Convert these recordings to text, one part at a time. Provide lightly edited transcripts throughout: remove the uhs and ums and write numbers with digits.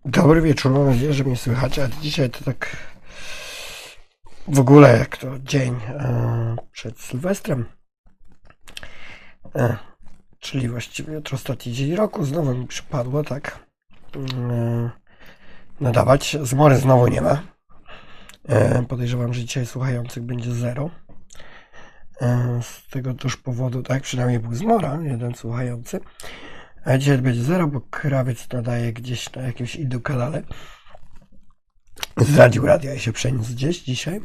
Dobry wieczór, mam nadzieję, że mnie słychać, ale dzisiaj to tak w ogóle jak to dzień przed Sylwestrem, czyli właściwie jutro ostatni dzień roku, znowu mi przypadło tak nadawać. Zmory znowu nie ma. Podejrzewam, że dzisiaj słuchających będzie zero. Z tego też powodu, tak, przynajmniej był zmora, jeden słuchający. A dzisiaj będzie zero, bo krawiec nadaje gdzieś na jakimś innym kanale. Zdradził radio i się przeniósł gdzieś dzisiaj.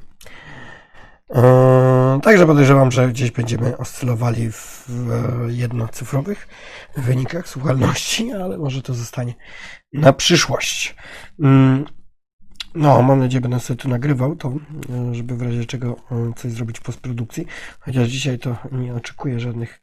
Także podejrzewam, że gdzieś będziemy oscylowali w jednocyfrowych wynikach słuchalności, ale może to zostanie na przyszłość. No, mam nadzieję, będę sobie tu nagrywał to, żeby w razie czego coś zrobić w postprodukcji. Chociaż dzisiaj to nie oczekuję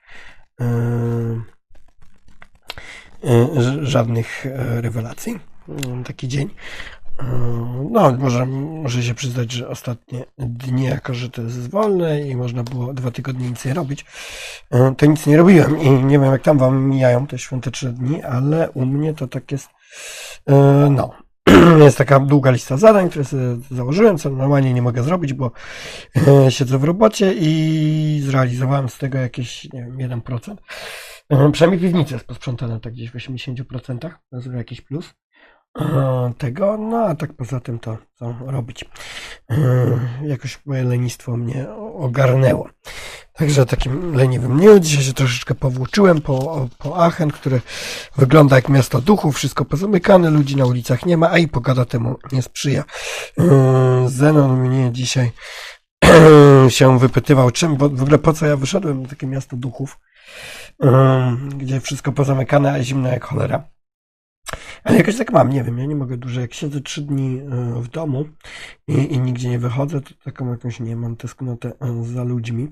żadnych rewelacji. Taki dzień. No, może się przyznać, że ostatnie dni, jako że to jest wolne i można było 2 tygodnie nic nie robić, to nic nie robiłem i nie wiem, jak tam wam mijają te świąteczne dni, ale u mnie to tak jest, no, jest taka długa lista zadań, które sobie założyłem, co normalnie nie mogę zrobić, bo siedzę w robocie i zrealizowałem z tego jakieś, nie wiem, 1%. Przynajmniej piwnica jest posprzątana tak gdzieś w 80%, to jest jakiś plus tego, no a tak poza tym to co robić. Jakoś moje lenistwo mnie ogarnęło. Także takim leniwym dniu dzisiaj się troszeczkę powłóczyłem po Aachen, które wygląda jak miasto duchów, wszystko pozamykane, ludzi na ulicach nie ma, a i pogoda temu nie sprzyja. Zenon mnie dzisiaj się wypytywał, czym, bo w ogóle po co ja wyszedłem na takie miasto duchów, gdzie wszystko pozamykane, a zimno jak cholera. Ale jakoś tak mam, nie wiem, ja nie mogę dłużej, jak siedzę 3 dni w domu i nigdzie nie wychodzę, to taką jakąś, nie mam tęsknotę za ludźmi,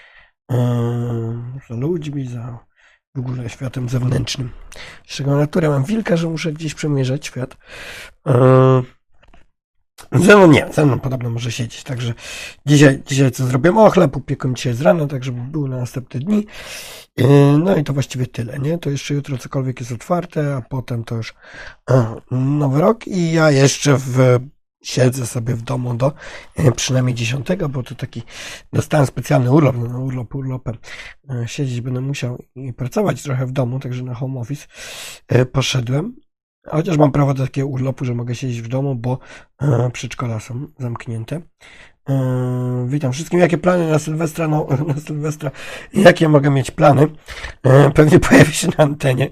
za w ogóle światem zewnętrznym. Z czego naturę mam wilka, że muszę gdzieś przemierzać świat. Ze mną podobno może siedzieć, także dzisiaj co zrobiłem? O, chleb upiekłem dzisiaj z rana, tak żeby był na następne dni. No i to właściwie tyle, nie? To jeszcze jutro cokolwiek jest otwarte, a potem to już nowy rok i ja jeszcze siedzę sobie w domu do przynajmniej 10, bo to taki dostałem specjalny urlop, urlopem. Siedzieć będę musiał i pracować trochę w domu, także na home office poszedłem. Chociaż mam prawo do takiego urlopu, że mogę siedzieć w domu, bo przedszkola są zamknięte. Witam wszystkim. Jakie plany na Sylwestra? No, na Sylwestra. Jakie mogę mieć plany? Pewnie pojawi się na antenie.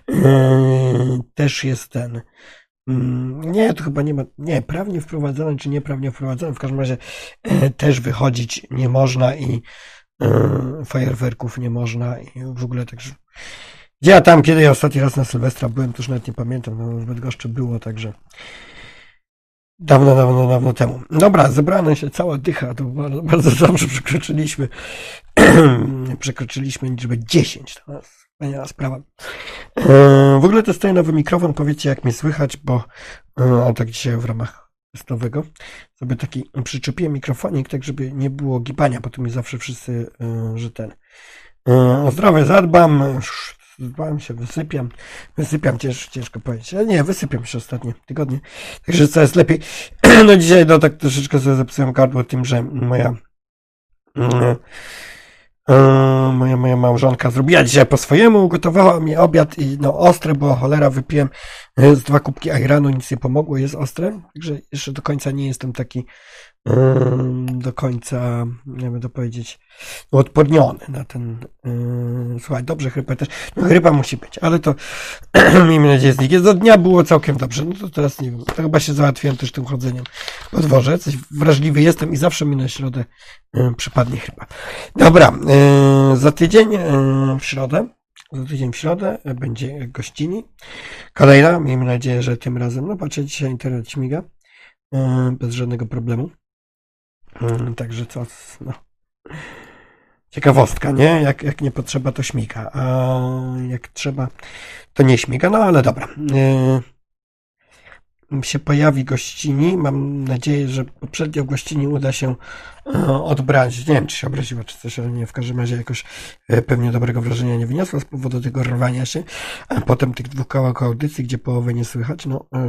Też jest ten. Nie, to chyba nie ma. Nie, prawnie wprowadzone czy nieprawnie wprowadzone. W każdym razie też wychodzić nie można i fajerwerków nie można i w ogóle także. Gdzie ja tam, kiedy ja ostatni raz na Sylwestra byłem, to już nawet nie pamiętam, no w Bydgoszczy było, także dawno temu. Dobra, zebrano się cała dycha, to bardzo dobrze przekroczyliśmy liczbę 10, to jest wspaniała sprawa. W ogóle testuję nowy mikrofon, powiedzcie jak mnie słychać, bo tak dzisiaj w ramach testowego sobie taki przyczepiłem mikrofonik, tak żeby nie było gibania, bo tu mi zawsze wszyscy, że o zdrowie zadbam, się, wysypiam, ciężko powiedzieć. Ale nie, wysypiam się ostatnie tygodnie. Także co jest lepiej. No dzisiaj tak troszeczkę sobie zepsułem gardło tym, że moja małżonka zrobiła dzisiaj po swojemu, ugotowała mi obiad i no ostre, bo cholera wypiłem z 2 kubki ajranu, nic nie pomogło, jest ostre. Także jeszcze do końca nie jestem taki do końca, nie wiem to powiedzieć, odporniony na ten słuchaj, dobrze, chrypę też, no chrypa musi być, ale to miejmy nadzieję zniknie. Do dnia było całkiem dobrze, no to teraz nie wiem, to chyba się załatwiłem też tym chodzeniem po dworze, coś wrażliwy jestem i zawsze mi na środę przypadnie chrypa. Dobra, za tydzień w środę będzie gościni kolejna, miejmy nadzieję, że tym razem, no patrzę, dzisiaj internet śmiga bez żadnego problemu. Także co, no. Ciekawostka, nie? Jak nie potrzeba, to śmiga, a jak trzeba, to nie śmiga, no ale dobra. się pojawi gościni. Mam nadzieję, że poprzednią gościni uda się odbrać. Nie wiem, czy się obraziła, czy coś, ale nie, w każdym razie jakoś pewnie dobrego wrażenia nie wyniosła z powodu tego rwania się. A potem tych 2 kawałków audycji, gdzie połowy nie słychać,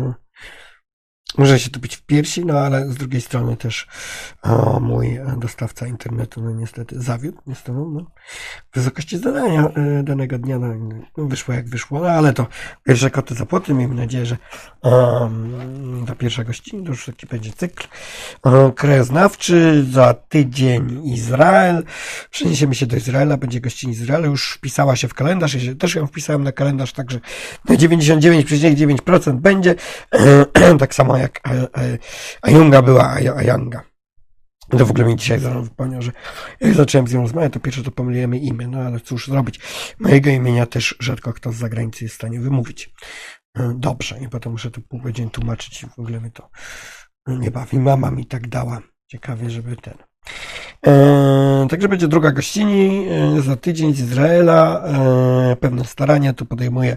może się tupić w piersi, ale z drugiej strony też mój dostawca internetu niestety zawiódł. Niestety, w wysokości zadania danego dnia wyszło jak wyszło, ale to pierwsze koty za płoty. Miejmy nadzieję, że ta pierwsza gościna to już taki będzie cykl krajoznawczy. Za tydzień Izrael. Przeniesiemy się do Izraela, będzie gościni Izraela. Już wpisała się w kalendarz. Ja też ją wpisałem na kalendarz, także na 99,9% będzie. Tak samo jak Ajunga była Ajanga. To w ogóle mi dzisiaj wypomniał, że jak zacząłem z nią rozmawiać, to pierwsze to pomyliłem imię, ale cóż zrobić. Mojego imienia też rzadko kto z zagranicy jest w stanie wymówić. Dobrze, i potem muszę tu pół godziny tłumaczyć i w ogóle mnie to nie bawi. Mama mi tak dała. Ciekawie, żeby ten. Także będzie druga gościni za tydzień z Izraela. Pewne starania tu podejmuję.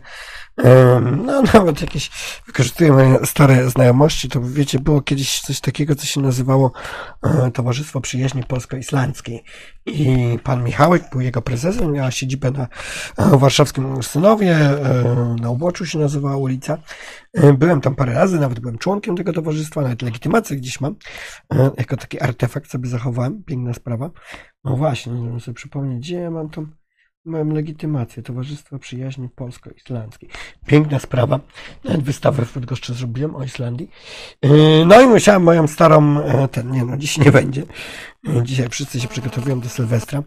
Nawet jakieś wykorzystuję moje stare znajomości. To wiecie, było kiedyś coś takiego, co się nazywało Towarzystwo Przyjaźni Polsko-Islandzkiej. I pan Michałek był jego prezesem, miała siedzibę na warszawskim Ursynowie, na Uboczu się nazywała ulica. Byłem tam parę razy, nawet byłem członkiem tego towarzystwa, nawet legitymację gdzieś mam. Jako taki artefakt sobie zachowałem. Piękna sprawa. No właśnie, nie wiem sobie przypomnieć, gdzie ja mam tą moją legitymację Towarzystwa Przyjaźni Polsko-Islandzkiej. Piękna sprawa. Nawet wystawę w Bydgoszczy zrobiłem o Islandii. I musiałem moją starą, dziś nie będzie. Dzisiaj wszyscy się przygotowują do Sylwestra.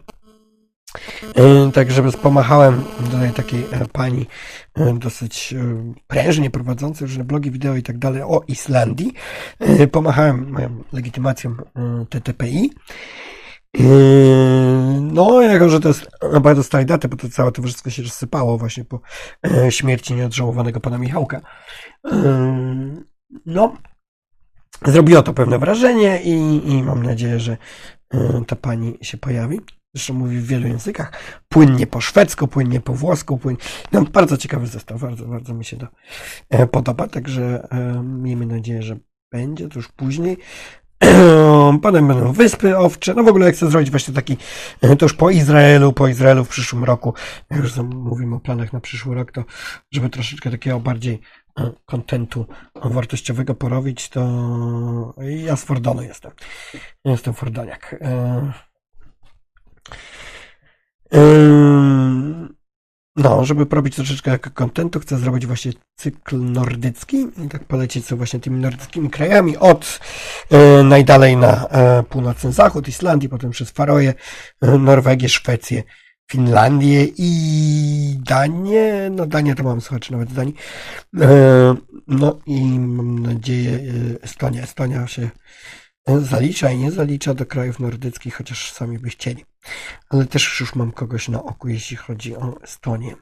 Tak, żeby pomachałem do takiej pani dosyć prężnie prowadzącej różne blogi, wideo i tak dalej o Islandii. Pomachałem moją legitymacją TTPI. Jako że to jest bardzo starej daty, bo to całe towarzystwo się rozsypało właśnie po śmierci nieodżałowanego pana Michałka. Zrobiło to pewne wrażenie i mam nadzieję, że ta pani się pojawi. Zresztą mówi w wielu językach. Płynnie po szwedzku, płynnie po włosku. Bardzo ciekawy zestaw. Bardzo, bardzo mi się to podoba. Także miejmy nadzieję, że będzie to już później. Potem będą Wyspy Owcze. W ogóle jak chcę zrobić właśnie taki, to już po Izraelu w przyszłym roku. Jak już mówimy o planach na przyszły rok, to żeby troszeczkę takiego bardziej kontentu wartościowego porobić, to ja z Fordonu jestem. Jestem Fordoniak. Żeby porobić troszeczkę jako kontentu, chcę zrobić właśnie cykl nordycki i tak polecieć sobie właśnie tymi nordyckimi krajami od najdalej na północny zachód Islandii, potem przez Faroe, Norwegię, Szwecję, Finlandię i Danię. Danię to mam słuchaczy nawet z Danii. I mam nadzieję Estonia się zalicza i nie zalicza do krajów nordyckich, chociaż sami by chcieli. Ale też już mam kogoś na oku, jeśli chodzi o Estonię.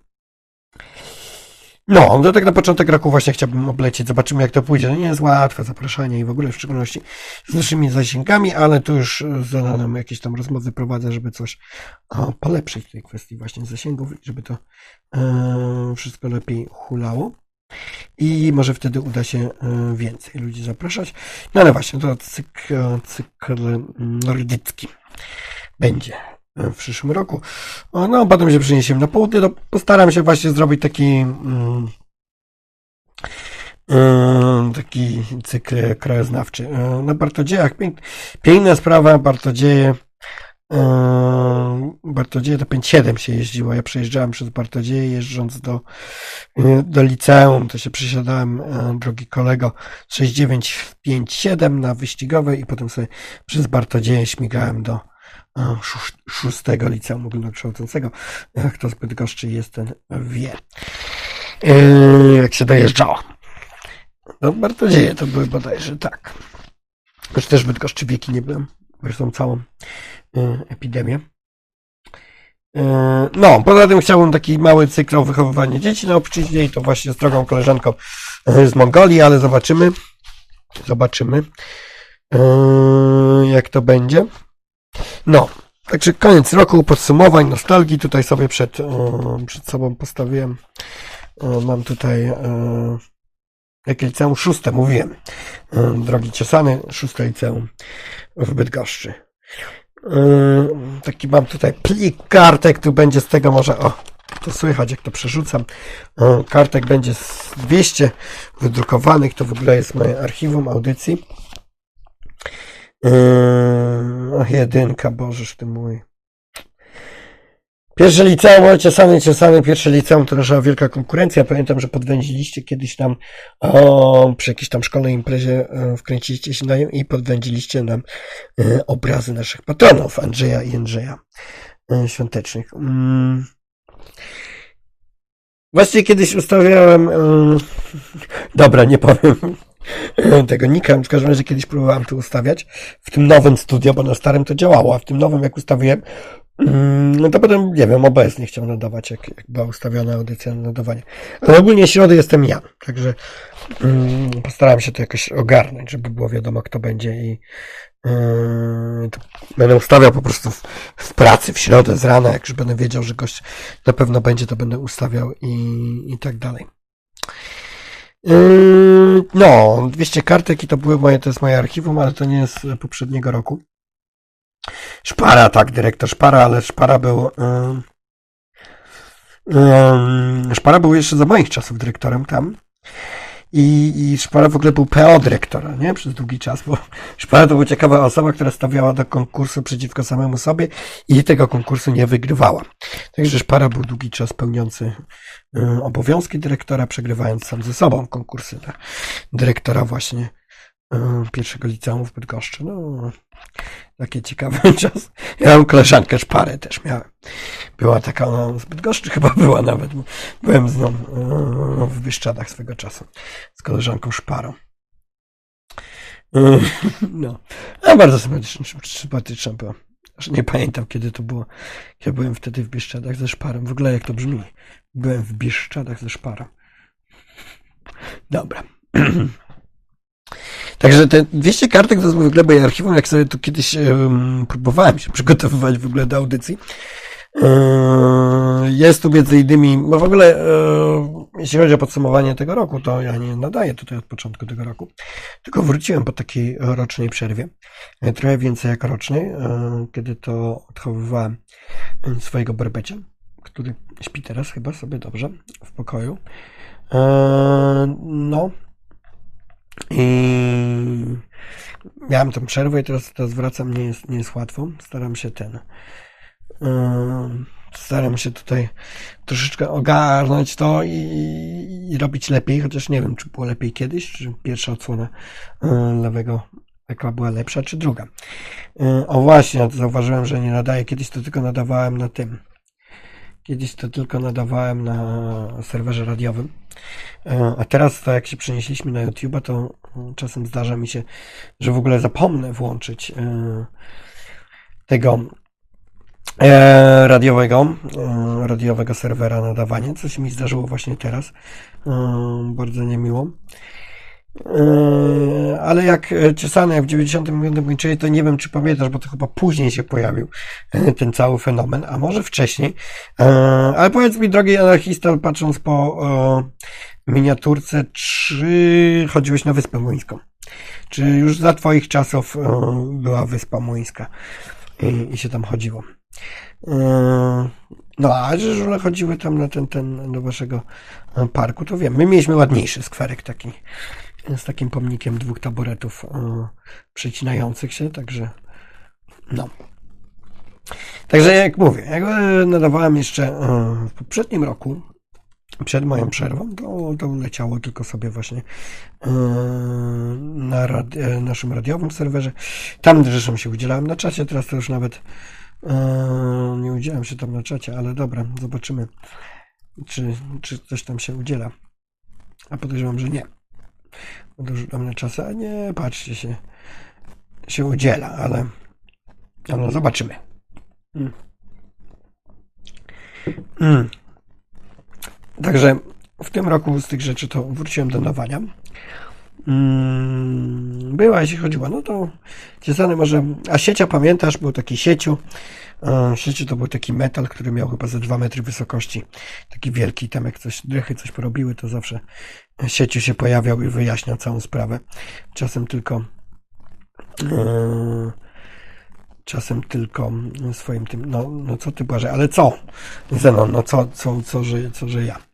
To tak na początek roku właśnie chciałbym oblecieć. Zobaczymy, jak to pójdzie. Nie jest łatwe zapraszanie i w ogóle w szczególności z naszymi zasięgami, ale tu już z Elanem jakieś tam rozmowy prowadzę, żeby coś polepszyć w tej kwestii właśnie zasięgów, żeby to wszystko lepiej hulało. I może wtedy uda się więcej ludzi zapraszać. Ale właśnie, to cykl nordycki będzie w przyszłym roku. Potem się przeniesiemy na południe. Postaram się właśnie zrobić taki cykl krajoznawczy. Na Bartodziejach piękna sprawa. Bartodzieje to 5-7 się jeździło. Ja przejeżdżałem przez Bartodzieje, jeżdżąc do liceum, to się przesiadałem, drogi kolego, 6957 na wyścigowej i potem sobie przez Bartodzieje śmigałem do 6 liceum ogólnokształcącego. Kto z Bydgoszczy jest, ten wie, jak się dojeżdżało. Bartodzieje to były bodajże tak. Już też w Bydgoszczy wieki nie byłem, bo już są całą epidemię. Poza tym chciałbym taki mały cykl o wychowywaniu dzieci na obczyźnie i to właśnie z drogą koleżanką z Mongolii, ale zobaczymy jak to będzie. Także koniec roku, podsumowań, nostalgii. Tutaj sobie przed sobą postawiłem. Mam tutaj Jakie liceum? 6, mówiłem. Drogi Ciosany, 6 liceum w Bydgoszczy. Taki mam tutaj plik kartek, tu będzie z tego może, o, to słychać jak to przerzucam. Kartek będzie z 200 wydrukowanych, to w ogóle jest moje archiwum audycji. Jedynka, Bożeż ty mój. Pierwsze liceum, oj, ciosany, pierwsze liceum to nasza wielka konkurencja. Pamiętam, że podwędziliście kiedyś tam przy jakiejś tam szkolnej imprezie wkręciliście się na nią i podwędziliście nam obrazy naszych patronów, Andrzeja i Jędrzeja Świątecznych. Właściwie kiedyś ustawiałem dobra, nie powiem tego nika, w każdym razie kiedyś próbowałem to ustawiać w tym nowym studio, bo na starym to działało, a w tym nowym jak ustawiłem, no to potem, nie wiem, OBS nie chciał nadawać, jak była ustawiona audycja na nadawanie. Ale ogólnie środy jestem ja, także postarałem się to jakoś ogarnąć, żeby było wiadomo, kto będzie i będę ustawiał po prostu w pracy, w środę z rana, jak już będę wiedział, że gość na pewno będzie, to będę ustawiał i tak dalej. No, 200 kartek i to były moje, to jest moje archiwum, ale to nie jest z poprzedniego roku. Szpara, tak, dyrektor Szpara, ale Szpara był jeszcze za moich czasów dyrektorem tam. I Szpara w ogóle był PO dyrektora, nie? Przez długi czas, bo Szpara to była ciekawa osoba, która stawiała do konkursu przeciwko samemu sobie i tego konkursu nie wygrywała. Także Szpara był długi czas pełniący obowiązki dyrektora, przegrywając sam ze sobą konkursy dla dyrektora właśnie pierwszego liceum w Bydgoszczy. No, taki ciekawy czas. Ja mam koleżankę Szparę też miałem. Była taka, ona z Bydgoszczy chyba była nawet. Byłem z nią w Bieszczadach swego czasu. Z koleżanką Szparą. No. A bardzo sympatyczna była. Aż nie pamiętam, kiedy to było. Ja byłem wtedy w Bieszczadach ze Szparą. W ogóle jak to brzmi. Byłem w Bieszczadach ze Szparą. Dobra. Także te 200 kartek to jest w ogóle moje archiwum, jak sobie tu kiedyś próbowałem się przygotowywać w ogóle do audycji. Jest tu między innymi, bo w ogóle jeśli chodzi o podsumowanie tego roku, to ja nie nadaję tutaj od początku tego roku, tylko wróciłem po takiej rocznej przerwie, trochę więcej jak rocznej, kiedy to odchowywałem swojego berbecia, który śpi teraz chyba sobie dobrze w pokoju. No i miałem tą przerwę i teraz wracam, nie jest łatwo. Staram się tutaj troszeczkę ogarnąć to i robić lepiej, chociaż nie wiem, czy było lepiej kiedyś, czy pierwsza odsłona lewego ekra była lepsza, czy druga. O właśnie, zauważyłem, że nie nadaję. Kiedyś to tylko nadawałem na serwerze radiowym. A teraz to jak się przenieśliśmy na YouTube'a, to czasem zdarza mi się, że w ogóle zapomnę włączyć tego radiowego serwera nadawania, co się mi zdarzyło właśnie teraz. Bardzo niemiło. Ale jak Ciosany w 95 kończyli, to nie wiem, czy pamiętasz, bo to chyba później się pojawił ten cały fenomen, a może wcześniej. Ale powiedz mi, drogi anarchista, patrząc po miniaturce, czy chodziłeś na Wyspę Młyńską? Czy już za twoich czasów była Wyspa Młyńska i się tam chodziło? No, a że żule chodziły tam na do waszego parku, to wiem. My mieliśmy ładniejszy skwerek taki, z takim pomnikiem 2 taboretów przecinających się, także no. Także jak mówię, jak nadawałem jeszcze w poprzednim roku, przed moją przerwą, to leciało tylko sobie właśnie na naszym radiowym serwerze. Tam zresztą się udzielałem na czacie, teraz to już nawet nie udzielam się tam na czacie, ale dobra, zobaczymy, czy coś tam się udziela. A podejrzewam, że nie. Dorzucam na czasy, a nie, patrzcie, się udziela, ale no, zobaczymy. Także w tym roku z tych rzeczy to wróciłem do nadawania. Była, jeśli chodziło, no to Ciosany może, a Siecia pamiętasz, był taki Sieciu, Sieci to był taki metal, który miał chyba ze 2 metry wysokości. Taki wielki. Tam jak drechy coś porobiły, to zawsze sieciu się pojawiał i wyjaśniał całą sprawę. Czasem tylko swoim tym, no co ty Błażej, ale co? Zenon, no co, że ja.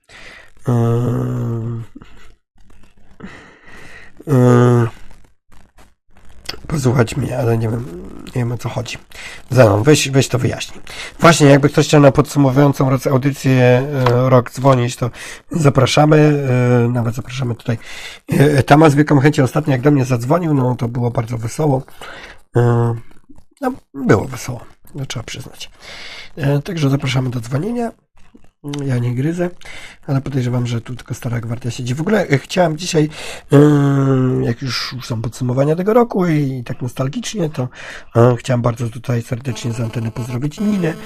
Posłuchać mnie, ale nie wiem o co chodzi. Zenon, weź to wyjaśnij. Właśnie, jakby ktoś chciał na podsumowującą audycję rok dzwonić, to zapraszamy, nawet zapraszamy tutaj Tama z wielką chęcią. Ostatnio jak do mnie zadzwonił, no to było bardzo wesoło. No, było wesoło, no, trzeba przyznać. Także zapraszamy do dzwonienia. Ja nie gryzę, ale podejrzewam, że tu tylko stara gwardia siedzi. W ogóle chciałem dzisiaj, jak już są podsumowania tego roku i tak nostalgicznie, to chciałem bardzo tutaj serdecznie z anteny pozdrowić Ninę.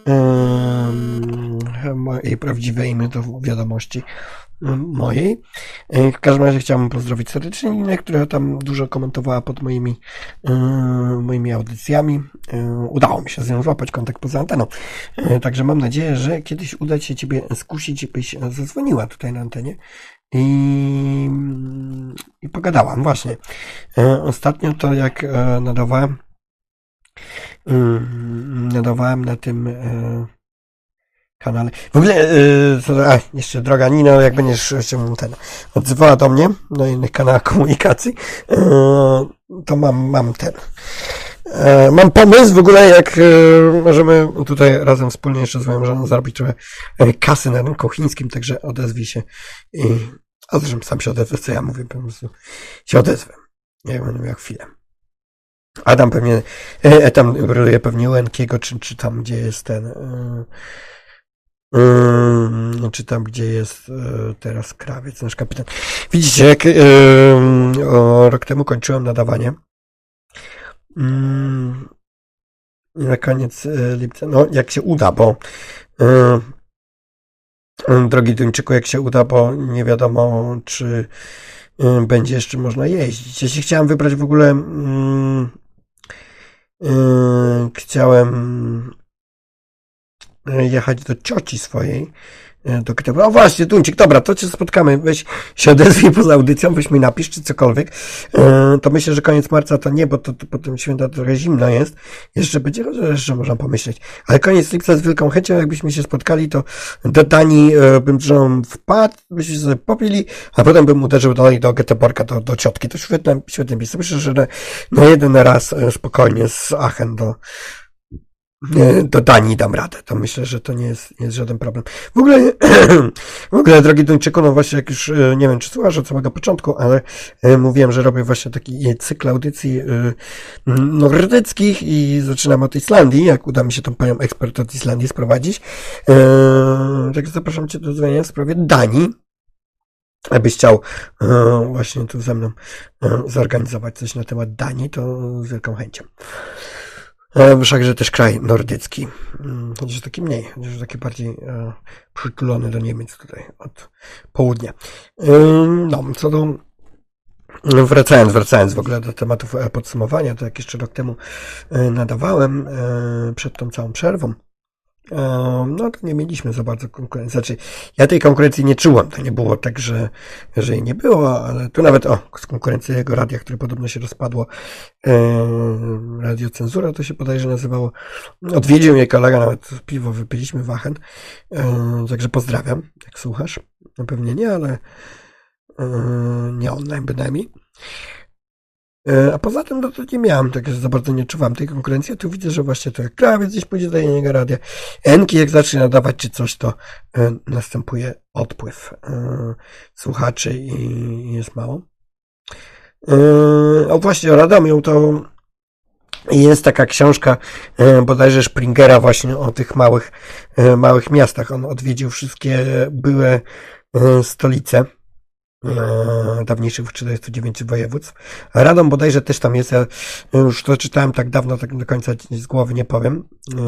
Jej prawdziwe imię to w wiadomości mojej. W każdym razie chciałem pozdrowić serdecznie Ninę, która tam dużo komentowała pod moimi audycjami. Udało mi się z nią złapać kontakt poza anteną. Także mam nadzieję, że kiedyś uda się Ciebie skusić, byś zadzwoniła tutaj na antenie i pogadałam. Właśnie. Ostatnio to jak nadawałem na tym kanale. W ogóle, jeszcze droga Nino, jak będziesz się odzywała do mnie na innych kanałach komunikacji, to mam mam pomysł w ogóle, jak możemy tutaj razem wspólnie jeszcze z moją żoną zarobić trochę kasy na rynku chińskim, także odezwij się a zresztą sam się odezwę, co ja mówię, po prostu się odezwę. Ja będę miał chwilę. Adam pewnie, tam bryluje pewnie Łękiego, czy tam, gdzie jest ten, czy tam, gdzie jest teraz krawiec, nasz kapitan. Widzicie, jak rok temu kończyłem nadawanie, na koniec lipca, no jak się uda, bo drogi Duńczyku, jak się uda, bo nie wiadomo, czy będzie jeszcze można jeździć. Ja się chciałem wybrać w ogóle, chciałem jechać do cioci swojej, do Gdańska. O właśnie, Duńczyk, dobra, to cię spotkamy, weź się odezwij poza audycją, weź mi napisz, czy cokolwiek. To myślę, że koniec marca to nie, bo to potem święta trochę zimno jest. Jeszcze będzie, jeszcze można pomyśleć. Ale koniec lipca z wielką chęcią, jakbyśmy się spotkali, to do Danii bym żoną wpadł, byśmy sobie popili, a potem bym uderzył dalej do Göteborga, do ciotki. To świetne miejsce. Myślę, że na jeden raz spokojnie z Aachen do Danii dam radę. To myślę, że to nie jest żaden problem. W ogóle, drogi Duńczyku, no właśnie, jak już, nie wiem, czy słuchasz od samego początku, ale mówiłem, że robię właśnie taki cykl audycji nordyckich i zaczynam od Islandii, jak uda mi się tą panią ekspert od Islandii sprowadzić. Także zapraszam Cię do dzwonienia w sprawie Danii. Abyś chciał właśnie tu ze mną zorganizować coś na temat Danii, to z wielką chęcią. Wszakże też kraj nordycki. Chociaż taki mniej, chociaż taki bardziej przytulony do Niemiec tutaj od południa. No, co do wracając w ogóle do tematów podsumowania, to jak jeszcze rok temu nadawałem przed tą całą przerwą, no to nie mieliśmy za bardzo konkurencji. Znaczy, ja tej konkurencji nie czułem. To nie było tak, że jej nie było, ale tu nawet, z konkurencji jego radia, które podobno się rozpadło, Radio Cenzura to się bodajże nazywało. Odwiedził mnie kolega, nawet piwo wypiliśmy w Aachen. Także pozdrawiam, jak słuchasz. No pewnie nie, ale nie online bynajmniej. A poza tym, no to nie miałem, tak że za bardzo nie czuwam tej konkurencji. A tu widzę, że właśnie to jak krawiec gdzieś pójdzie do innego radia. Enki jak zacznie nadawać czy coś, to następuje odpływ słuchaczy i jest mało. O właśnie, o Radomiu to jest taka książka bodajże Springera właśnie o tych małych miastach. On odwiedził wszystkie były stolice dawniejszych 49 województw. Radom bodajże też tam jest. Ja już to czytałem tak dawno, tak do końca z głowy nie powiem,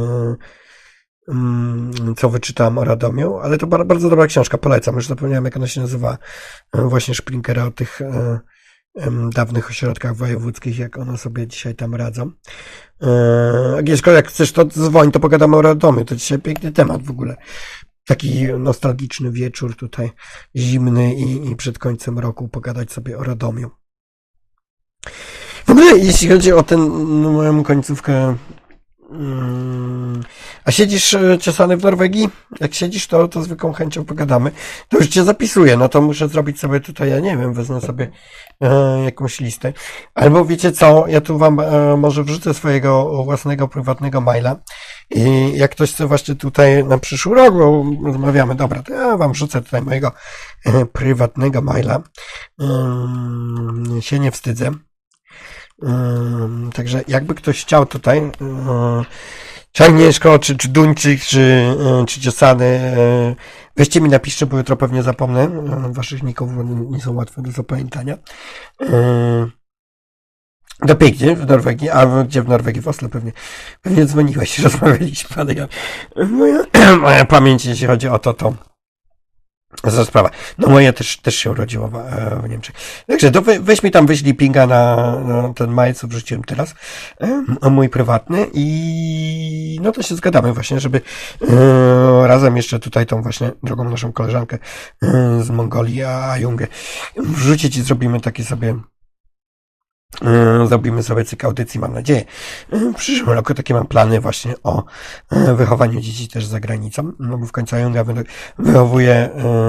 co wyczytałem o Radomiu, ale to bardzo dobra książka, polecam. Już zapomniałem, jak ona się nazywa. Właśnie Springera o tych dawnych ośrodkach wojewódzkich, jak one sobie dzisiaj tam radzą. Agnieszko, jak chcesz, to dzwoń, to pogadamy o Radomiu. To dzisiaj piękny temat w ogóle. Taki nostalgiczny wieczór tutaj, zimny i przed końcem roku pogadać sobie o Radomiu. W ogóle, jeśli chodzi o tę moją końcówkę, a siedzisz czesany w Norwegii? Jak siedzisz, to zwykłą chęcią pogadamy. To już cię zapisuję, no to muszę zrobić sobie tutaj, ja nie wiem, wezmę sobie jakąś listę. Albo wiecie co, ja tu wam może wrzucę swojego własnego, prywatnego maila i jak ktoś chce właśnie tutaj na przyszły rok, bo rozmawiamy, dobra, to ja wam wrzucę tutaj mojego prywatnego maila. Się nie wstydzę. Także jakby ktoś chciał tutaj, czy Agnieszko, czy Duńczyk, czy Ciosany, weźcie mi, napiszcie, bo jutro pewnie zapomnę waszych ników, bo nie są łatwe do zapamiętania. To pięknie w Norwegii, a gdzie w Norwegii? W Oslo pewnie dzwoniłeś, rozmawialiśmy, ale moja pamięć, jeśli chodzi o to za sprawa. No moja też się urodziła w Niemczech. Także weź mi tam, wyślij pinga na ten mail, co wrzuciłem teraz, mój prywatny i no to się zgadamy właśnie, żeby razem jeszcze tutaj tą właśnie drugą naszą koleżankę z Mongolii, a Jungę, wrzucić i zrobimy sobie cykl audycji, mam nadzieję. W przyszłym roku takie mam plany właśnie o wychowaniu dzieci też za granicą, no bo w końcu Junga wychowuje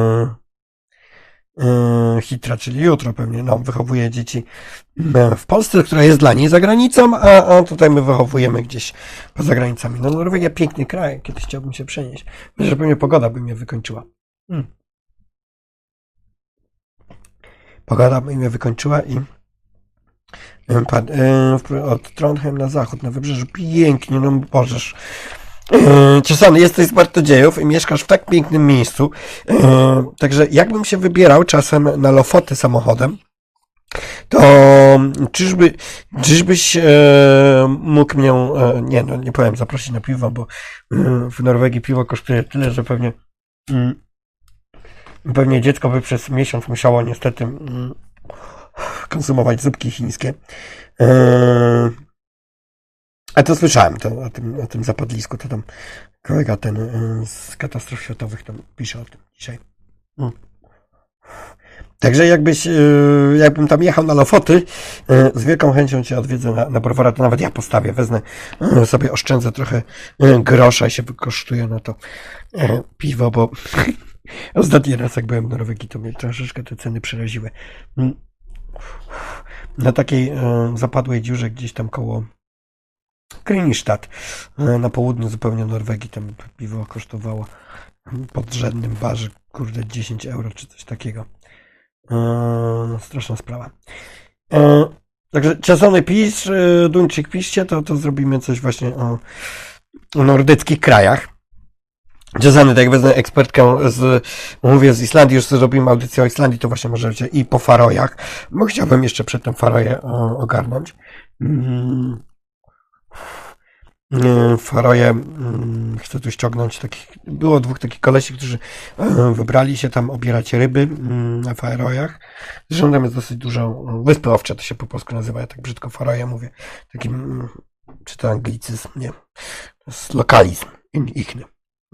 Hitra, czyli jutro pewnie, no, wychowuje dzieci w Polsce, która jest dla niej za granicą, a tutaj my wychowujemy gdzieś poza granicami. No Norwegia, piękny kraj, kiedyś chciałbym się przenieść. Myślę, że pewnie pogoda by mnie wykończyła. Pogoda by mnie wykończyła i od Trondheim na zachód, na wybrzeżu, pięknie, no Bożeż. Ciosany, jesteś z Bartodziejów i mieszkasz w tak pięknym miejscu, także jakbym się wybierał czasem na Lofoty samochodem, to czyżbyś mógł mnie, nie powiem, zaprosić na piwo, bo w Norwegii piwo kosztuje tyle, że pewnie dziecko by przez miesiąc musiało niestety konsumować zupki chińskie. A to słyszałem o tym zapadlisku, to tam kolega ten z katastrof światowych tam pisze o tym dzisiaj. Także jakbym tam jechał na Lofoty, z wielką chęcią cię odwiedzę na browara, to nawet ja postawię, wezmę sobie, oszczędzę trochę grosza i się wykosztuję na to piwo, bo ostatni raz jak byłem w Norwegii, to mnie troszeczkę te ceny przeraziły. Na takiej zapadłej dziurze gdzieś tam koło Kronstadt, na południu zupełnie Norwegii, tam piwo kosztowało w podrzędnym barze, 10 euro czy coś takiego. Straszna sprawa. Także Ciosany pisz, Duńczyk piszcie, to zrobimy coś właśnie o nordyckich krajach. Ciosany, tak jak wezmę ekspertkę mówię z Islandii, już zrobimy audycję o Islandii, to właśnie możecie i po Farojach, bo chciałbym jeszcze przedtem Faroje ogarnąć. Faroje chcę tu ściągnąć było dwóch takich kolesi, którzy wybrali się tam obierać ryby na Farojach. Zresztą tam jest dosyć dużo, wyspy owcze to się po polsku nazywa, ja tak brzydko Faroje mówię, takim, czy to anglicyzm, nie, to jest lokalizm ichny.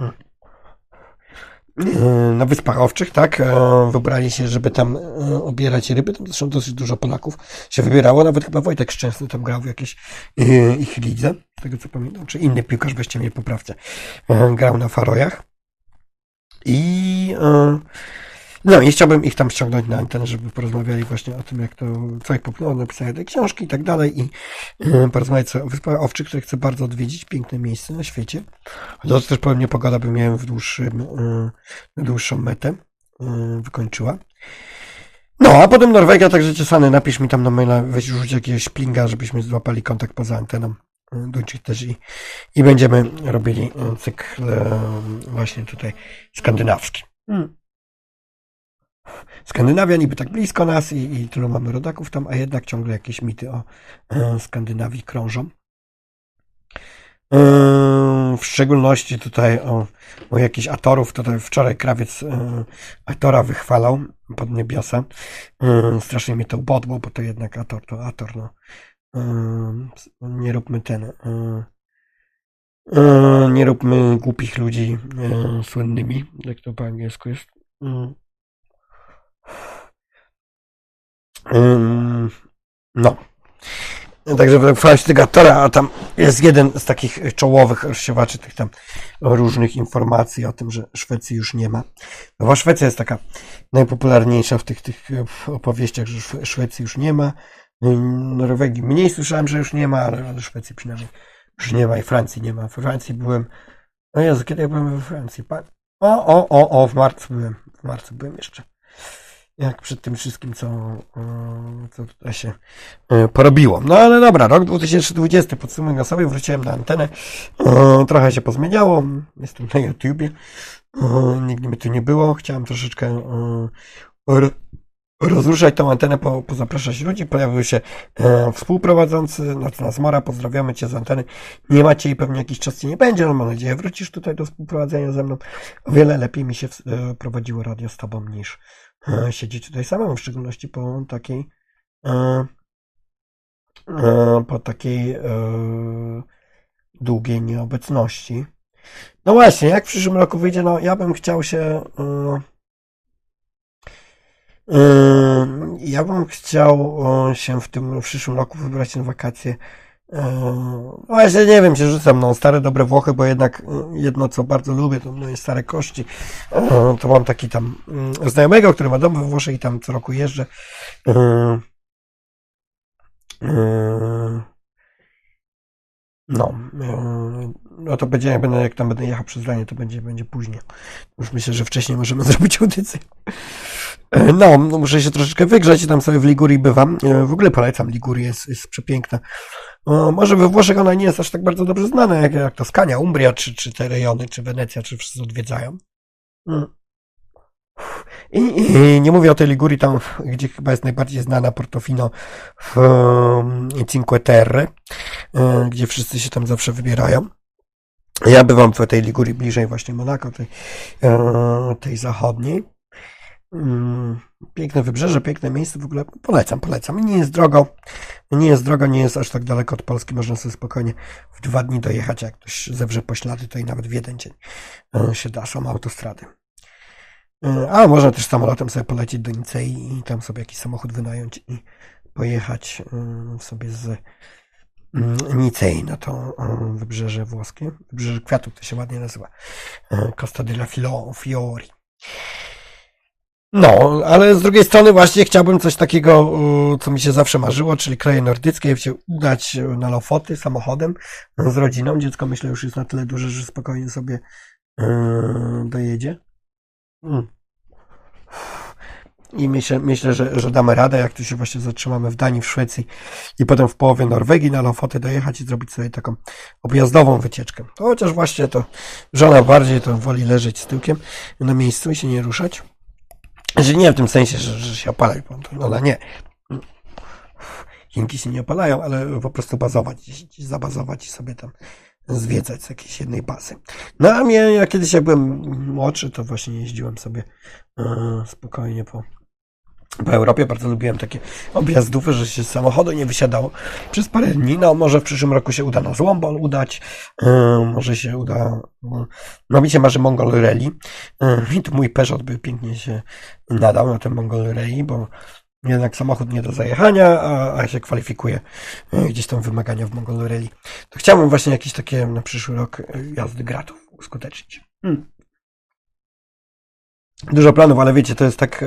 Na Wyspach Owczych, tak, wybrali się, żeby tam obierać ryby, tam zresztą dosyć dużo Polaków się wybierało, nawet chyba Wojtek Szczęsny tam grał w jakiejś ich lidze, z tego co pamiętam, czy inny piłkarz, weźcie mnie poprawcie, grał na Farojach i chciałbym ich tam ściągnąć na antenę, żeby porozmawiali właśnie o tym, co ich popchnęło, napisali te książki i tak dalej i porozmawiać sobie o Wyspach Owczych, które chcę bardzo odwiedzić, piękne miejsce na świecie. Chociaż też pewnie pogoda by miałem na dłuższą metę wykończyła. No, a potem Norwegia, także Ciosany, napisz mi tam na maila, weź rzuć jakiegoś plinga, żebyśmy złapali kontakt poza anteną. Duńczyk też i będziemy robili cykl właśnie tutaj skandynawski. Skandynawia niby tak blisko nas i tylu mamy rodaków tam, a jednak ciągle jakieś mity o Skandynawii krążą. W szczególności tutaj o jakichś aktorów. Tutaj wczoraj krawiec aktora wychwalał pod niebiosa. Strasznie mnie to ubodło, bo to jednak aktor to aktor. No. Nie róbmy nie róbmy głupich ludzi słynnymi, jak to po angielsku jest. No. Także wychwalać tego aktora, a tam jest jeden z takich czołowych rozsiewaczy tych tam różnych informacji o tym, że Szwecji już nie ma. No bo Szwecja jest taka najpopularniejsza w tych opowieściach, że Szwecji już nie ma. Norwegii mniej słyszałem, że już nie ma, ale Szwecji przynajmniej już nie ma i Francji nie ma. W Francji byłem, no Jezu, kiedy ja byłem we Francji? W marcu byłem. W marcu byłem jeszcze. Jak przed tym wszystkim, co tutaj się porobiło. No ale dobra, rok 2020 podsumuję sobie, wróciłem na antenę. Trochę się pozmieniało. Jestem na YouTubie. Nigdy mi tu nie było. Chciałem troszeczkę rozruszać tą antenę, pozapraszać ludzi. Pojawił się współprowadzący Nocna Zmora. Pozdrawiamy Cię z anteny. Nie macie i pewnie jakiś czas Cię nie będzie, ale mam nadzieję wrócisz tutaj do współprowadzenia ze mną. O wiele lepiej mi się prowadziło radio z Tobą niż siedzieć tutaj samemu, w szczególności po takiej długiej nieobecności. No właśnie, jak w przyszłym roku wyjdzie, no ja bym chciał się w tym przyszłym roku wybrać na wakacje. No właśnie nie wiem, się rzucam, no stare dobre Włochy, bo jednak jedno co bardzo lubię to moje stare kości. To mam taki tam znajomego, który ma dom we Włoszech i tam co roku jeżdżę. No to będzie, jak tam będę jechał przez Ranię, to będzie później. Już myślę, że wcześniej możemy zrobić audycję. No, muszę się troszeczkę wygrzać, tam sobie w Ligurii bywam. W ogóle polecam, Liguria jest przepiękna. Może we Włoszech ona nie jest aż tak bardzo dobrze znana, jak Toskania, Umbria, czy te rejony, czy Wenecja, czy wszyscy odwiedzają. I nie mówię o tej Ligurii, tam gdzie chyba jest najbardziej znana Portofino w Cinque Terre, gdzie wszyscy się tam zawsze wybierają. Ja bywam w tej Ligurii bliżej właśnie Monako, tej zachodniej. Piękne wybrzeże, piękne miejsce, w ogóle polecam. Nie jest drogo, nie jest aż tak daleko od Polski, można sobie spokojnie w 2 dni dojechać, jak ktoś zewrze poślady, to i nawet w 1 dzień się da, są autostrady. A można też samolotem sobie polecieć do Nicei i tam sobie jakiś samochód wynająć i pojechać sobie z Nicei na to wybrzeże włoskie. Wybrzeże Kwiatów to się ładnie nazywa. Costa della Fiori. No, ale z drugiej strony właśnie chciałbym coś takiego, co mi się zawsze marzyło, czyli kraje nordyckie, się udać na Lofoty samochodem z rodziną. Dziecko myślę już jest na tyle duże, że spokojnie sobie dojedzie. I myślę, że damy radę, jak tu się właśnie zatrzymamy w Danii, w Szwecji i potem w połowie Norwegii na Lofoty dojechać i zrobić sobie taką objazdową wycieczkę. Chociaż właśnie to żona bardziej to woli leżeć z tyłkiem na miejscu i się nie ruszać. Że nie w tym sensie, że się opalać, bo ona nie. Chinki się nie opalają, ale po prostu bazować, zabazować i sobie tam zwiedzać z jakiejś jednej bazy. No a ja kiedyś jak byłem młodszy, to właśnie jeździłem sobie spokojnie po Europie. Bardzo lubiłem takie objazdówy, że się z samochodu nie wysiadało przez parę dni. No może w przyszłym roku się uda na Złombol udać. Może się uda. No mi się marzy Mongol Rally. I tu mój Peugeot by pięknie się nadał na ten Mongol Rally, bo jednak samochód nie do zajechania, a się kwalifikuje gdzieś tam wymagania w Mongol Rally. To chciałbym właśnie jakieś takie na przyszły rok jazdy gratów uskutecznić. Dużo planów, ale wiecie, to jest tak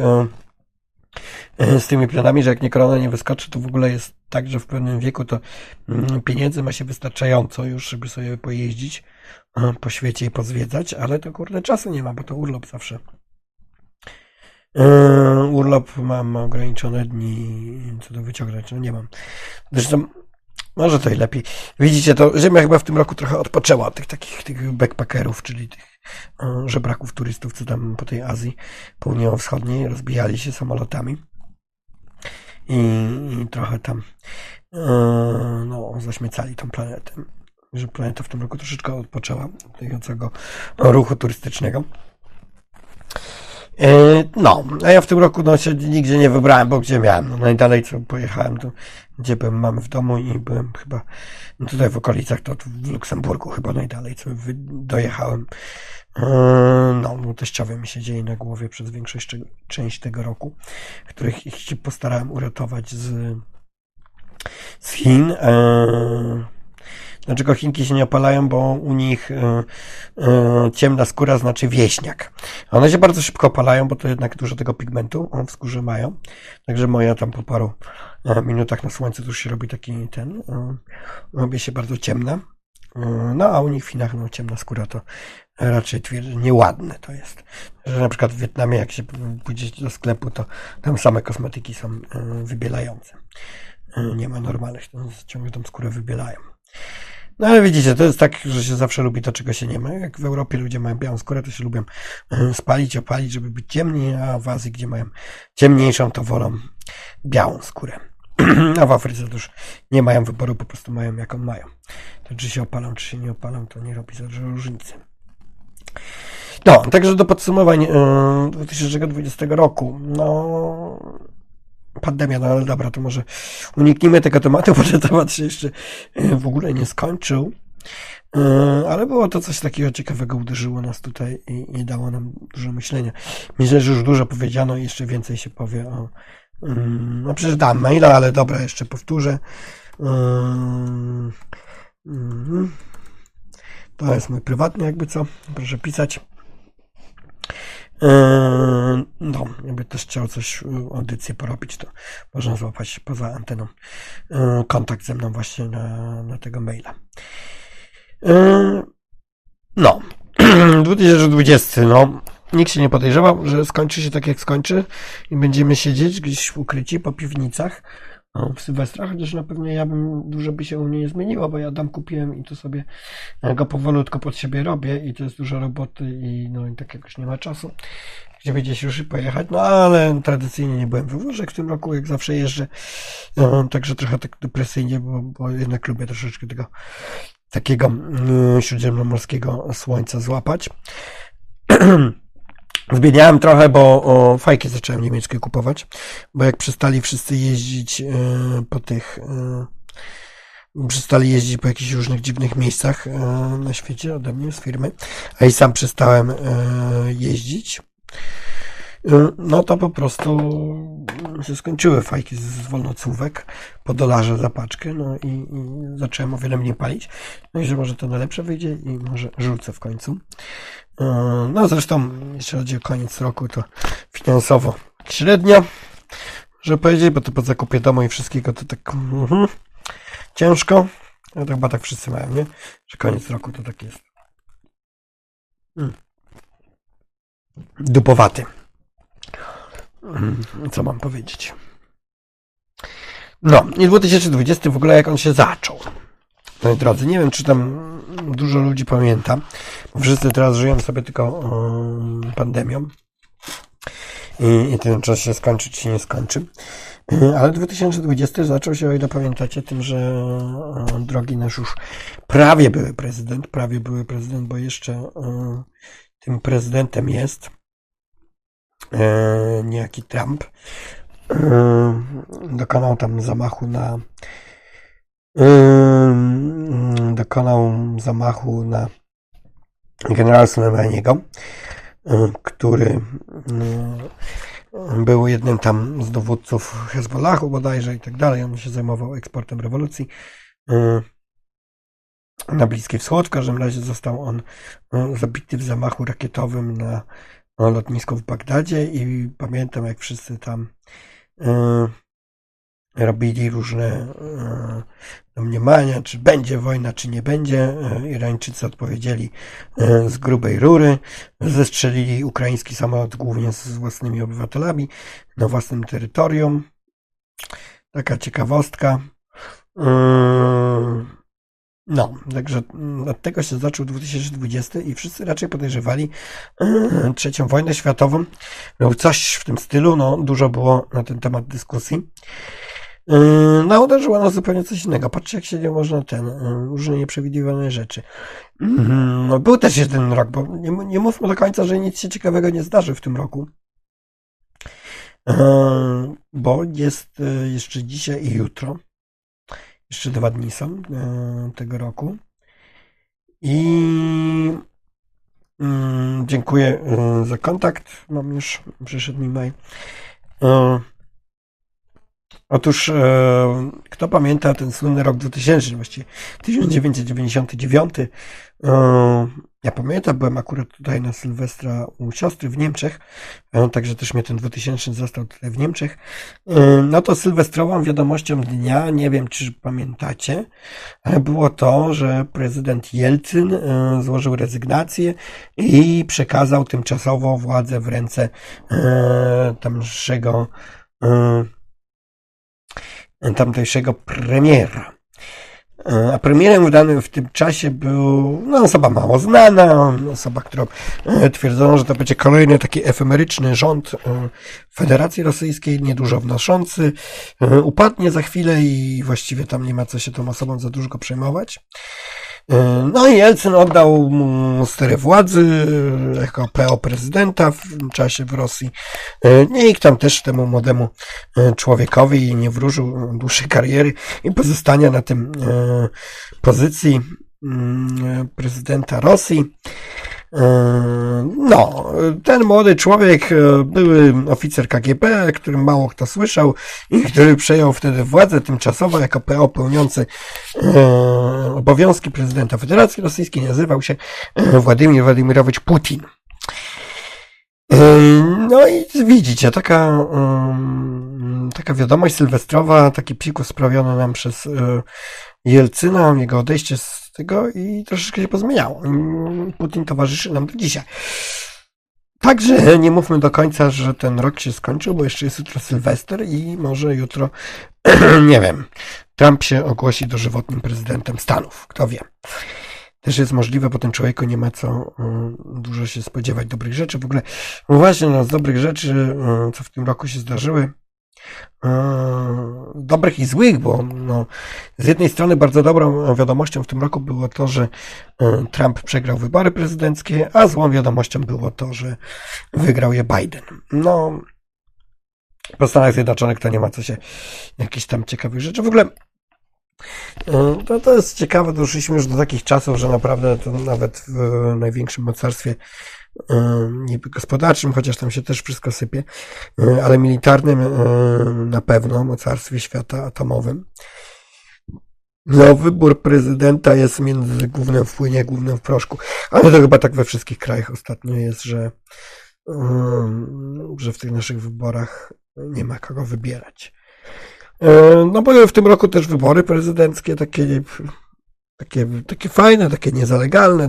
z tymi planami, że jak nie korona nie wyskoczy, to w ogóle jest tak, że w pewnym wieku to pieniędzy ma się wystarczająco już, żeby sobie pojeździć po świecie i pozwiedzać, ale to kurde czasu nie ma, bo to urlop zawsze. Urlop mam ograniczone dni, co to wyciągnąć, no nie mam. Zresztą może to i lepiej. Widzicie, to Ziemia chyba w tym roku trochę odpoczęła od tych backpackerów, czyli tych żebraków turystów, co tam po tej Azji południowo-wschodniej rozbijali się samolotami i trochę tam zaśmiecali tą planetę. że planeta w tym roku troszeczkę odpoczęła od tego całego ruchu turystycznego. No, a ja w tym roku się nigdzie nie wybrałem, bo gdzie miałem? No, najdalej co pojechałem, to gdzie byłem mamy w domu i byłem chyba tutaj w okolicach, to w Luksemburgu chyba najdalej co dojechałem. No, teściowie mi się dzieje na głowie przez część tego roku, których ich się postarałem uratować z Chin. Dlaczego Chinki się nie opalają? Bo u nich ciemna skóra znaczy wieśniak. One się bardzo szybko opalają, bo to jednak dużo tego pigmentu w skórze mają. Także moja tam po paru minutach na słońcu to już się robi taki robi się bardzo ciemna. No a u nich w Chinach ciemna skóra to raczej twierdzę, nieładne to jest. Że na przykład w Wietnamie jak się pójdzie do sklepu, to tam same kosmetyki są wybielające. Nie ma normalnych, ciągle tą skórę wybielają. No ale widzicie, to jest tak, że się zawsze lubi to, czego się nie ma. Jak w Europie ludzie mają białą skórę, to się lubią spalić, opalić, żeby być ciemni, a w Azji, gdzie mają ciemniejszą, to wolą białą skórę. A w Afryce to już nie mają wyboru, po prostu mają jaką mają. To czy się opalam, czy się nie opalam, to nie robi za dużo różnicy. No, także do podsumowań 2020 roku. No, pandemia, no ale dobra, to może uniknijmy tego tematu, bo ten temat się jeszcze w ogóle nie skończył. Ale było to coś takiego ciekawego, uderzyło nas tutaj i dało nam dużo myślenia. Myślę, że już dużo powiedziano i jeszcze więcej się powie o... No przecież dam maila, ale dobra, jeszcze powtórzę. To jest mój prywatny, jakby co. Proszę pisać. No, jakby też chciał coś, audycję porobić, to można złapać poza anteną kontakt ze mną właśnie na tego maila. No, 2020, no, nikt się nie podejrzewał, że skończy się tak jak skończy i będziemy siedzieć gdzieś ukryci po piwnicach w Sylwestra, chociaż na pewno dużo by się u mnie nie zmieniło, bo ja dom kupiłem i to sobie go powolutku pod siebie robię i to jest dużo roboty i tak jakoś nie ma czasu, gdzie gdzieś już pojechać, no ale tradycyjnie nie byłem we Włoszech w tym roku, jak zawsze jeżdżę, także trochę tak depresyjnie, bo jednak lubię troszeczkę tego takiego śródziemnomorskiego słońca złapać. Zbiedniałem trochę, bo fajki zacząłem niemieckie kupować, bo jak przestali wszyscy jeździć przestali jeździć po jakichś różnych dziwnych miejscach na świecie ode mnie z firmy, a i sam przestałem jeździć, no to po prostu się skończyły fajki z wolnocówek po $1 za paczkę, no i zacząłem o wiele mniej palić, no i że może to na lepsze wyjdzie i może rzucę w końcu. No zresztą, jeśli chodzi o koniec roku, to finansowo średnio, żeby powiedzieć, bo to po zakupie domu i wszystkiego to tak ciężko, no to chyba tak wszyscy mają, nie? Że koniec roku to tak jest dupowaty. Co mam powiedzieć? No, i 2020 w ogóle jak on się zaczął. Moi drodzy, nie wiem, czy tam dużo ludzi pamięta, bo wszyscy teraz żyją sobie tylko pandemią i ten czas się skończy, czy się nie skończy. Ale 2020 zaczął się, o ile pamiętacie, tym, że drogi nasz już prawie były prezydent, bo jeszcze tym prezydentem jest niejaki Trump. Dokonał tam zamachu na generała Soleimaniego, który był jednym tam z dowódców Hezbollahu bodajże i tak dalej. On się zajmował eksportem rewolucji na Bliski Wschód. W każdym razie został on zabity w zamachu rakietowym na lotnisko w Bagdadzie i pamiętam, jak wszyscy tam robili różne domniemania, czy będzie wojna, czy nie będzie. Irańczycy odpowiedzieli z grubej rury, zestrzelili ukraiński samolot głównie z własnymi obywatelami na własnym terytorium. Taka ciekawostka. No, także od tego się zaczął 2020 i wszyscy raczej podejrzewali trzecią wojnę światową. No, coś w tym stylu, no dużo było na ten temat dyskusji. No, uderzyło nas zupełnie coś innego. Patrzcie, jak się nie można różne nieprzewidywane rzeczy. No, był też jeden rok, bo nie mówmy do końca, że nic się ciekawego nie zdarzy w tym roku. Bo jest jeszcze dzisiaj i jutro. Jeszcze 2 dni są tego roku. I dziękuję za kontakt. Przyszedł mi mail. Otóż, kto pamięta ten słynny rok 2000, właściwie 1999, ja pamiętam, byłem akurat tutaj na Sylwestra u siostry w Niemczech, także też mnie ten 2000 został tutaj w Niemczech. No to sylwestrową wiadomością dnia, nie wiem czy pamiętacie, było to, że prezydent Jelcyn złożył rezygnację i przekazał tymczasowo władzę w ręce tamtejszego premiera. A premierem w tym czasie był osoba mało znana, osoba, którą twierdzono, że to będzie kolejny taki efemeryczny rząd Federacji Rosyjskiej, niedużo wnoszący, upadnie za chwilę i właściwie tam nie ma co się tą osobą za dużo przejmować. No i Jelcyn oddał mu stery władzy jako PO prezydenta w tym czasie w Rosji. Nikt tam też temu młodemu człowiekowi nie wróżył dłuższej kariery i pozostania na tym pozycji prezydenta Rosji. No, ten młody człowiek, były oficer KGB, którym mało kto słyszał i który przejął wtedy władzę tymczasowo jako PO pełniący obowiązki prezydenta Federacji Rosyjskiej, nazywał się Władimir Władimirowicz Putin. No i widzicie, taka wiadomość sylwestrowa, taki psikus sprawiony nam przez Jelcyna, jego odejście z tego i troszeczkę się pozmieniało. Putin towarzyszy nam do dzisiaj. Także nie mówmy do końca, że ten rok się skończył, bo jeszcze jest jutro Sylwester i może jutro, nie wiem, Trump się ogłosi dożywotnim prezydentem Stanów. Kto wie. Też jest możliwe, bo tym człowieku nie ma co dużo się spodziewać dobrych rzeczy. W ogóle właśnie z dobrych rzeczy, co w tym roku się zdarzyły, dobrych i złych, bo z jednej strony bardzo dobrą wiadomością w tym roku było to, że Trump przegrał wybory prezydenckie, a złą wiadomością było to, że wygrał je Biden. Po Stanach Zjednoczonych to nie ma co się jakichś tam ciekawych rzeczy. W ogóle to jest ciekawe, doszliśmy już do takich czasów, że naprawdę to nawet w największym mocarstwie niby gospodarczym, chociaż tam się też wszystko sypie, ale militarnym na pewno, mocarstwie świata atomowym. Wybór prezydenta jest między głównym w płynie, głównym w proszku, ale to chyba tak we wszystkich krajach ostatnio jest, że w tych naszych wyborach nie ma kogo wybierać. Były w tym roku też wybory prezydenckie, takie fajne, takie niezalegalne,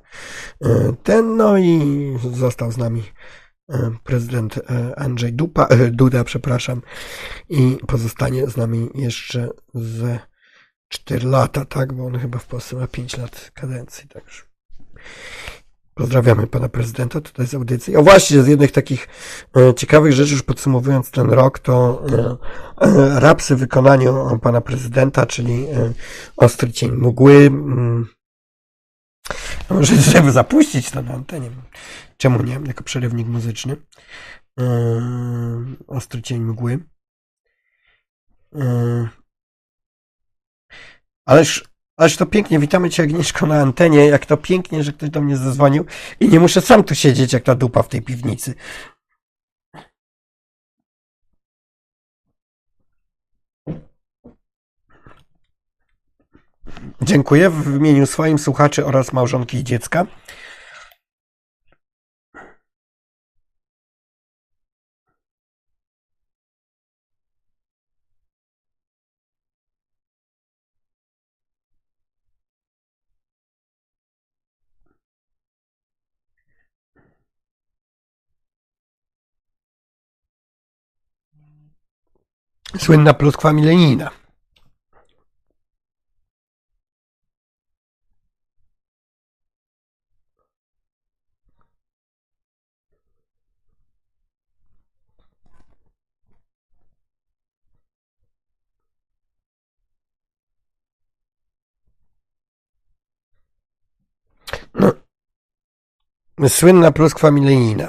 i został z nami prezydent Andrzej Duda, i pozostanie z nami jeszcze ze 4 lata, tak, bo on chyba w Polsce ma 5 lat kadencji, także pozdrawiamy pana prezydenta tutaj z audycji. O właśnie, z jednych takich ciekawych rzeczy, już podsumowując ten rok, to rapsy w wykonaniu pana prezydenta, czyli Ostry cień mgły. Może żeby zapuścić to na antenie. Czemu nie? Jako przerywnik muzyczny. Ostry cień mgły. Ależ to pięknie, witamy Cię Agnieszko na antenie, jak to pięknie, że ktoś do mnie zadzwonił i nie muszę sam tu siedzieć jak ta dupa w tej piwnicy. Dziękuję w imieniu swoim słuchaczy oraz małżonki i dziecka. Słynna pluskwa milenijna. Słynna pluskwa milenijna.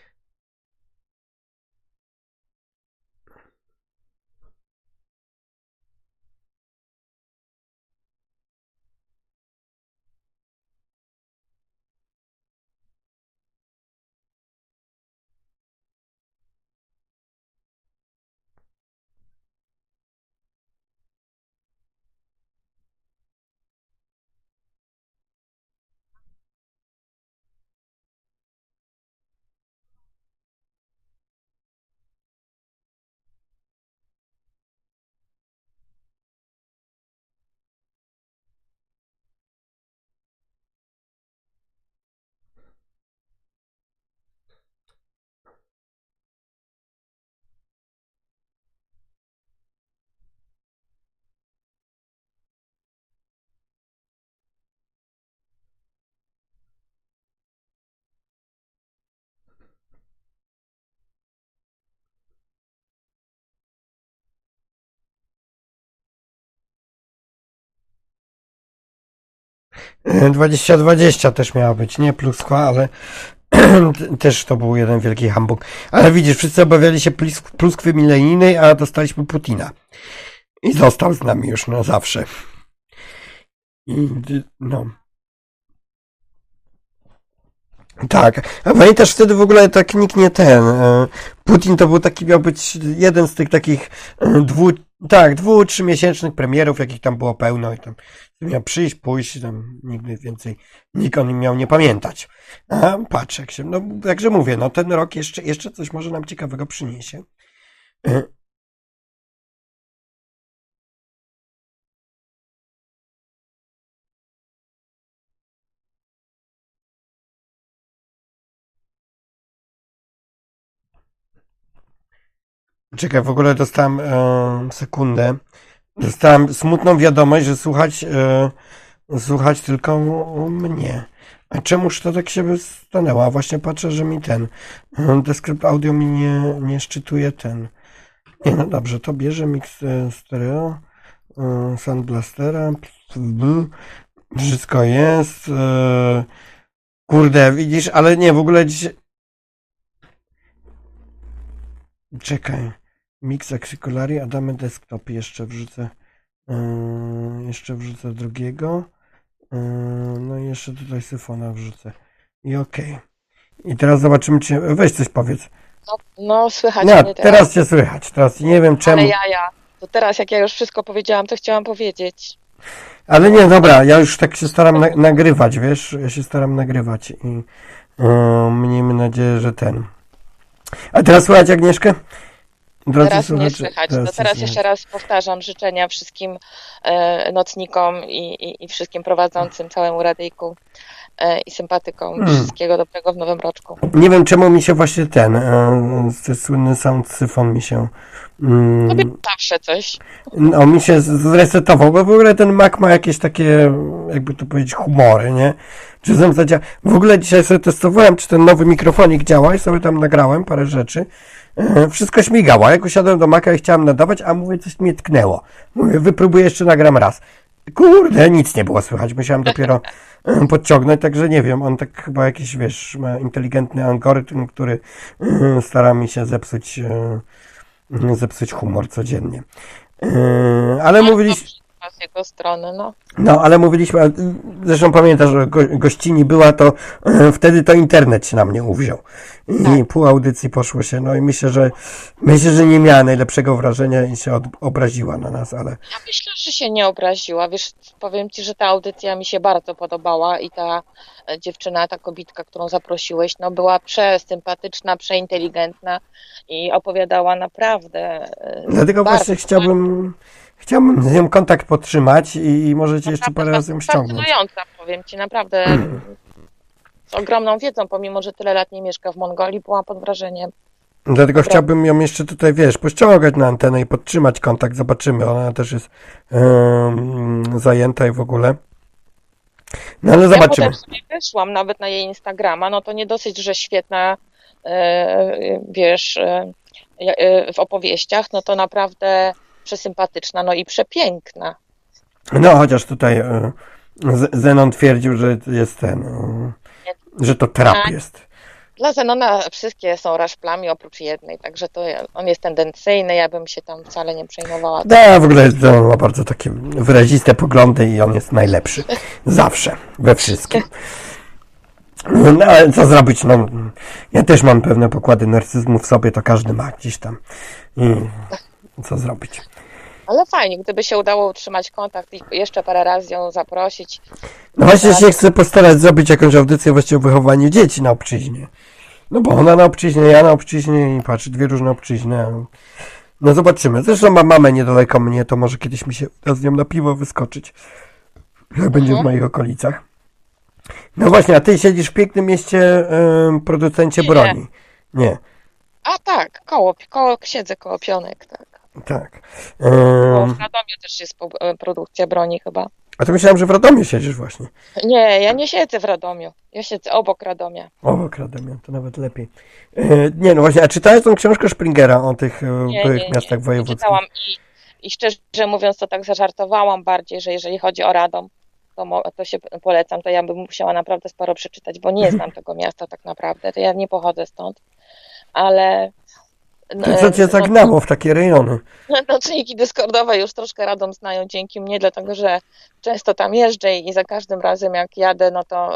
E, 2020 też miała być, nie pluskwa, ale też to był jeden wielki humbug. Ale widzisz, wszyscy obawiali się pluskwy milenijnej, a dostaliśmy Putina. I został z nami już na zawsze. I, no. Tak, a pamiętasz wtedy w ogóle tak nikt nie ten. Putin to był taki, miał być jeden z tych takich trzymiesięcznych premierów, jakich tam było pełno i tam miał przyjść, pójść, tam nigdy więcej nikt o nim miał nie pamiętać. A patrz, jak się, no także mówię, no ten rok jeszcze coś może nam ciekawego przyniesie. Czekaj, w ogóle dostałem sekundę. Dostałem smutną wiadomość, że słuchać tylko mnie. A czemuż to tak się stanęło? A właśnie patrzę, że mi Descript Audio mi nie szczytuje Nie, no dobrze, to bierze mix stereo, Sound Blastera, wszystko jest. Kurde, widzisz, ale nie, w ogóle dzisiaj... Czekaj. Mix Axiculari, Adamy Desktop jeszcze wrzucę. Jeszcze wrzucę drugiego. No i jeszcze tutaj syfona wrzucę. I okej. I teraz zobaczymy, czy... Weź coś powiedz. No, słychać No, mnie teraz cię słychać. Teraz nie wiem czemu. Ale ja. To teraz, jak ja już wszystko powiedziałam, to chciałam powiedzieć. Ale nie, dobra, ja już tak się staram nagrywać, wiesz? Ja się staram nagrywać i miejmy nadzieję, że A teraz słychać Agnieszkę? Teraz mnie słychać. To teraz jeszcze raz powtarzam życzenia wszystkim nocnikom i wszystkim prowadzącym, całemu radyjku i sympatykom. Wszystkiego dobrego w nowym roczku. Nie wiem, czemu mi się właśnie słynny sound syfon mi się... Tobie zawsze coś. No, mi się zresetował, bo w ogóle ten Mac ma jakieś takie, jakby to powiedzieć, humory, nie? Czy w ogóle dzisiaj sobie testowałem, czy ten nowy mikrofonik działa i sobie tam nagrałem parę rzeczy. Wszystko śmigało. Jak usiadłem do Maca i chciałem nadawać, a mówię, coś mnie tknęło. Mówię, wypróbuję jeszcze, nagram raz. Kurde, nic nie było słychać. Musiałem dopiero podciągnąć, także nie wiem. On tak chyba jakiś, wiesz, ma inteligentny algorytm, który stara mi się zepsuć humor codziennie. Ale mówiliśmy... Z jego strony, no. No, ale mówiliśmy, zresztą pamiętasz, że gościni była, to wtedy to internet się na mnie uwziął. I pół audycji poszło się, no i myślę, że nie miała najlepszego wrażenia i się obraziła na nas, ale... Ja myślę, że się nie obraziła. Wiesz, powiem ci, że ta audycja mi się bardzo podobała i ta dziewczyna, ta kobitka, którą zaprosiłeś, no była przesympatyczna, przeinteligentna i opowiadała naprawdę Dlatego właśnie chciałbym z nią kontakt podtrzymać i możecie jeszcze parę razy ją ściągnąć. Fascynująca, powiem ci, naprawdę z ogromną wiedzą, pomimo że tyle lat nie mieszka w Mongolii, byłam pod wrażeniem. Dlatego chciałbym ją jeszcze tutaj, wiesz, pościągać na antenę i podtrzymać kontakt, zobaczymy, ona też jest zajęta i w ogóle. No ale zobaczymy. Ja potem sobie wyszłam nawet na jej Instagrama, no to nie dosyć, że świetna, wiesz, w opowieściach, no to naprawdę przesympatyczna, no i przepiękna. No, chociaż tutaj Zenon twierdził, że jest że to trap Tak. jest. Dla Zenona wszystkie są raszplami oprócz jednej, także on jest tendencyjny, ja bym się tam wcale nie przejmowała. No, w ogóle on ma bardzo takie wyraziste poglądy i on jest najlepszy. Zawsze, we wszystkim. No, ale co zrobić? No, ja też mam pewne pokłady narcyzmu w sobie, to każdy ma gdzieś tam. I co zrobić? Ale fajnie, gdyby się udało utrzymać kontakt i jeszcze parę razy ją zaprosić. No właśnie się chcę postarać zrobić jakąś audycję właśnie o wychowaniu dzieci na obczyźnie. No bo ona na obczyźnie, ja na obczyźnie i patrz, dwie różne obczyźnie. No zobaczymy. Zresztą mam mamę niedaleko mnie, to może kiedyś mi się uda z nią na piwo wyskoczyć. Jak będzie w moich okolicach. No właśnie, a ty siedzisz w pięknym mieście producencie broni. Nie. A tak, siedzę koło Pionek, tak. Tak. Bo w Radomiu też jest produkcja broni chyba. A to myślałem, że w Radomiu siedzisz właśnie. Nie, ja nie siedzę w Radomiu. Ja siedzę obok Radomia. Obok Radomia, to nawet lepiej. Nie, no właśnie, a czytałeś tą książkę Springera o tych byłych miastach wojewódzkich? Czytałam i szczerze mówiąc to tak zażartowałam bardziej, że jeżeli chodzi o Radom, to się polecam, to ja bym musiała naprawdę sporo przeczytać, bo nie znam tego miasta tak naprawdę, to ja nie pochodzę stąd, ale... Co cię zagnało w takie rejony? Nocniki Discordowe już troszkę Radom znają dzięki mnie, dlatego że często tam jeżdżę i za każdym razem jak jadę, no to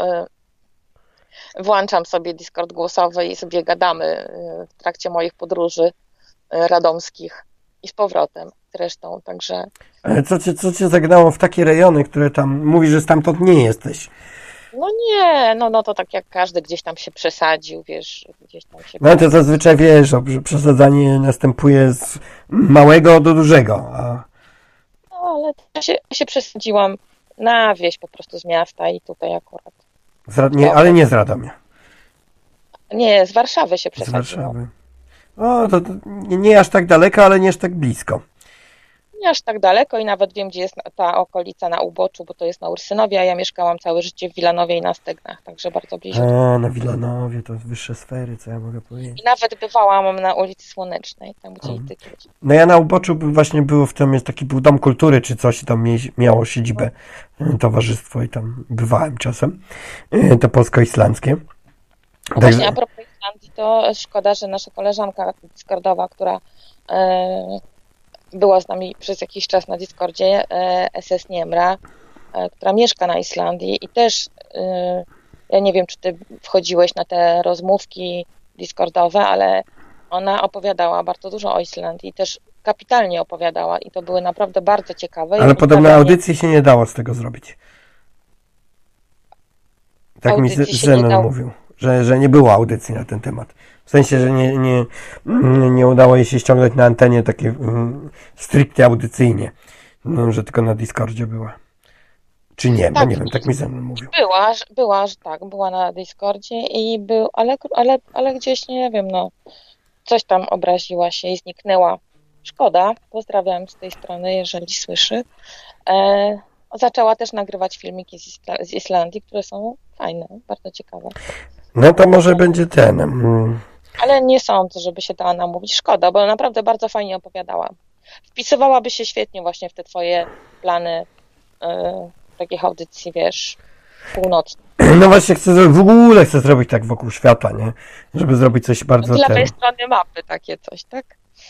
włączam sobie Discord głosowy i sobie gadamy w trakcie moich podróży radomskich i z powrotem zresztą, także... Ale co cię zagnało w takie rejony, które tam, mówisz, że stamtąd nie jesteś? No nie, no to tak jak każdy gdzieś tam się przesadził, wiesz, gdzieś tam się... No to zazwyczaj wiesz, że przesadzanie następuje z małego do dużego. No ale ja się przesadziłam na wieś po prostu z miasta i tutaj akurat. Ale nie z Radomia. Nie, z Warszawy się Z przesadziłam. Warszawy. O, to nie aż tak daleko, ale nie aż tak blisko. Nie aż tak daleko i nawet wiem, gdzie jest ta okolica na uboczu, bo to jest na Ursynowie, a ja mieszkałam całe życie w Wilanowie i na Stegnach, także bardzo blisko. A, na Wilanowie to wyższe sfery, co ja mogę powiedzieć. I nawet bywałam na ulicy Słonecznej, tam gdzie i ty kiedyś. No ja na uboczu właśnie było, w tym jest był dom kultury czy coś, i tam miało siedzibę towarzystwo i tam bywałem czasem. To polsko-islandzkie. No właśnie, a propos Islandii, to szkoda, że nasza koleżanka Discordowa, która była z nami przez jakiś czas na Discordzie, SS Niemra, która mieszka na Islandii i też, ja nie wiem, czy ty wchodziłeś na te rozmówki Discordowe, ale ona opowiadała bardzo dużo o Islandii, też kapitalnie opowiadała i to były naprawdę bardzo ciekawe. Ale podobno audycji się nie dało z tego zrobić. Tak mi Zenon mówił, że nie było audycji na ten temat. W sensie, że nie udało jej się ściągnąć na antenie takie stricte audycyjnie, że tylko na Discordzie była. Czy nie, bo nie wiem, tak mi Zenon mówił. Była na Discordzie i ale gdzieś, nie wiem, no, coś tam obraziła się i zniknęła. Szkoda, pozdrawiam z tej strony, jeżeli słyszy. Zaczęła też nagrywać filmiki z Islandii, które są fajne, bardzo ciekawe. No to może będzie ten. Ale nie sądzę, żeby się dała namówić. Szkoda, bo naprawdę bardzo fajnie opowiadała. Wpisywałaby się świetnie właśnie w te twoje plany takich audycji, wiesz, północnych. No właśnie w ogóle chcę zrobić tak wokół świata, nie? Żeby zrobić coś bardzo... Z lewej strony mapy takie coś, tak?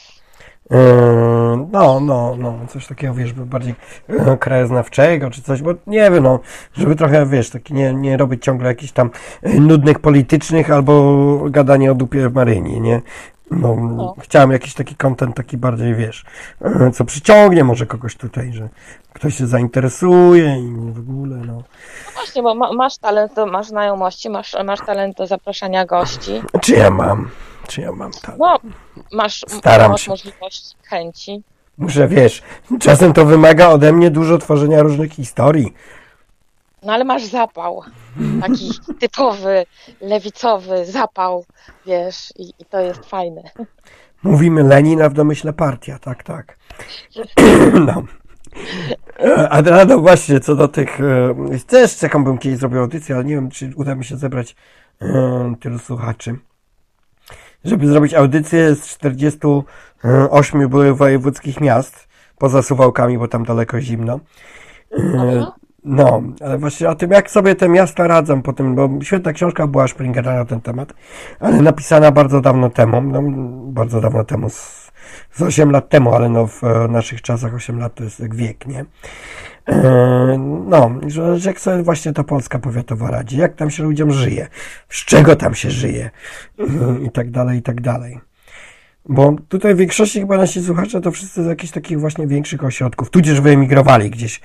No, coś takiego, wiesz, bardziej krajoznawczego, czy coś, bo nie wiem, no, żeby trochę, wiesz, taki nie robić ciągle jakichś tam nudnych politycznych albo gadanie o dupie w Maryni, nie? No. Chciałem jakiś taki content, taki bardziej, wiesz, co przyciągnie może kogoś tutaj, że ktoś się zainteresuje i w ogóle, no. No właśnie, bo masz talent, masz znajomości, masz talent do zapraszania gości. Czy ja mam talent? No, masz możliwość, chęci. Muszę, wiesz, czasem to wymaga ode mnie dużo tworzenia różnych historii. No ale masz zapał, taki typowy, lewicowy zapał, wiesz, i to jest fajne. Mówimy Lenin, a w domyśle partia, tak. No. A no właśnie, co do tych, też czekam, bym kiedyś zrobił audycję, ale nie wiem, czy uda mi się zebrać tylu słuchaczy, żeby zrobić audycję z 48 byłych wojewódzkich miast, poza Suwałkami, bo tam daleko zimno. No, ale właśnie o tym, jak sobie te miasta radzą po tym, bo świetna książka była Springera na ten temat, ale napisana bardzo dawno temu, no, bardzo dawno temu, z 8 lat temu, ale no w naszych czasach 8 lat to jest jak wiek, nie? No, że jak sobie właśnie ta Polska powiatowa radzi, jak tam się ludziom żyje, z czego tam się żyje i tak dalej, i tak dalej. Bo tutaj w większości chyba nasi słuchacze to wszyscy z jakichś takich właśnie większych ośrodków, tudzież wyemigrowali gdzieś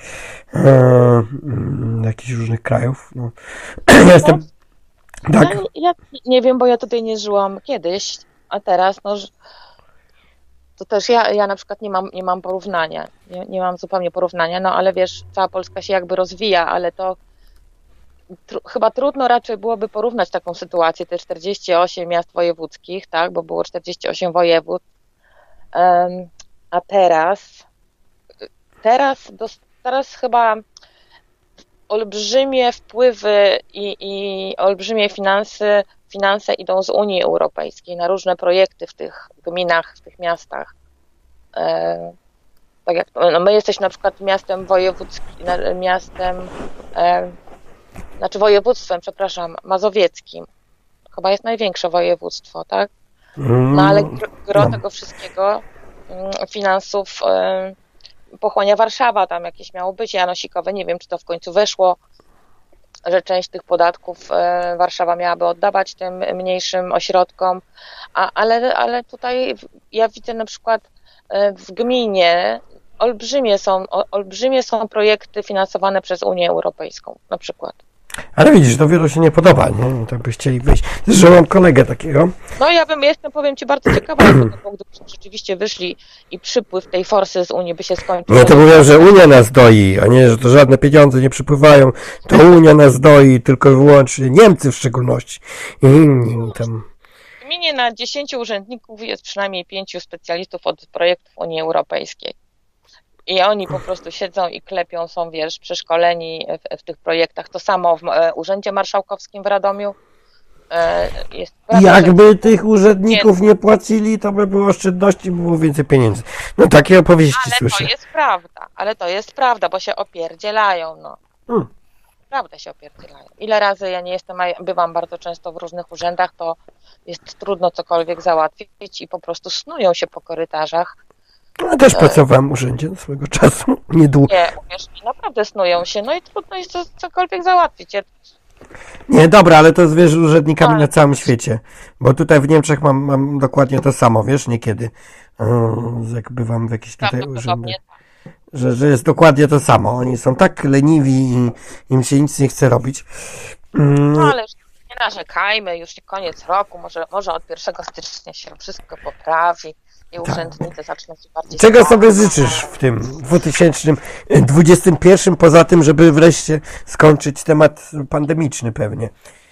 do jakichś różnych krajów. No. Ja jestem... Tak. Ja nie wiem, bo ja tutaj nie żyłam kiedyś, a teraz, no, to też ja na przykład nie mam porównania, nie mam zupełnie porównania, no ale wiesz, cała Polska się jakby rozwija, ale to chyba trudno raczej byłoby porównać taką sytuację, te 48 miast wojewódzkich, tak, bo było 48 województw, a teraz chyba olbrzymie wpływy i olbrzymie finanse idą z Unii Europejskiej na różne projekty w tych gminach, w tych miastach. Tak jak no my jesteśmy na przykład miastem wojewódzkim, województwem, przepraszam, mazowieckim. Chyba jest największe województwo, tak? No ale gro tego wszystkiego finansów pochłania Warszawa, tam jakieś miało być janosikowe, nie wiem, czy to w końcu weszło, że część tych podatków Warszawa miałaby oddawać tym mniejszym ośrodkom, ale tutaj ja widzę na przykład w gminie olbrzymie są projekty finansowane przez Unię Europejską, na przykład. Ale widzisz, to wielu się nie podoba, nie? Tak by chcieli wyjść. Zresztą mam kolegę takiego. No jestem, powiem Ci, bardzo ciekawa, gdybyśmy rzeczywiście wyszli i przypływ tej forsy z Unii by się skończył. Nie, to mówią, że Unia nas doi, a nie, że to żadne pieniądze nie przypływają, to Unia nas doi, tylko i wyłącznie Niemcy w szczególności. I inni tam. W gminie na 10 urzędników jest przynajmniej 5 specjalistów od projektów Unii Europejskiej. I oni po prostu siedzą i klepią, są, wiesz, przeszkoleni w tych projektach. To samo w Urzędzie Marszałkowskim w Radomiu. Jest jakby tych urzędników nie płacili, to by było oszczędności, by było więcej pieniędzy. No takie opowieści słyszę. Ale to jest prawda, bo się opierdzielają, no. Prawda się opierdzielają. Ile razy ja nie jestem, a bywam bardzo często w różnych urzędach, to jest trudno cokolwiek załatwić i po prostu snują się po korytarzach. Ja też pracowałem w urzędzie swego czasu, niedługo. Nie, uwierz mi, naprawdę snują się, no i trudno jest cokolwiek załatwić. Nie, dobra, ale to jest, wiesz, urzędnikami na całym świecie. Bo tutaj w Niemczech mam dokładnie to samo, wiesz, niekiedy. Jak bywam w jakichś tutaj urzędach. Że jest dokładnie to samo. Oni są tak leniwi i im się nic nie chce robić. No ale już nie narzekajmy, już koniec roku, może od 1 stycznia się wszystko poprawi i urzędnicy zaczną się bardziej... Czego sobie życzysz w tym 2021, poza tym, żeby wreszcie skończyć temat pandemiczny pewnie?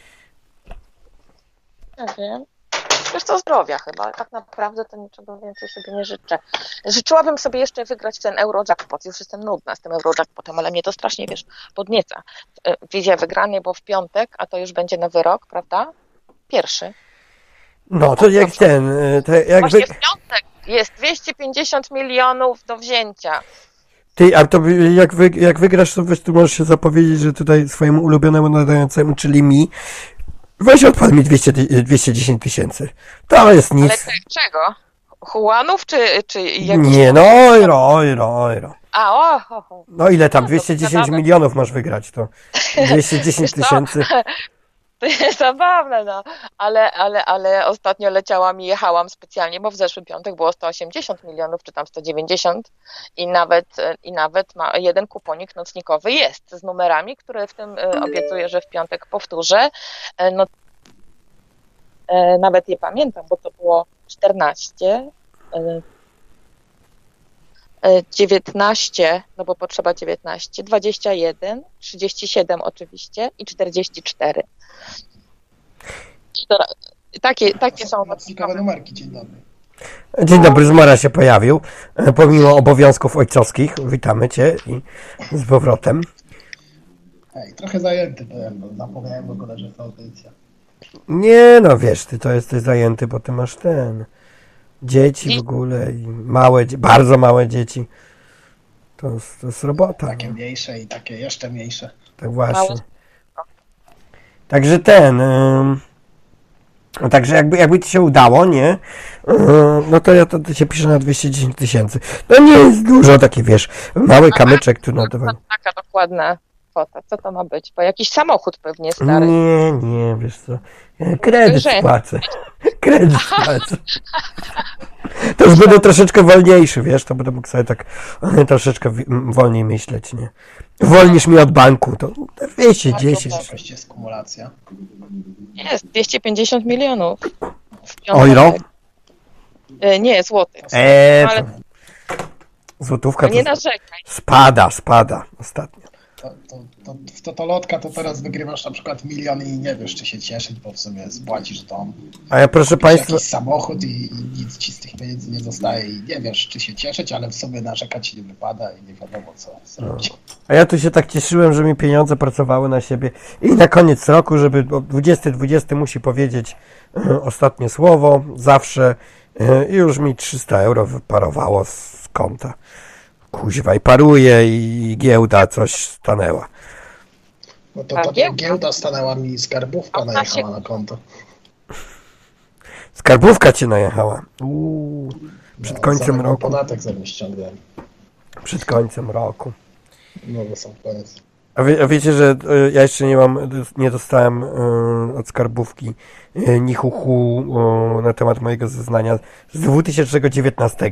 Nie wiem. Wiesz co, zdrowia chyba. Tak naprawdę to niczego więcej sobie nie życzę. Życzyłabym sobie jeszcze wygrać ten Eurojackpot. Już jestem nudna z tym Eurojackpotem, ale mnie to strasznie, wiesz, podnieca. Wizja wygranej, bo w piątek, a to już będzie nowy rok, prawda? Pierwszy. No, to jak ten... Właśnie w piątek jest 250 milionów do wzięcia. Ty, a to jak wygrasz, to weź tu możesz się zapowiedzieć, że tutaj swojemu ulubionemu nadającemu, czyli mi, weź odpal mi 210 tysięcy. To jest nic. Ale czego? Juanów czy jakiś... Nie, no ojro. No ile tam? 210 milionów masz wygrać, to 210 tysięcy. To jest zabawne, no. Ale ostatnio jechałam specjalnie, bo w zeszły piątek było 180 milionów, czy tam 190 i nawet ma jeden kuponik nocnikowy jest z numerami, które w tym obiecuję, że w piątek powtórzę. No, nawet je pamiętam, bo to było 14, 19, no bo potrzeba 19, 21, 37 oczywiście i 44. Takie są ciekawe numerki. Dzień dobry. Dzień dobry, Zmara się pojawił. Pomimo obowiązków ojcowskich, witamy Cię i z powrotem. Trochę zajęty byłem, bo zapomniałem w ogóle, że to audycja. Nie, no wiesz, ty to jesteś zajęty, bo ty masz dzieci w ogóle i bardzo małe dzieci. To jest robota. Takie mniejsze i takie jeszcze mniejsze. Tak właśnie. Także także jakby ci się udało, nie? No to ja to się piszę na 210 tysięcy. To nie jest dużo, takie wiesz, mały kamyczek tu na dwa. Taka dokładna kwota. Co to ma być? Bo jakiś samochód pewnie stary. Nie, wiesz co. Kredyt spłacę. Kredyt spłacę. To już będę troszeczkę wolniejszy, wiesz, to będę mógł sobie tak troszeczkę wolniej myśleć, nie? Wolnisz mi od banku, to 210. Jakaś jest kumulacja. Jest 250 milionów. Euro? Nie, złotych. Ale Złotówka nie to narzekaj. spada ostatnio. W Totolotka to teraz wygrywasz na przykład 1 milion i nie wiesz, czy się cieszyć, bo w sumie spłacisz dom. A ja proszę państwa... jakiś samochód i nic ci z tych pieniędzy nie zostaje i nie wiesz, czy się cieszyć, ale w sumie narzekać nie wypada i nie wiadomo co zrobić. A ja tu się tak cieszyłem, że mi pieniądze pracowały na siebie i na koniec roku, żeby 2020 musi powiedzieć ostatnie słowo, zawsze i już mi 300 euro wyparowało z konta. Kuźwa, i paruje i giełda coś stanęła. No to giełda stanęła mi, skarbówka najechała na konto. Skarbówka cię najechała. Przed końcem roku. Podatek ze mnie ściągnąłem. Przed końcem roku. No to sam koniec. A wiecie, że ja jeszcze nie dostałem od skarbówki ni chuchu na temat mojego zeznania z 2019.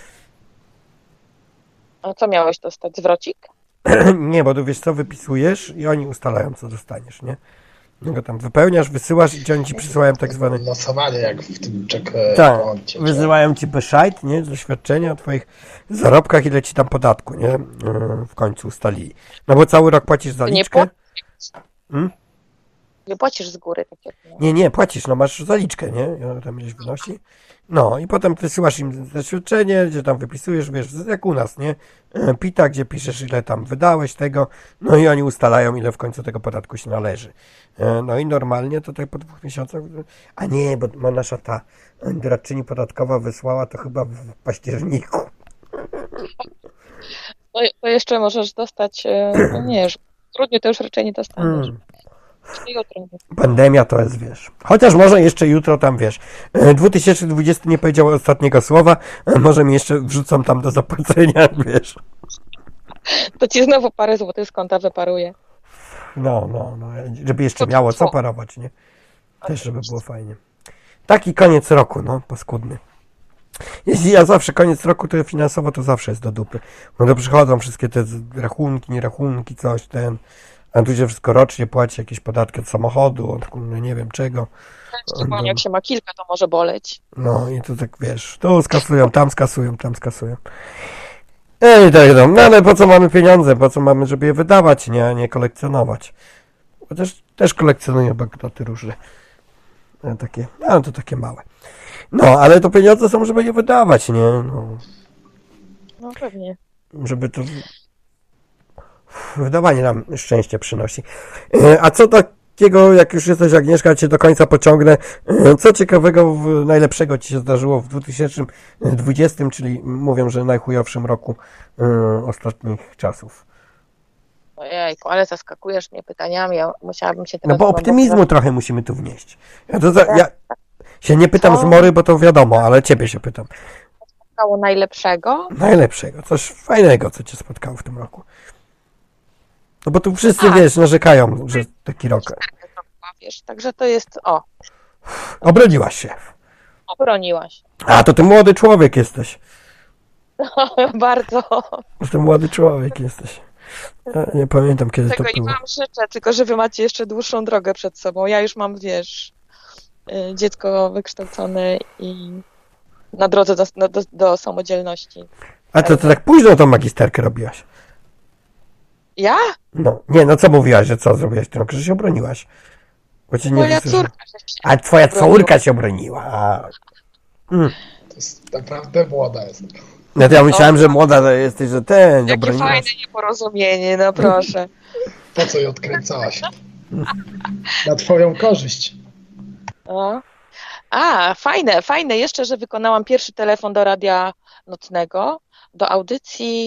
A co miałeś dostać? Zwrocik? Nie, bo tu wiesz co, wypisujesz i oni ustalają, co dostaniesz, nie? No go tam wypełniasz, wysyłasz i oni ci przysyłają tak zwane... Losowanie jak w tym tak, wysyłają ci bescheid, nie? Zaświadczenie o twoich zarobkach, ile ci tam podatku, nie? W końcu ustalili. No bo cały rok płacisz zaliczkę. Nie płacisz z góry. Tak jak Nie, płacisz, no masz zaliczkę, nie? I ona tam gdzieś wynosi. No i potem wysyłasz im zaświadczenie, gdzie tam wypisujesz, wiesz, jak u nas, nie? PIT-a, gdzie piszesz, ile tam wydałeś tego, no i oni ustalają, ile w końcu tego podatku się należy. No i normalnie to tak po 2 miesiącach, a nie, bo nasza ta doradczyni podatkowa wysłała to chyba w październiku. To jeszcze możesz dostać, no nie, w grudniu to już raczej nie dostaniesz. Jutro. Pandemia to jest, wiesz. Chociaż może jeszcze jutro tam, wiesz, 2020 nie powiedział ostatniego słowa, może mi jeszcze wrzucą tam do zapłacenia, wiesz. To ci znowu parę złotych z konta wyparuje. No, żeby jeszcze miało co parować, nie? Też, żeby było fajnie. Taki koniec roku, no, paskudny. Jeśli ja zawsze koniec roku, to finansowo to zawsze jest do dupy. No to przychodzą wszystkie te rachunki, nierachunki, coś, a tu się wszystko rocznie płaci, jakieś podatki od samochodu, od nie wiem czego. Szczególnie jak się ma kilka, to może boleć. No i to tak, wiesz, tu skasują, tam skasują. No ale po co mamy pieniądze? Po co mamy, żeby je wydawać, nie kolekcjonować? Chociaż też kolekcjonuję banknoty różne. To takie małe. No, ale to pieniądze są, żeby je wydawać, nie? No pewnie. Żeby to... Wydawanie nam szczęście przynosi. A co takiego, jak już jesteś, Agnieszka, cię do końca pociągnę, co ciekawego, najlepszego ci się zdarzyło w 2020, czyli mówią, że najchujowszym roku ostatnich czasów? Ojejku, ale zaskakujesz mnie pytaniami, ja musiałabym się teraz... No bo optymizmu trochę musimy tu wnieść. Ja się nie pytam z mory, bo to wiadomo, ale ciebie się pytam. Spotkało najlepszego? Najlepszego, coś fajnego, co cię spotkało w tym roku. No bo tu wszyscy, wiesz, narzekają, że taki rok. Wiesz, także to jest, Obroniłaś się. Obroniłaś. A, to ty młody człowiek jesteś. Bardzo. To ty młody człowiek jesteś. Ja nie pamiętam, kiedy Tego to było. i wam życzę, tylko że wy macie jeszcze dłuższą drogę przed sobą. Ja już mam, wiesz, dziecko wykształcone i na drodze do samodzielności. A to tak późno tą magisterkę robiłaś. Ja? No, nie, no co mówiłaś, że co zrobiłaś tym, że się obroniłaś? Bo cię nie Moja wysłyszę. córka się A twoja córka się obroniła. To jest naprawdę młoda jest. No to ja myślałem, że młoda jesteś, że Jakie obroniłaś. fajne nieporozumienie, no proszę. Po co ją odkręcałaś? Na twoją korzyść. No. A, fajne jeszcze, że wykonałam pierwszy telefon do radia nocnego, do audycji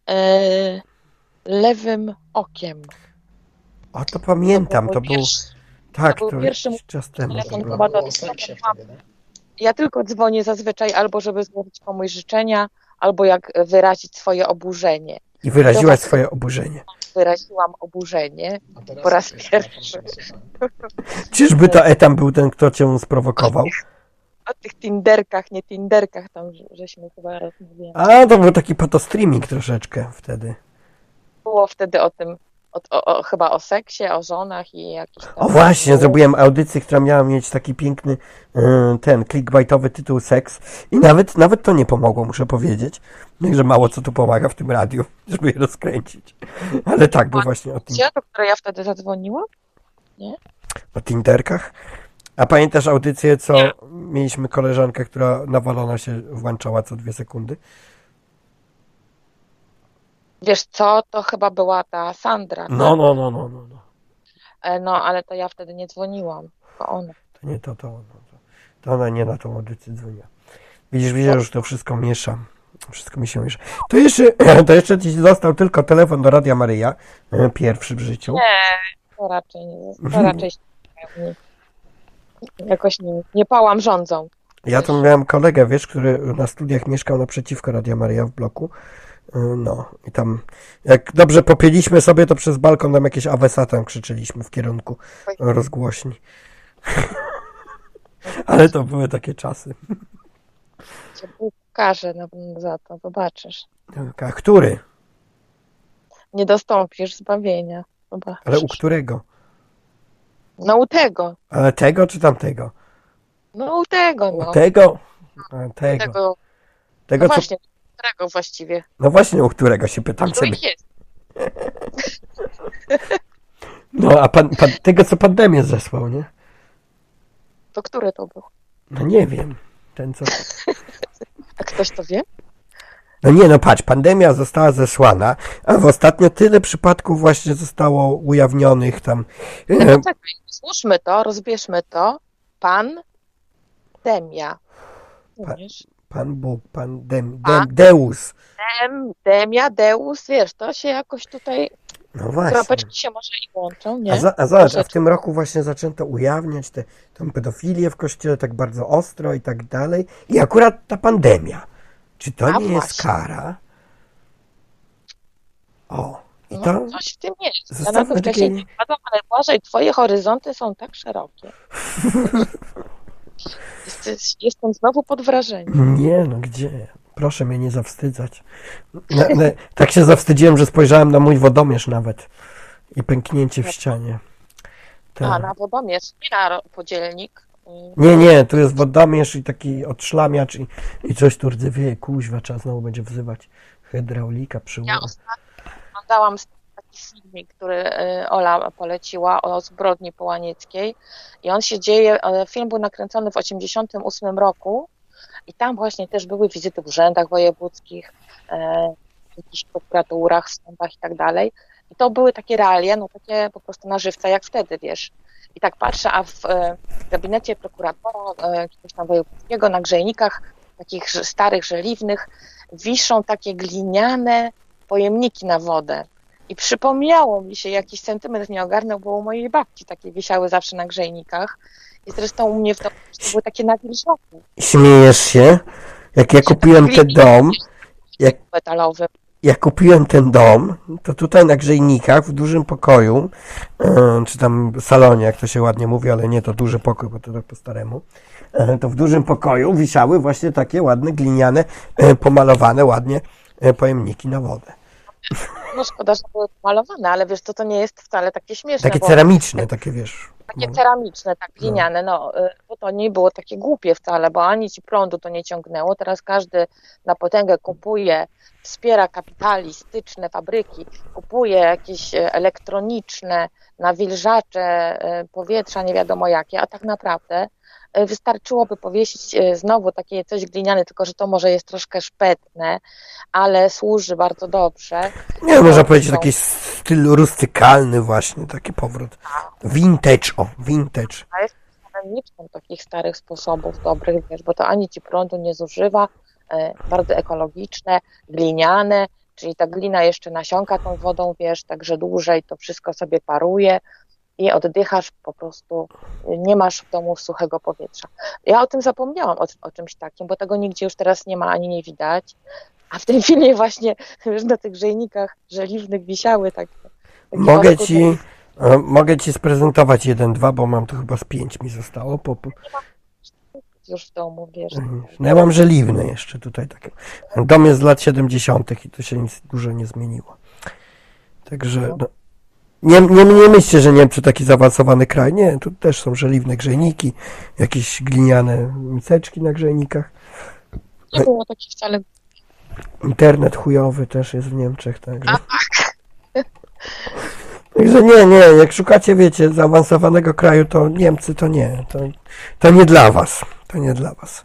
e, lewym okiem. O, to pamiętam, to mój był... pierwszy- Tak, był to pierwszy jakiś czas temu. telefon to było. chyba do Było o seksie wtedy, nie? Ja tylko dzwonię zazwyczaj albo żeby złożyć komuś życzenia, albo jak wyrazić swoje oburzenie. I wyraziłaś Dobra. swoje oburzenie. Wyraziłam oburzenie. A teraz Po raz jakieś pierwszy. telefon, słuchaj. Czyżby to Etam był ten, kto cię sprowokował? O tych Tinderkach, nie Tinderkach, tam żeśmy chyba rozmawiali. A, to był taki patostreaming troszeczkę wtedy. Było wtedy o tym, chyba o seksie, o żonach i jakiś tam... O właśnie, zrobiłem audycję, która miała mieć taki piękny ten clickbaitowy tytuł seks i nawet to nie pomogło, muszę powiedzieć. Że mało co tu pomaga w tym radiu, żeby je rozkręcić. Ale tak, był właśnie Do której ja wtedy zadzwoniłam? o Tinderkach. A pamiętasz audycję, co Nie. mieliśmy koleżankę, która nawalona się włączała co 2 sekundy? Wiesz co, to chyba była ta Sandra. No. No, ale to ja wtedy nie dzwoniłam, tylko ona. To nie to. To ona nie na tą audycję dzwoniła. Widzisz, że to wszystko miesza. Wszystko mi się miesza. To jeszcze ci został tylko telefon do Radia Maryja. Pierwszy w życiu. Nie, to raczej nie. To raczej się jakoś nie pałam rządzą. Ja to miałem kolegę, wiesz, który na studiach mieszkał naprzeciwko Radia Maryja w bloku. No i tam, jak dobrze popieliśmy sobie, to przez balkon tam jakieś awesa tam krzyczeliśmy w kierunku rozgłośni. Ale to były takie czasy. Cię Bóg karze za to, zobaczysz. A który? Nie dostąpisz zbawienia. Zobaczysz. Ale u którego? No u tego. Ale tego czy tamtego? No u tego, U no. tego? A, tego. No Tego, co... właśnie, którego właściwie? No właśnie, u którego się pytam Który ciebie. jest? No, a tego, co pandemię zesłał, nie? To który to był? No nie wiem. Ten, co... A ktoś to wie? No nie, no patrz, pandemia została zesłana, a ostatnio tyle przypadków właśnie zostało ujawnionych tam. No czekaj, złóżmy to, rozbierzmy to. Pandemia. Wiesz? Pan Bóg, Deus. Demia, Deus, wiesz, to się jakoś tutaj No właśnie. kropeczki się może i łączą, nie? A zobacz, a w tym roku właśnie zaczęto ujawniać tę pedofilię w kościele tak bardzo ostro i tak dalej. I akurat ta pandemia. Czy to nie jest właśnie. kara? O, i No, to coś w tym jest. Ja na zostawmy to wcześniej takie... nie wpadłam, ale Błażej, twoje horyzonty są tak szerokie. Jestem znowu pod wrażeniem. Nie, no gdzie? Proszę mnie nie zawstydzać. Tak się zawstydziłem, że spojrzałem na mój wodomierz nawet. I pęknięcie w ścianie. Tak. A, na wodomierz, nie na podzielnik. Nie, tu jest wodomierz i taki odszlamiacz i coś tu rdzewieje. Kuźwa, trzeba znowu będzie wzywać hydraulika, Ja przyłożę. ostatnio oglądałam taki filmik, który Ola poleciła o zbrodni połanieckiej i on się dzieje, film był nakręcony w 1988 roku i tam właśnie też były wizyty w urzędach wojewódzkich, w jakichś prokuraturach, sądach i tak dalej. I to były takie realia, no takie po prostu na żywca jak wtedy, wiesz. I tak patrzę, a w gabinecie prokuratora jakiegoś tam wojewódzkiego na grzejnikach, takich starych, żeliwnych, wiszą takie gliniane pojemniki na wodę. I przypomniało mi się, jakiś sentyment mnie ogarnął, bo u mojej babci takie wisiały zawsze na grzejnikach. I zresztą u mnie w domu to były takie nawilżone. Śmiejesz się? Jak ja kupiłem ten dom, Metalowym. jak kupiłem ten dom, to tutaj na grzejnikach w dużym pokoju, czy tam salonie, jak to się ładnie mówi, ale nie to duży pokój, bo to tak po staremu, to w dużym pokoju wisiały właśnie takie ładne, gliniane, pomalowane ładnie pojemniki na wodę. No szkoda, że były malowane, ale wiesz, to nie jest wcale takie śmieszne. Takie bo ceramiczne, takie wiesz. takie ceramiczne, tak gliniane, bo to nie było takie głupie wcale, bo ani ci prądu to nie ciągnęło. Teraz każdy na potęgę kupuje, wspiera kapitalistyczne fabryki, kupuje jakieś elektroniczne nawilżacze powietrza, nie wiadomo jakie, a tak naprawdę wystarczyłoby powiesić znowu takie coś gliniane, tylko że to może jest troszkę szpetne, ale służy bardzo dobrze. Nie, można powiedzieć taki styl rustykalny właśnie, taki powrót. Vintage, vintage. Ja jestem zwolenniczką takich starych sposobów dobrych, wiesz, bo to ani ci prądu nie zużywa, bardzo ekologiczne, gliniane, czyli ta glina jeszcze nasiąka tą wodą, wiesz, także dłużej to wszystko sobie paruje i oddychasz po prostu, nie masz w domu suchego powietrza. Ja o tym zapomniałam, o czymś takim, bo tego nigdzie już teraz nie ma, ani nie widać, a w tym filmie właśnie, wiesz, na tych grzejnikach żeliwnych wisiały takie Mogę ci sprezentować 1-2, bo mam tu chyba z 5 mi zostało. Już w domu, wiesz. No ja mam żeliwne jeszcze tutaj takie. Dom jest z lat 70. i to się nic dużo nie zmieniło. Także no, nie myślcie, że Niemcy taki zaawansowany kraj. Nie, tu też są żeliwne grzejniki, jakieś gliniane miseczki na grzejnikach. Nie było takich wcale. Internet chujowy też jest w Niemczech, także. Także nie, jak szukacie, wiecie, zaawansowanego kraju, to Niemcy to nie. To nie dla was. To nie dla was.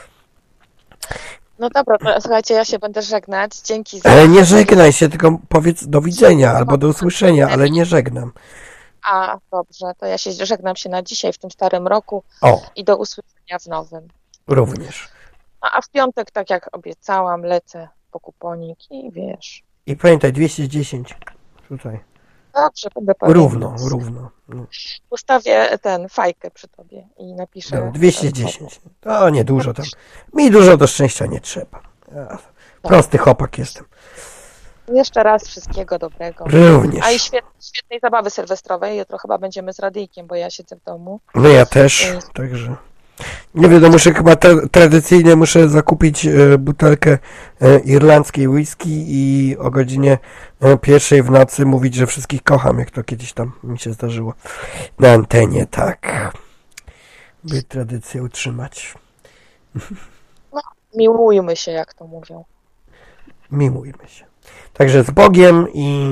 No dobra, to, słuchajcie, ja się będę żegnać. Dzięki za... Ale nie żegnaj się, tylko powiedz do widzenia albo do usłyszenia, ale nie żegnam. A, dobrze, to ja się żegnam się na dzisiaj w tym starym roku i do usłyszenia w nowym. Również. A w piątek, tak jak obiecałam, lecę po kuponik i wiesz. I pamiętaj, 210 tutaj. Dobrze, będę pamiętać. Równo. Ustawię fajkę przy tobie i napiszę. No, 210. To nie dużo tam. Mi dużo do szczęścia nie trzeba. Ja prosty chłopak jestem. Jeszcze raz wszystkiego dobrego. Również. A i świetnej zabawy sylwestrowej. Jutro chyba będziemy z radyjkiem, bo ja siedzę w domu. No ja też, także... Nie wiem, muszę chyba tradycyjnie zakupić butelkę irlandzkiej whisky i o godzinie 1 w nocy mówić, że wszystkich kocham, jak to kiedyś tam mi się zdarzyło. Na antenie, tak. By tradycję utrzymać. No, miłujmy się, jak to mówią. Miłujmy się. Także z Bogiem i...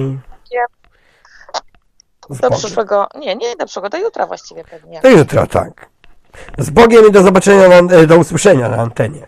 Do przyszłego... Nie do przyszłego, do jutra właściwie pewnie. Do jutra, tak. Z Bogiem i do zobaczenia, do usłyszenia na antenie.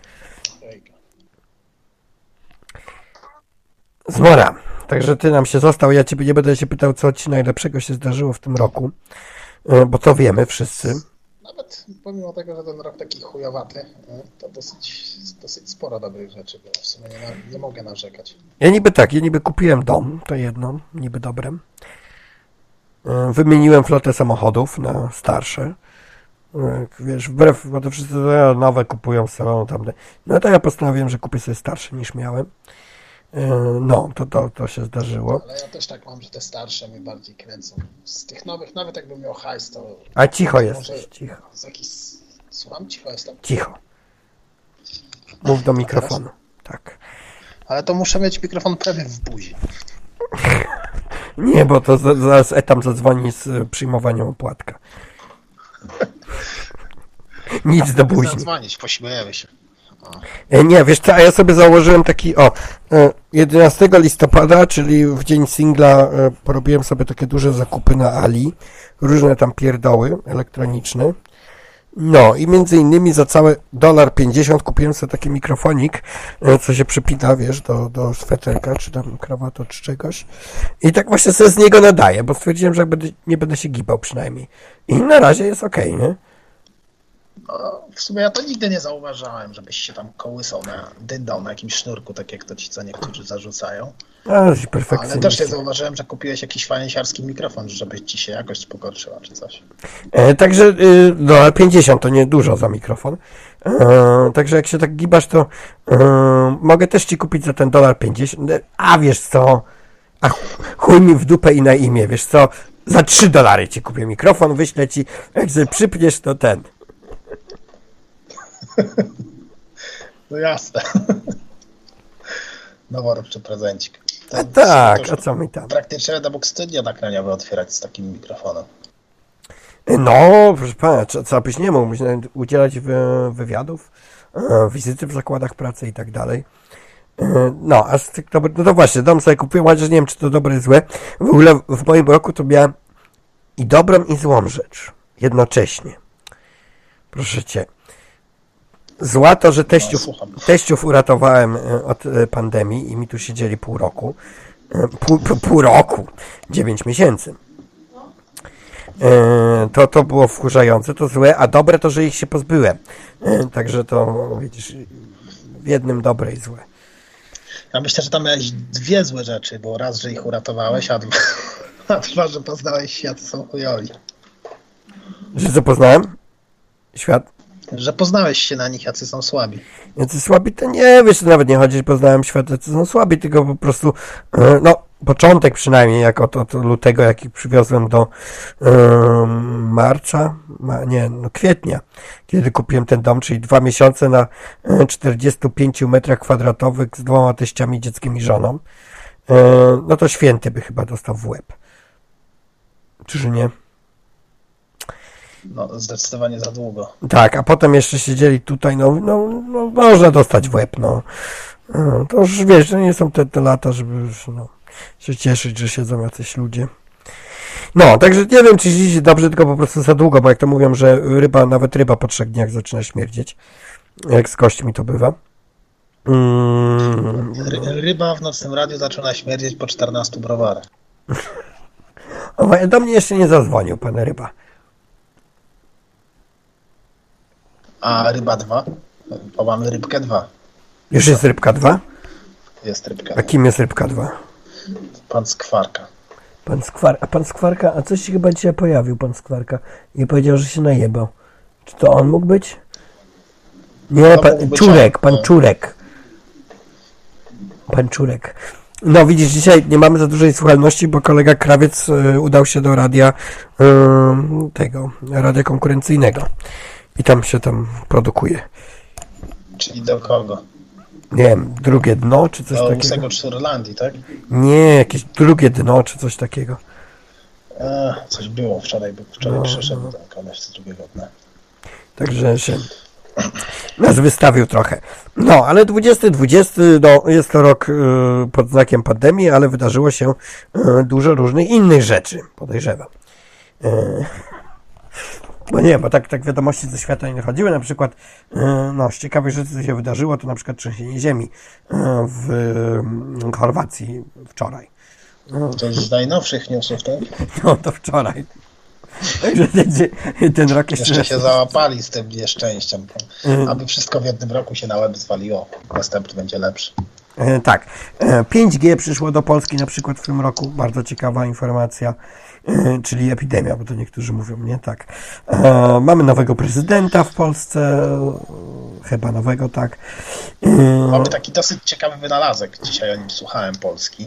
Zmora. Także ty nam się został. Ja ciebie nie będę się pytał, co ci najlepszego się zdarzyło w tym roku, bo to wiemy wszyscy. Nawet pomimo tego, że ten rok taki chujowaty, to dosyć sporo dobrych rzeczy było. W sumie nie mogę narzekać. Ja niby kupiłem dom, to jedno, niby dobre. Wymieniłem flotę samochodów na starsze. Wiesz, wbrew, bo to wszyscy nowe kupują z salonu tamte. No to ja postanowiłem, że kupię sobie starsze niż miałem. No, to się zdarzyło. Ale ja też tak mam, że te starsze mnie bardziej kręcą. Z tych nowych, nawet jakbym miał hajs, to... A cicho jesteś, cicho. Słucham? Cicho jestem? Cicho. Mów do mikrofonu. Tak. Ale to muszę mieć mikrofon prawie w buzi. Nie, bo to zaraz Etam zadzwoni z przyjmowaniem opłatka. Nic do buzi. Zadzwonić, pośmiejemy się. Nie, wiesz co, a ja sobie założyłem taki, 11 listopada, czyli w dzień singla, porobiłem sobie takie duże zakupy na Ali, różne tam pierdoły elektroniczne. No i między innymi za całe $1.50 kupiłem sobie taki mikrofonik, co się przypina, wiesz, do sweterka, czy tam krawatu, czy czegoś. I tak właśnie sobie z niego nadaję, bo stwierdziłem, że nie będę się gibał przynajmniej. I na razie jest okej, nie? No, w sumie ja to nigdy nie zauważałem, żebyś się tam kołysał dyndał na jakimś sznurku, tak jak to ci co niektórzy zarzucają. Ale też nie zauważyłem, że kupiłeś jakiś fajniarski mikrofon, żeby ci się jakość pogorszyła, czy coś. Także $1.50 to nie dużo za mikrofon. Także jak się tak gibasz, to mogę też ci kupić za ten $1.50. A wiesz co? A chuj mi w dupę i na imię, wiesz co? Za $3 ci kupię mikrofon, wyślę ci, jak sobie przypniesz, to ten. No jasne. Noworodczy prezencik. A tak, a co mi tam? Praktycznie będę mógł studio nagraniowe otwierać z takim mikrofonem. No, proszę pana, co byś nie mógł, udzielać wywiadów, wizyty w zakładach pracy i tak dalej. No, a no to właśnie, dom sobie kupiłem, chociaż nie wiem, czy to dobre, złe. W ogóle w moim roku to miałem i dobrą, i złą rzecz. Jednocześnie. Proszę cię. Zła to, że teściów uratowałem od pandemii i mi tu siedzieli pół roku. Pół roku. 9 miesięcy. To było wkurzające, to złe, a dobre to, że ich się pozbyłem. Także to, widzisz, w jednym dobre i złe. Ja myślę, że tam miałeś dwie złe rzeczy, bo raz, że ich uratowałeś, a dwa, że poznałeś świat, są chujowi. Że co poznałem? Świat? Że poznałeś się na nich, jacy są słabi. Jacy słabi, to nie, wiesz, to nawet nie chodzi, że poznałem świat, jacy są słabi, tylko po prostu, no, początek przynajmniej, jak od lutego, jak ich przywiozłem do marca, kwietnia, kiedy kupiłem ten dom, czyli 2 miesiące na 45 metrach kwadratowych z 2 teściami, dzieckiem i żoną, no to święty by chyba dostał w łeb. Czyż nie? No, zdecydowanie za długo. Tak, a potem jeszcze siedzieli tutaj, no można dostać w łeb, no. To już wiesz, że nie są te lata, żeby już, się cieszyć, że siedzą jacyś ludzie. No, także nie wiem, czy siedzicie dobrze, tylko po prostu za długo, bo jak to mówią, że nawet ryba po 3 dniach zaczyna śmierdzieć. Jak z kośćmi to bywa. Ryba w Nocnym Radiu zaczyna śmierdzieć po 14 browarach. Do mnie jeszcze nie zadzwonił pan ryba. A ryba 2? Bo mamy rybkę 2. Już jest rybka 2? Jest rybka 2. A kim jest rybka 2? Pan Skwarka. A pan Skwarka, a coś się chyba dzisiaj pojawił, pan Skwarka, i powiedział, że się najebał. Czy to on mógł być? Nie, pan Czurek. Pan Czurek. No widzisz, dzisiaj nie mamy za dużej słuchalności, bo kolega Krawiec udał się do radia radia konkurencyjnego. I tam się produkuje. Czyli do kogo? Nie wiem, drugie dno, czy coś takiego? Do Łysego Czurlandii, tak? Nie, jakieś drugie dno, czy coś takiego. Coś było wczoraj przyszedł tam koleś z drugiego dna. Także się nas wystawił trochę. No, ale 2020, jest to rok pod znakiem pandemii, ale wydarzyło się dużo różnych innych rzeczy, podejrzewam. Bo tak wiadomości ze świata nie chodziły. Na przykład, z ciekawych rzeczy, co się wydarzyło, to na przykład trzęsienie ziemi w Chorwacji wczoraj. To jest z najnowszych newsów, tak? No, to wczoraj. Także ten rok jeszcze się załapali z tym nieszczęściem. Aby wszystko w jednym roku się na łeb zwaliło. Następny będzie lepszy. Tak. 5G przyszło do Polski na przykład w tym roku. Bardzo ciekawa informacja. Czyli epidemia, bo to niektórzy mówią, nie? Tak. Mamy nowego prezydenta w Polsce. Chyba nowego, tak. Mamy taki dosyć ciekawy wynalazek. Dzisiaj o nim słuchałem, polski.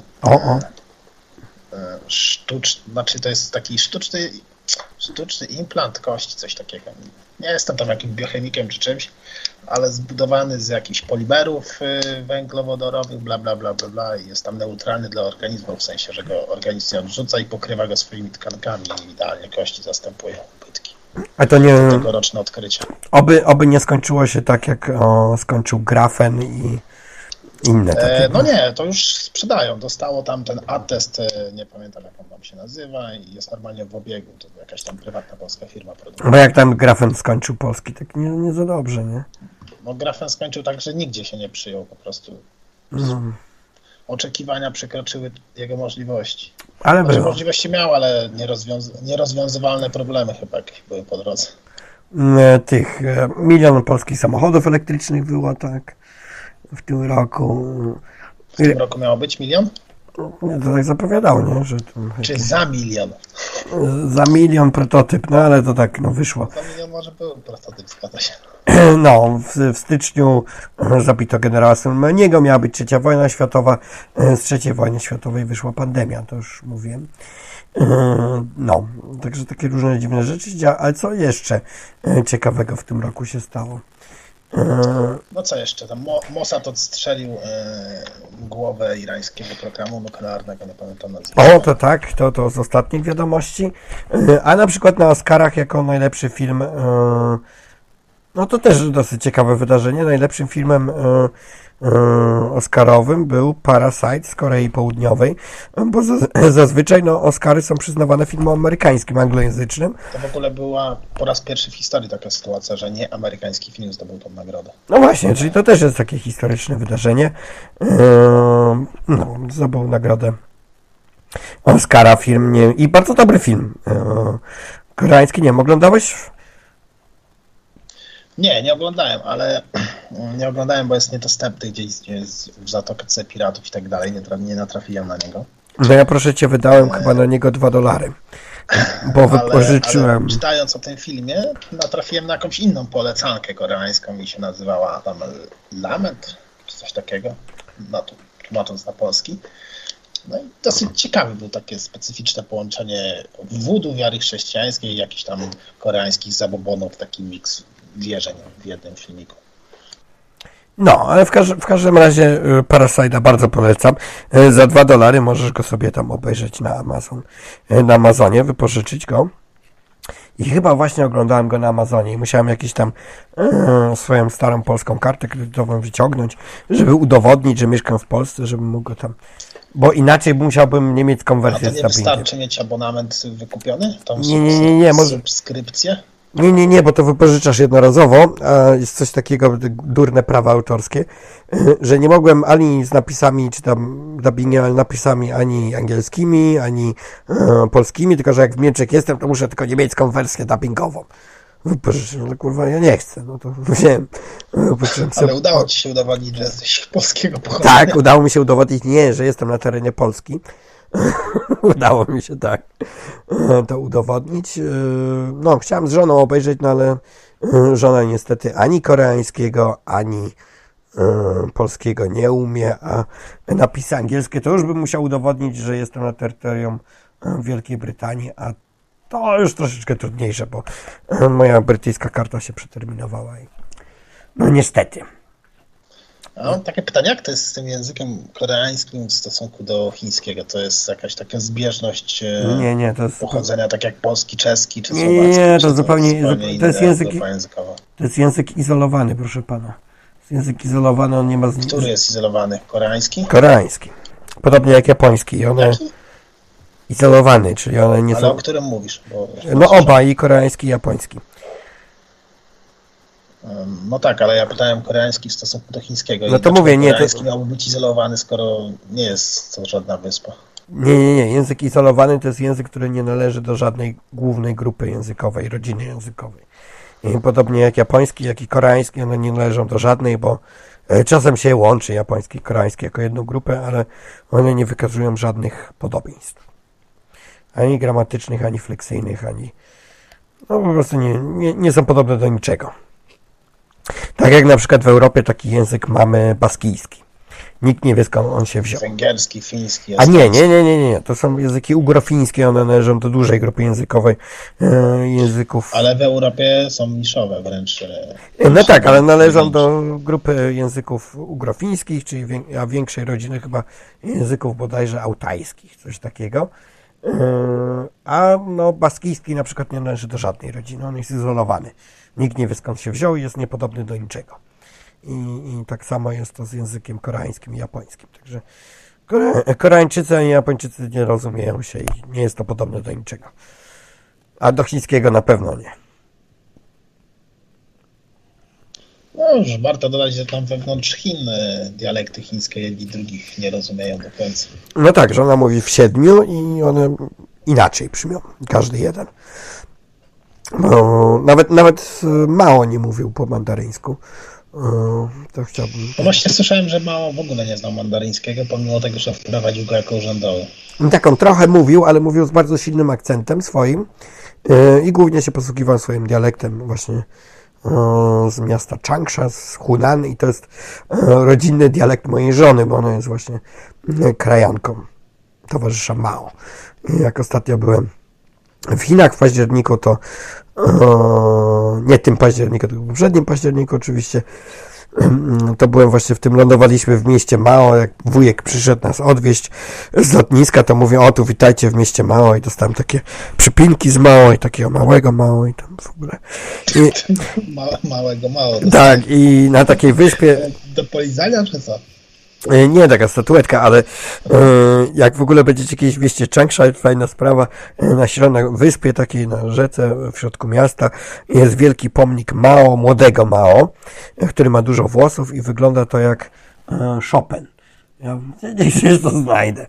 To jest taki sztuczny implant kości, coś takiego. Nie jestem tam jakimś biochemikiem czy czymś, ale zbudowany z jakichś polimerów węglowodorowych, bla, bla, bla, bla, bla, i jest tam neutralny dla organizmu, w sensie, że go organizm nie odrzuca i pokrywa go swoimi tkankami i idealnie kości zastępują ubytki. A to nie... Tegoroczne odkrycie. Oby nie skończyło się tak, jak skończył grafen i inne takie. No nie, to już sprzedają. Dostało tam ten atest, nie pamiętam jak on tam się nazywa, i jest normalnie w obiegu. To jakaś tam prywatna polska firma produkuje. Bo jak tam grafen skończył polski, tak nie za dobrze, nie? No grafen skończył tak, że nigdzie się nie przyjął po prostu. Oczekiwania przekroczyły jego możliwości. Ale możliwości miał, ale nierozwiązywalne problemy chyba jakieś były po drodze. 1 milion polskich samochodów elektrycznych było, tak, w tym roku. W tym roku miało być 1 milion? To tak zapowiadało, nie? Że Czy za 1 milion? Za 1 milion prototyp, no ale to tak, wyszło. Za 1 milion może był prototyp, zgadza się. No, w styczniu zabito generała Soleimaniego, miała być 3. wojna światowa. Z 3. wojny światowej wyszła pandemia, to już mówiłem. No, także takie różne dziwne rzeczy się działy, ale co jeszcze ciekawego w tym roku się stało? No co jeszcze? Tam Mossad odstrzelił głowę irańskiego programu nuklearnego, nie pamiętam nazwy. To tak, to z ostatnich wiadomości. A na przykład na Oscarach jako najlepszy film, no to też dosyć ciekawe wydarzenie. Najlepszym filmem oscarowym był Parasite z Korei Południowej, bo zazwyczaj Oscary są przyznawane filmom amerykańskim, anglojęzycznym. To w ogóle była po raz pierwszy w historii taka sytuacja, że nie amerykański film zdobył tą nagrodę. No właśnie, czyli to też jest takie historyczne wydarzenie. Zdobył nagrodę Oscara film i bardzo dobry film koreański. Nie wiem, oglądałeś? Nie oglądałem, ale nie oglądałem, bo jest niedostępny gdzieś jest w Zatoce Piratów i tak dalej. Nie natrafiłem na niego. No ja proszę cię, wydałem chyba na niego $2, bo wypożyczyłem. Ale czytając o tym filmie, natrafiłem na jakąś inną polecankę koreańską i się nazywała tam Lament, czy coś takiego, tłumacząc na polski. No i dosyć ciekawe było takie specyficzne połączenie voodoo, wiary chrześcijańskiej i jakichś tam koreańskich zabobonów, taki miks wierzeń w jednym filmiku. No, ale w każdym razie Parasite'a bardzo polecam. Za $2 możesz go sobie tam obejrzeć na Amazonie, wypożyczyć go. I chyba właśnie oglądałem go na Amazonie i musiałem jakąś tam swoją starą polską kartę kredytową wyciągnąć, żeby udowodnić, że mieszkam w Polsce, żebym mógł go tam... Bo inaczej musiałbym nie mieć konwersji z dubbingiem. A to nie wystarczy mieć abonament wykupiony? Tą Nie. Subskrypcję? Nie, bo to wypożyczasz jednorazowo, a jest coś takiego, durne prawa autorskie, że nie mogłem ani z napisami, czy tam dubbingiem, ale napisami ani angielskimi, ani polskimi, tylko że jak w Niemczech jestem, to muszę tylko niemiecką wersję dubbingową wypożyczyć. No kurwa, ja nie chcę, no to wziąłem. Ale udało ci się udowodnić, że jesteś polskiego pochodzenia. Tak, udało mi się udowodnić, że jestem na terenie Polski. Udało mi się tak to udowodnić. No, chciałem z żoną obejrzeć, no ale żona niestety ani koreańskiego, ani polskiego nie umie, a napisy angielskie to już bym musiał udowodnić, że jestem na terytorium Wielkiej Brytanii, a to już troszeczkę trudniejsze, bo moja brytyjska karta się przeterminowała i no niestety. No, takie pytanie, jak to jest z tym językiem koreańskim w stosunku do chińskiego? To jest jakaś taka zbieżność to jest pochodzenia, tak jak polski, czeski czy słowacki? Nie, to zupełnie to jest język izolowany, proszę pana. To jest język izolowany, on nie ma... Który jest izolowany? Koreański? Koreański. Podobnie jak japoński. Jaki? Izolowany, czyli one nie są... Ale o którym mówisz? No oba, i koreański, i japoński. No tak, ale ja pytałem koreański w stosunku do chińskiego. No to mówię, nie. Koreański miałby być izolowany, skoro nie jest to żadna wyspa. Nie. Język izolowany to jest język, który nie należy do żadnej głównej grupy językowej, rodziny językowej. I podobnie jak japoński, jak i koreański, one nie należą do żadnej, bo czasem się łączy japoński i koreański jako jedną grupę, ale one nie wykazują żadnych podobieństw. Ani gramatycznych, ani fleksyjnych, ani... No po prostu nie są podobne do niczego. Tak jak na przykład w Europie taki język mamy baskijski. Nikt nie wie, skąd on się wziął. Węgierski, fiński. A nie. To są języki ugrofińskie, one należą do dużej grupy językowej języków. Ale w Europie są niszowe wręcz. No tak, ale należą do grupy języków ugrofińskich, czyli większej rodziny chyba języków bodajże altajskich, coś takiego. A no baskijski na przykład nie należy do żadnej rodziny, on jest izolowany. Nikt nie wie, skąd się wziął i jest niepodobny do niczego. I tak samo jest to z językiem koreańskim i japońskim. Także Koreańczycy i Japończycy nie rozumieją się i nie jest to podobne do niczego. A do chińskiego na pewno nie. No już warto dodać, że tam wewnątrz Chin dialekty chińskie jedni drugich nie rozumieją do końca. No tak, że ona mówi w 7 i one inaczej brzmią. Każdy jeden. No, nawet Mao nie mówił po mandaryńsku. To chciałbym... No właśnie słyszałem, że Mao w ogóle nie znał mandaryńskiego, pomimo tego, że wprowadził go jako urzędowy. Tak, on trochę mówił, ale mówił z bardzo silnym akcentem swoim i głównie się posługiwał swoim dialektem właśnie z miasta Changsha, z Hunan i to jest rodzinny dialekt mojej żony, bo ona jest właśnie krajanką towarzysza Mao. I jak ostatnio byłem w Chinach w październiku, to nie tym październiku, tylko w poprzednim październiku oczywiście, to byłem właśnie w tym, lądowaliśmy w mieście Mao, jak wujek przyszedł nas odwieźć z lotniska, to mówię, o tu witajcie w mieście Mao i dostałem takie przypinki z Mao i takiego małego Mao i tam w ogóle. Małego Mao. Tak, i na takiej wyspie... Do polizania czy co? Nie, taka statuetka, ale jak w ogóle będziecie kiedyś w mieście Changsha, fajna sprawa, na wyspie takiej, na rzece w środku miasta jest wielki pomnik Mao, młodego Mao, który ma dużo włosów i wygląda to jak Chopin. Ja gdzieś to znajdę.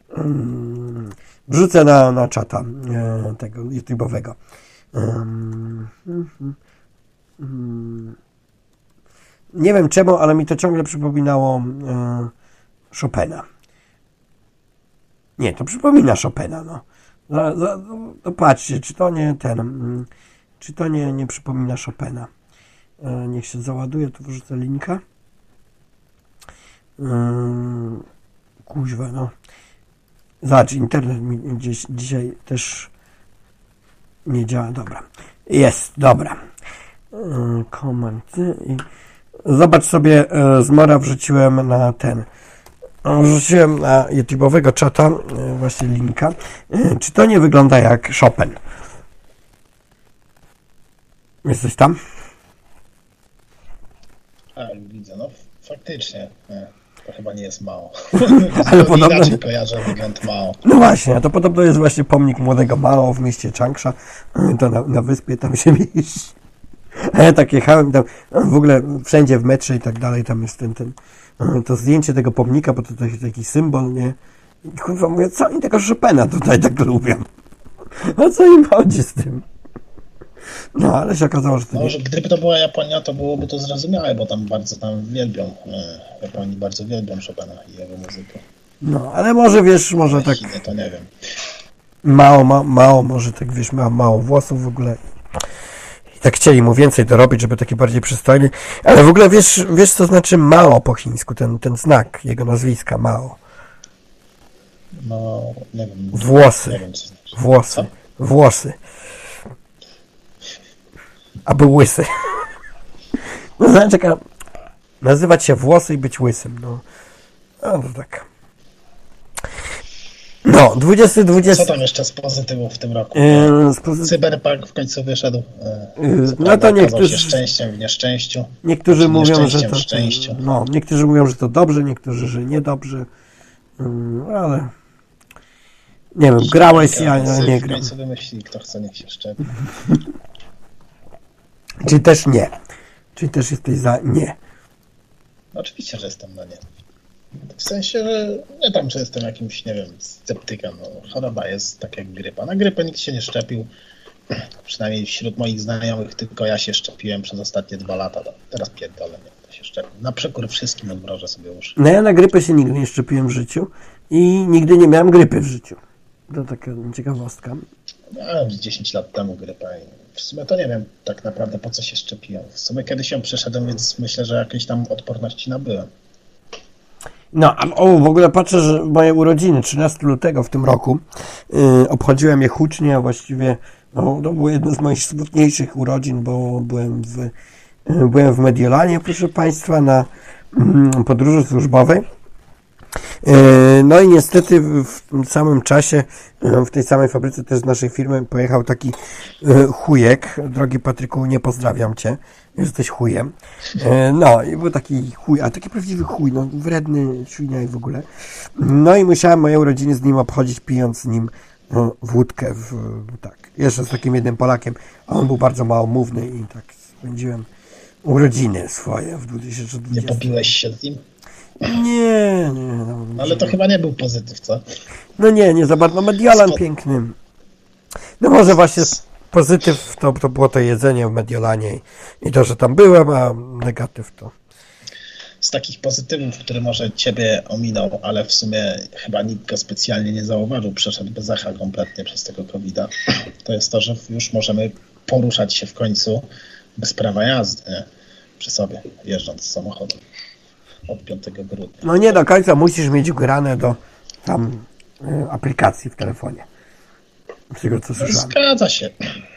Wrzucę na czata tego YouTube'owego. Nie wiem czemu, ale mi to ciągle przypominało Chopina. Nie, to przypomina Chopina, no. No patrzcie, czy to nie czy to nie przypomina Chopina. Niech się załaduje, tu wrzucę linka. Kuźwa, no. Zobacz, internet mi dzisiaj też nie działa. Dobra. Jest, dobra. Komenty i zobacz sobie, Zmora wrzuciłem na wrzuciłem na YouTube'owego czata właśnie linka. Czy to nie wygląda jak Chopin? Jesteś tam? Tak, widzę, no faktycznie. To chyba nie jest Mao. Ale podobno inaczej kojarzę wygląd Mao. No właśnie, a to podobno jest właśnie pomnik młodego Mao w mieście Changsha. To na wyspie tam się mieści. A ja tak jechałem tam, w ogóle wszędzie w metrze i tak dalej, tam jest to zdjęcie tego pomnika, bo to jest taki symbol, nie? I kurwa mówię, co oni tego Chopina tutaj tak lubią? A co im chodzi z tym? No, ale się okazało, że to Może gdyby to była Japonia, to byłoby to zrozumiałe, bo tam bardzo wielbią. Japonii bardzo wielbią Chopina i jego muzykę. No, ale może wiesz, może tak... Chiny, to nie wiem. Mało, może tak wiesz, mało włosów w ogóle. I tak chcieli mu więcej dorobić, żeby taki bardziej przystojny. Ale w ogóle wiesz co znaczy Mao po chińsku, ten znak jego nazwiska, Mao. No, nie wiem. Włosy. Nie wiem, co znaczy. Włosy. Co? Włosy. A był łysy. No znaczy, nazywać się włosy i być łysym, no. A to tak. No, 20. Co tam jeszcze z pozytywów w tym roku? Cyberpunk w końcu wyszedł. No to niektórzy... się szczęściem w nieszczęściu. Niektórzy mówią, że to... w szczęściu. No, niektórzy mówią, że to dobrze, niektórzy, że niedobrze. Ale... Nie wiem, grałeś, ja nie gram. W końcu wymyślili, kto chce, niech się szczepi. Czy też nie? Czy też jesteś za nie? No, oczywiście, że jestem na nie. W sensie, że nie tam, że jestem jakimś, nie wiem, sceptykiem. No, choroba jest tak jak grypa. Na grypę nikt się nie szczepił. Przynajmniej wśród moich znajomych tylko ja się szczepiłem przez ostatnie 2 lata. Teraz pierdolę, nie, to się szczepię. Na przekór wszystkim odmrożę sobie uszy. No ja na grypę się nigdy nie szczepiłem w życiu i nigdy nie miałem grypy w życiu. To taka ciekawostka. Miałem 10 lat temu grypę i w sumie to nie wiem tak naprawdę po co się szczepiłem. W sumie kiedyś ją przeszedłem, więc myślę, że jakieś tam odporności nabyłem. No, w ogóle patrzę, że moje urodziny 13 lutego w tym roku obchodziłem je hucznie, a właściwie no, to było jedno z moich smutniejszych urodzin, bo byłem w Mediolanie, proszę Państwa, na podróży służbowej. No i niestety w tym samym czasie, w tej samej fabryce też z naszej firmy pojechał taki chujek. Drogi Patryku, nie pozdrawiam Cię, jesteś chujem. No i był taki chuj, a taki prawdziwy chuj, no wredny świnia i w ogóle. No i musiałem moje urodziny z nim obchodzić, pijąc z nim wódkę, tak, jeszcze z takim jednym Polakiem, a on był bardzo małomówny i tak spędziłem urodziny swoje w 2020. Nie popiłeś się z nim? Nie. No, ale to chyba nie był pozytyw, co? No nie za bardzo. Mediolan piękny. No może właśnie pozytyw to było to jedzenie w Mediolanie i to, że tam byłem, a negatyw to... Z takich pozytywów, który może Ciebie ominął, ale w sumie chyba nikt go specjalnie nie zauważył, przeszedł bez echa kompletnie przez tego COVID-a, to jest to, że już możemy poruszać się w końcu bez prawa jazdy, nie? Przy sobie, jeżdżąc samochodem. Od 5 grudnia. No nie do końca musisz mieć grane do tam aplikacji w telefonie. Z tego co słyszałem. Zgadza się.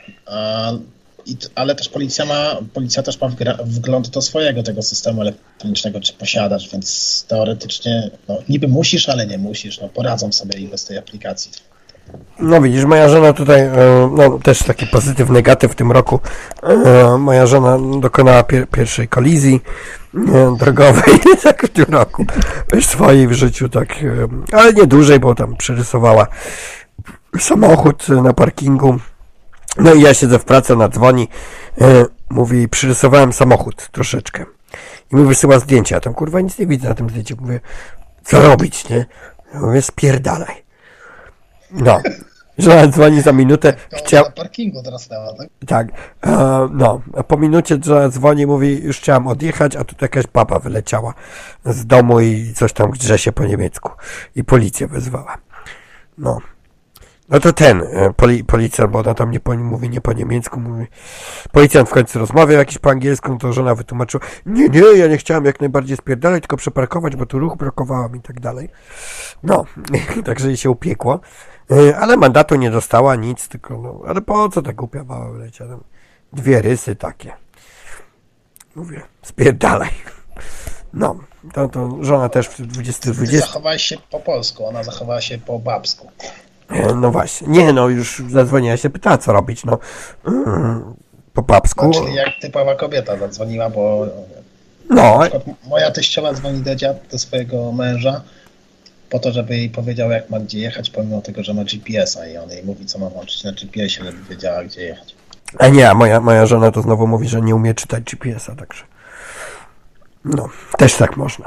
Ale też policja też ma wgląd do swojego tego systemu elektronicznego, czy posiadasz, więc teoretycznie no, niby musisz, ale nie musisz. No, poradzą sobie i bez tej aplikacji. No widzisz, moja żona tutaj, no też taki pozytyw, negatyw w tym roku. Moja żona dokonała pierwszej kolizji drogowej tak w tym roku. Swojej w życiu, tak, ale nie dłużej, bo tam przerysowała samochód na parkingu. No i ja siedzę w pracy, ona dzwoni, mówi, przyrysowałem samochód troszeczkę. I mi wysyła zdjęcia, a tam kurwa nic nie widzę na tym zdjęciu. Mówię, co robić, nie? Ja mówię, spierdalaj. No. Żona dzwoni za minutę. Na parkingu teraz stała, tak? Tak. No, po minucie żona dzwoni, mówi, już chciałam odjechać, a tu jakaś baba wyleciała z domu i coś tam grze się po niemiecku. I policję wezwała. No. No to ten policjant, bo ona tam mówi nie po niemiecku, mówi. Policjant w końcu rozmawiał jakiś po angielsku, to żona wytłumaczyła, nie, ja nie chciałam jak najbardziej spierdalać, tylko przeparkować, bo tu ruch brakowało mi i tak dalej. No, także jej się upiekło. Ale mandatu nie dostała, nic, tylko no, ale po co ta głupia baba wyleciała? 2 rysy takie. Mówię, spierdalaj. No, to żona też w 2020. Zachowałeś się po polsku, ona zachowała się po babsku. No właśnie. Nie, no już zadzwoniła się, pytała co robić, no. Po babsku. No, czyli jak typowa kobieta zadzwoniła, bo no. Na przykład moja teściowa dzwoni do swojego męża po to, żeby jej powiedział, jak ma gdzie jechać, pomimo tego, że ma GPS-a i on jej mówi, co ma włączyć na GPS-ie, żeby wiedziała, gdzie jechać. A nie, moja żona to znowu mówi, że nie umie czytać GPS-a, także no, też tak można.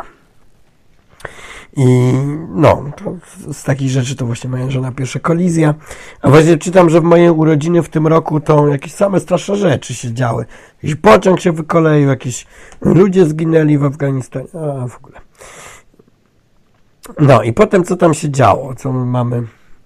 I no, to z takich rzeczy to właśnie moja żona pierwsza kolizja. A właśnie czytam, że w mojej urodziny w tym roku to jakieś same straszne rzeczy się działy. Jakiś pociąg się wykoleił, jakieś ludzie zginęli w Afganistanie, a w ogóle. No i potem co tam się działo? Co my mamy?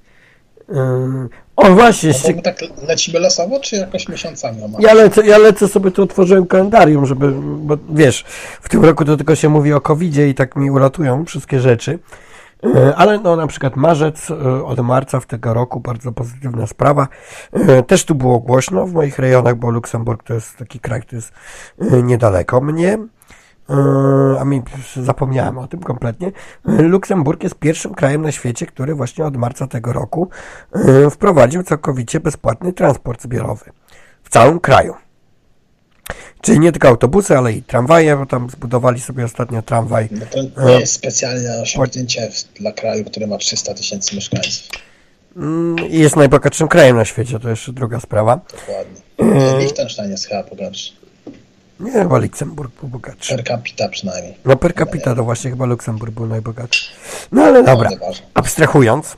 O właśnie. No, bo tak lecimy losowo, czy jakoś miesiącami? Ja lecę sobie, tu otworzyłem kalendarium, bo wiesz, w tym roku to tylko się mówi o COVID-zie i tak mi uratują wszystkie rzeczy. Ale no na przykład marzec, od marca w tego roku, bardzo pozytywna sprawa. Też tu było głośno w moich rejonach, bo Luksemburg to jest taki kraj, który jest niedaleko mnie. A mi zapomniałem o tym kompletnie. Luksemburg jest pierwszym krajem na świecie, który właśnie od marca tego roku wprowadził całkowicie bezpłatny transport zbiorowy w całym kraju. Czyli nie tylko autobusy, ale i tramwaje, bo tam zbudowali sobie ostatnio tramwaj. No to nie jest specjalne osiągnięcie dla kraju, który ma 300 000 mieszkańców. Jest najbogatszym krajem na świecie, to jeszcze druga sprawa. Dokładnie. Liechtenstein jest chyba bogatszy. Nie, chyba Luksemburg był bogatszy. Per capita przynajmniej. No per capita to właśnie chyba Luksemburg był najbogatszy. No ale dobra, abstrahując.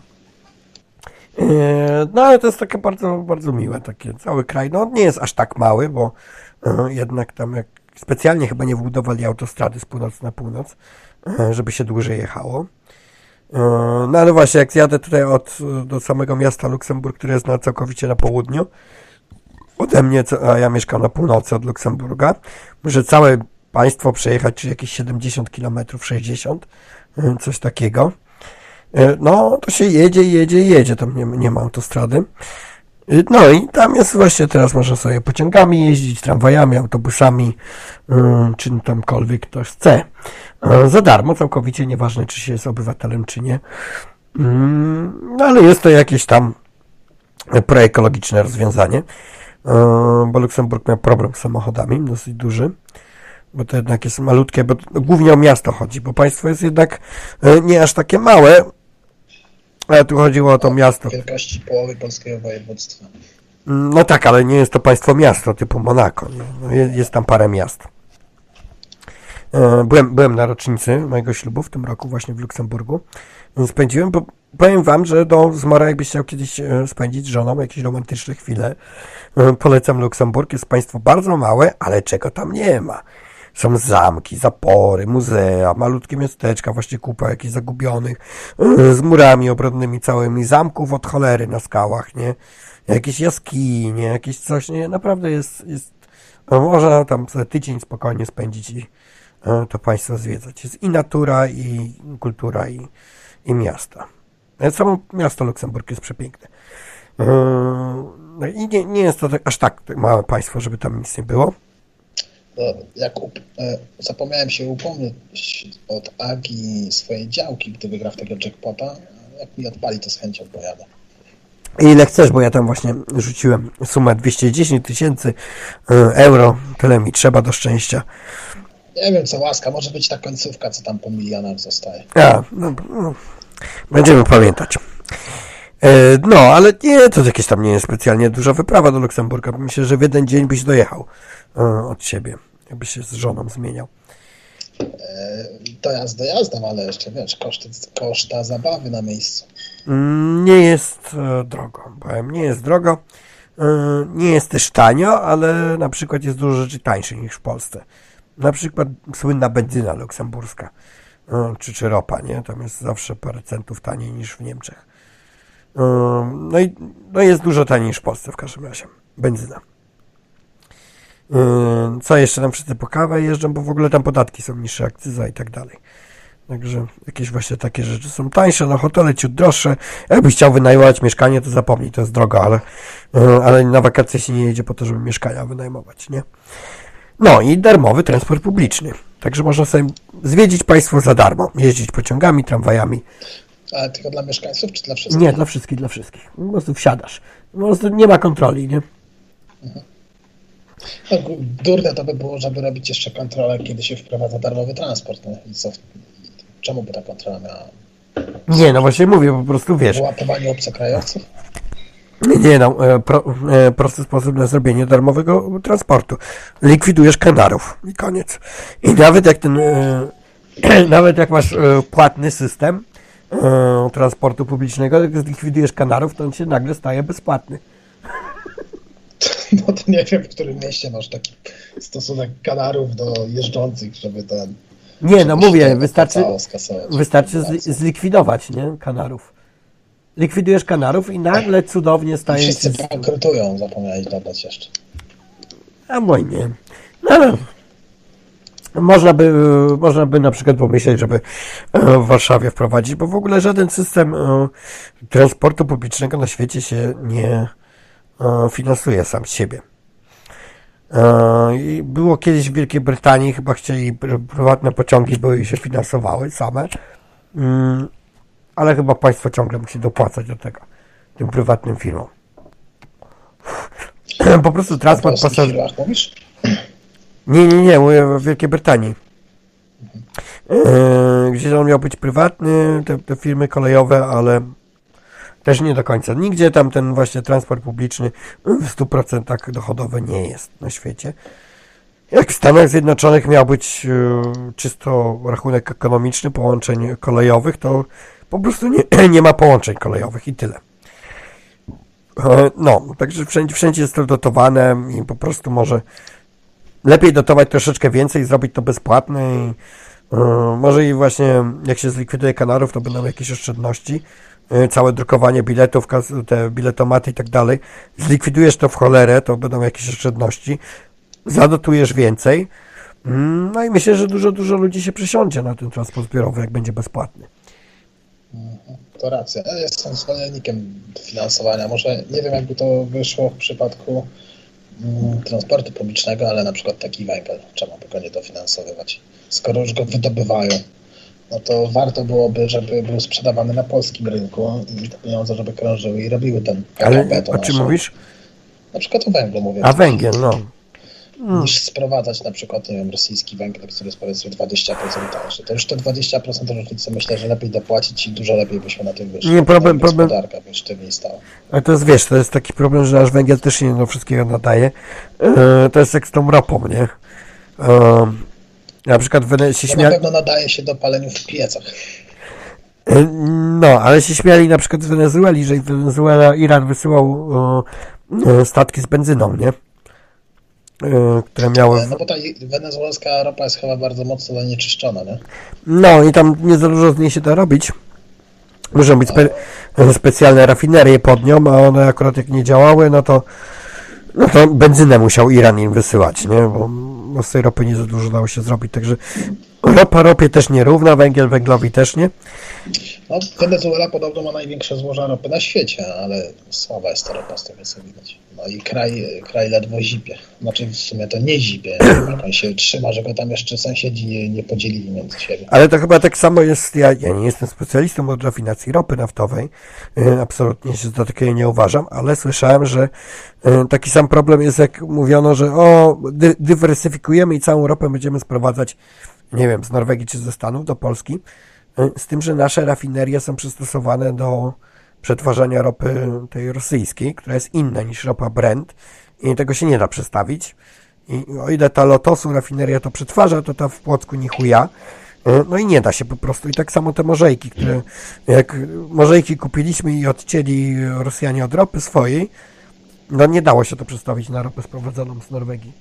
No ale to jest takie bardzo, bardzo miłe, takie cały kraj. No nie jest aż tak mały, bo jednak tam jak specjalnie chyba nie wybudowali autostrady z północy na północ, żeby się dłużej jechało. No ale właśnie jak zjadę tutaj do samego miasta Luksemburg, które jest całkowicie na południu, ode mnie, a ja mieszkam na północy od Luksemburga, może całe państwo przejechać, czy jakieś 70 km, 60, coś takiego. No, to się jedzie, tam nie ma autostrady. No i tam jest właśnie, teraz można sobie pociągami jeździć, tramwajami, autobusami, czy tamkolwiek ktoś chce. Za darmo, całkowicie, nieważne, czy się jest obywatelem, czy nie. No, ale jest to jakieś tam proekologiczne rozwiązanie. Bo Luksemburg miał problem z samochodami, dosyć duży, bo to jednak jest malutkie, bo głównie o miasto chodzi, bo państwo jest jednak nie aż takie małe, ale tu chodziło o to miasto. Wielkości połowy polskiego województwa. No tak, ale nie jest to państwo miasto typu Monako, no, jest tam parę miast. Byłem na rocznicy mojego ślubu w tym roku właśnie w Luksemburgu. Spędziłem, bo powiem wam, że z Mora jakbyś chciał kiedyś spędzić z żoną jakieś romantyczne chwile, polecam Luksemburg. Jest państwo bardzo małe, ale czego tam nie ma. Są zamki, zapory, muzea, malutkie miasteczka, właśnie kupa jakichś zagubionych, z murami obronnymi całymi, zamków od cholery na skałach, nie? Jakieś jaskinie, jakieś coś, nie? Naprawdę jest można tam sobie tydzień spokojnie spędzić i to państwo zwiedzać. Jest i natura, i kultura, i miasta. Samo miasto Luksemburg jest przepiękne. I nie jest to aż tak małe państwo, żeby tam nic nie było. No, Jakub, zapomniałem się upomnieć od Agi swojej działki, gdy wygra w tego jackpota. Jak mi odpali, to z chęcią pojadę. Ile chcesz, bo ja tam właśnie rzuciłem sumę 210 000 euro. Tyle mi trzeba do szczęścia. Nie wiem, co łaska. Może być ta końcówka, co tam po milionach zostaje. No, będziemy pamiętać. No, ale nie, to jakieś tam nie jest specjalnie duża wyprawa do Luksemburga. Myślę, że w jeden dzień byś dojechał od siebie, jakbyś się z żoną zmieniał. Dojazdem, ale jeszcze wiesz, koszta zabawy na miejscu. Nie jest drogo, powiem, nie jest drogo. Nie jest też tanio, ale na przykład jest dużo rzeczy tańszych niż w Polsce. Na przykład słynna benzyna luksemburska, czy ropa, nie? Tam jest zawsze parę centów taniej niż w Niemczech. No jest dużo taniej niż w Polsce w każdym razie. Benzyna. Co jeszcze nam wszyscy po kawę jeżdżą, bo w ogóle tam podatki są niższe, akcyza i tak dalej. Także jakieś właśnie takie rzeczy są tańsze, no hotele ciut droższe. Jakbyś chciał wynajmować mieszkanie, to zapomnij, to jest drogo, ale na wakacje się nie jedzie po to, żeby mieszkania wynajmować, nie? No i darmowy transport publiczny. Także można sobie zwiedzić państwo za darmo. Jeździć pociągami, tramwajami. Ale tylko dla mieszkańców, czy dla wszystkich? Nie, dla wszystkich. Po prostu wsiadasz. Po prostu nie ma kontroli, nie? No, durne to by było, żeby robić jeszcze kontrolę, kiedy się wprowadza darmowy transport. No. I co? Czemu by ta kontrola miała? Nie, no właśnie mówię, po prostu wiesz. Wyłapywanie obcokrajowców? Nie, no, prosty sposób na zrobienie darmowego transportu. Likwidujesz kanarów i koniec. I nawet jak masz płatny system transportu publicznego, jak zlikwidujesz kanarów, to on się nagle staje bezpłatny. No to nie wiem, w którym mieście masz taki stosunek kanarów do jeżdżących, żeby ten... Nie, no mówię, wystarczy zlikwidować, nie? Kanarów. Likwidujesz kanarów i nagle cudownie staje się... Wszyscy bankrutują, zapomniałeś dodać jeszcze. A mój nie. No, można by na przykład pomyśleć, żeby w Warszawie wprowadzić, bo w ogóle żaden system transportu publicznego na świecie się nie finansuje sam z siebie. Było kiedyś w Wielkiej Brytanii, chyba chcieli prywatne pociągi, były i się finansowały same, ale chyba państwo ciągle musi dopłacać do tego, tym prywatnym firmom. Po prostu transport pasażerów. Nie, mówię w Wielkiej Brytanii. Gdzie on miał być prywatny, te firmy kolejowe, ale też nie do końca. Nigdzie tam ten właśnie transport publiczny w 100% dochodowy nie jest na świecie. Jak w Stanach Zjednoczonych miał być czysto rachunek ekonomiczny połączeń kolejowych, to po prostu nie ma połączeń kolejowych i tyle. No, także wszędzie jest to dotowane i po prostu może lepiej dotować troszeczkę więcej, zrobić to bezpłatne i może i właśnie jak się zlikwiduje kanarów, to będą jakieś oszczędności. Całe drukowanie biletów, te biletomaty i tak dalej. Zlikwidujesz to w cholerę, to będą jakieś oszczędności. Zadotujesz więcej. No i myślę, że dużo ludzi się przesiądzie na ten transport zbiorowy, jak będzie bezpłatny. To racja. Ja jestem zwolennikiem finansowania. Może nie wiem, jakby to wyszło w przypadku transportu publicznego, ale na przykład taki węgiel. Czemu by go nie dofinansowywać? Skoro już go wydobywają, no to warto byłoby, żeby był sprzedawany na polskim rynku i te pieniądze, żeby krążyły i robiły ten beton. Ale o czym mówisz? Na przykład o węglu mówię. A węgiel, no. Niż sprowadzać na przykład, nie wiem, rosyjski węgiel, który jest powiedzmy 20% tańszy. To już te 20% różnicy myślę, że lepiej dopłacić i dużo lepiej byśmy na tym wyszli. Nie, problem. Gospodarka by sztywniej stała. Ale to jest, wiesz, to jest taki problem, że nasz węgiel też się nie do wszystkiego nadaje. To jest jak z tą ropą, nie? Na przykład na pewno nadaje się do paleniu w piecach. No, ale się śmiali na przykład z Wenezueli, że Iran wysyłał statki z benzyną, nie? Które miały... No bo ta wenezuelska ropa jest chyba bardzo mocno zanieczyszczona, nie? No i tam nie za dużo z niej się da robić. Muszą być specjalne rafinerie pod nią, a one akurat jak nie działały, no to benzynę musiał Iran im wysyłać, nie? Bo z tej ropy nie za dużo dało się zrobić, także ropa ropie też nierówna, węgiel węglowi też nie. No, Wenezuela podobno ma największe złoża ropy na świecie, ale słaba jest ta ropa z tego, co widać. No i kraj ledwo zipie. Znaczy w sumie to nie zipie, jak on się trzyma, że go tam jeszcze sąsiedzi nie podzielili między siebie. Ale to chyba tak samo jest, ja nie jestem specjalistą od rafinacji ropy naftowej, absolutnie się za takiego nie uważam, ale słyszałem, że taki sam problem jest, jak mówiono, że dywersyfikujemy i całą ropę będziemy sprowadzać, nie wiem, z Norwegii czy ze Stanów do Polski, z tym, że nasze rafinerie są przystosowane do przetwarzania ropy tej rosyjskiej, która jest inna niż ropa Brent i tego się nie da przestawić I o ile ta Lotosu rafineria to przetwarza, to ta w Płocku ni chuja. No i nie da się po prostu. I tak samo te morzejki, które jak morzejki kupiliśmy i odcięli Rosjanie od ropy swojej, no nie dało się to przestawić na ropę sprowadzoną z Norwegii.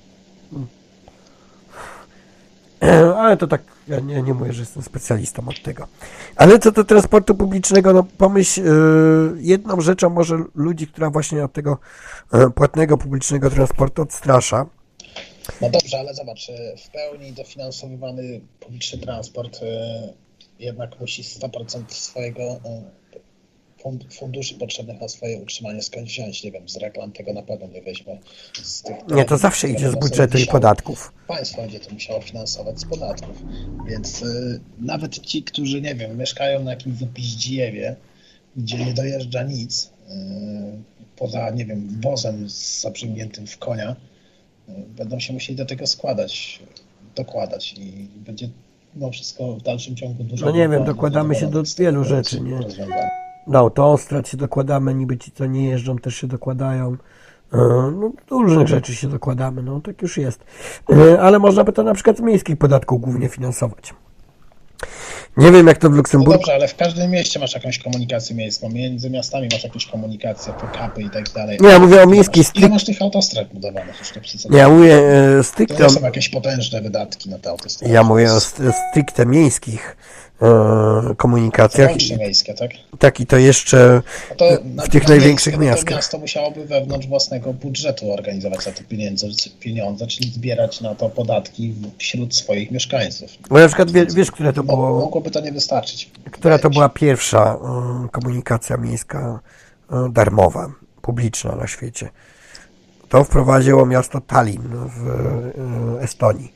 Ale to tak, ja nie mówię, że jestem specjalistą od tego. Ale co do transportu publicznego, no pomyśl, jedną rzeczą może ludzi, która właśnie od tego płatnego publicznego transportu odstrasza. No dobrze, ale zobacz, w pełni dofinansowywany publiczny transport jednak musi 100% swojego funduszy potrzebnych na swoje utrzymanie skądś wziąć. Nie wiem, z reklam tego na pewno nie weźmie. Nie, to zawsze idzie z budżetu i podatków. Państwo będzie to musiało finansować z podatków. Więc nawet ci, którzy, nie wiem, mieszkają na jakimś Wypiździewie, gdzie nie dojeżdża nic, poza, nie wiem, wozem zaprzęgniętym w konia, będą się musieli do tego dokładać i będzie no wszystko w dalszym ciągu dużo. No nie wiem, dokładamy się do wielu rzeczy, nie? Do autostrad się dokładamy, niby ci, co nie jeżdżą, też się dokładają. No, do różnych rzeczy się dokładamy, no tak już jest. Ale można by to na przykład z miejskich podatków głównie finansować. Nie wiem, jak to w Luksemburgu. No dobrze, ale w każdym mieście masz jakąś komunikację miejską. Między miastami masz jakąś komunikację, pick-upy i tak dalej. Nie, ja mówię o miejskiej Ile masz tych autostrad budowanych? Nie, ja mówię stricte. To nie są jakieś potężne wydatki na te autostrady. Ja mówię o stricte miejskich komunikacjach. Łącznie miejskie, tak? Tak, i to jeszcze to w tych największych miastach. To miasto musiałoby wewnątrz własnego budżetu organizować na to pieniądze, czyli zbierać na to podatki wśród swoich mieszkańców. Bo na przykład wiesz, które to było... Mogłoby to nie wystarczyć. Która to była pierwsza komunikacja miejska darmowa, publiczna na świecie. To wprowadziło miasto Tallinn w Estonii.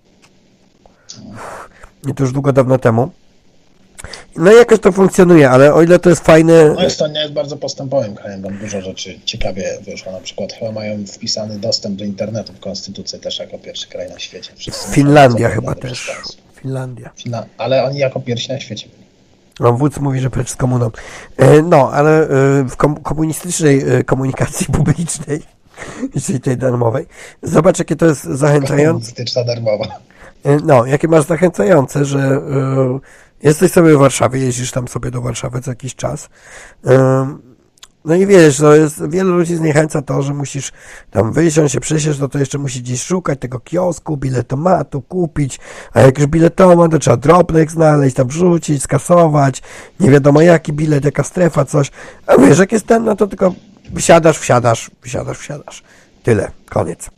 Nie to już dawno temu. No i jakoś to funkcjonuje, ale o ile to jest fajne... No Estonia jest bardzo postępowym krajem, tam dużo rzeczy ciekawie wyszło. Na przykład chyba mają wpisany dostęp do internetu w konstytucji też jako pierwszy kraj na świecie. Finlandia chyba też. Finlandia. Ale oni jako pierwsi na świecie byli. No, wódz mówi, że precz z komuną. No, ale w komunistycznej komunikacji publicznej, czyli tej darmowej, zobacz, jakie to jest zachęcające. Komunistyczna darmowa. No, jakie masz zachęcające, że jesteś sobie w Warszawie, jeździsz tam sobie do Warszawy co jakiś czas. No i wiesz, to jest, wielu ludzi zniechęca to, że musisz tam wyjść, on się przesiesz, to jeszcze musi gdzieś szukać tego kiosku, biletomatu, kupić, a jak już biletomat, to trzeba droplex znaleźć, tam wrzucić, skasować, nie wiadomo jaki bilet, jaka strefa, coś. A wiesz, jak jest ten, no to tylko wsiadasz. Tyle, koniec.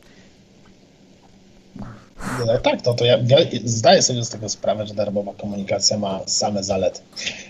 No tak, to ja zdaję sobie z tego sprawę, że darmowa komunikacja ma same zalety.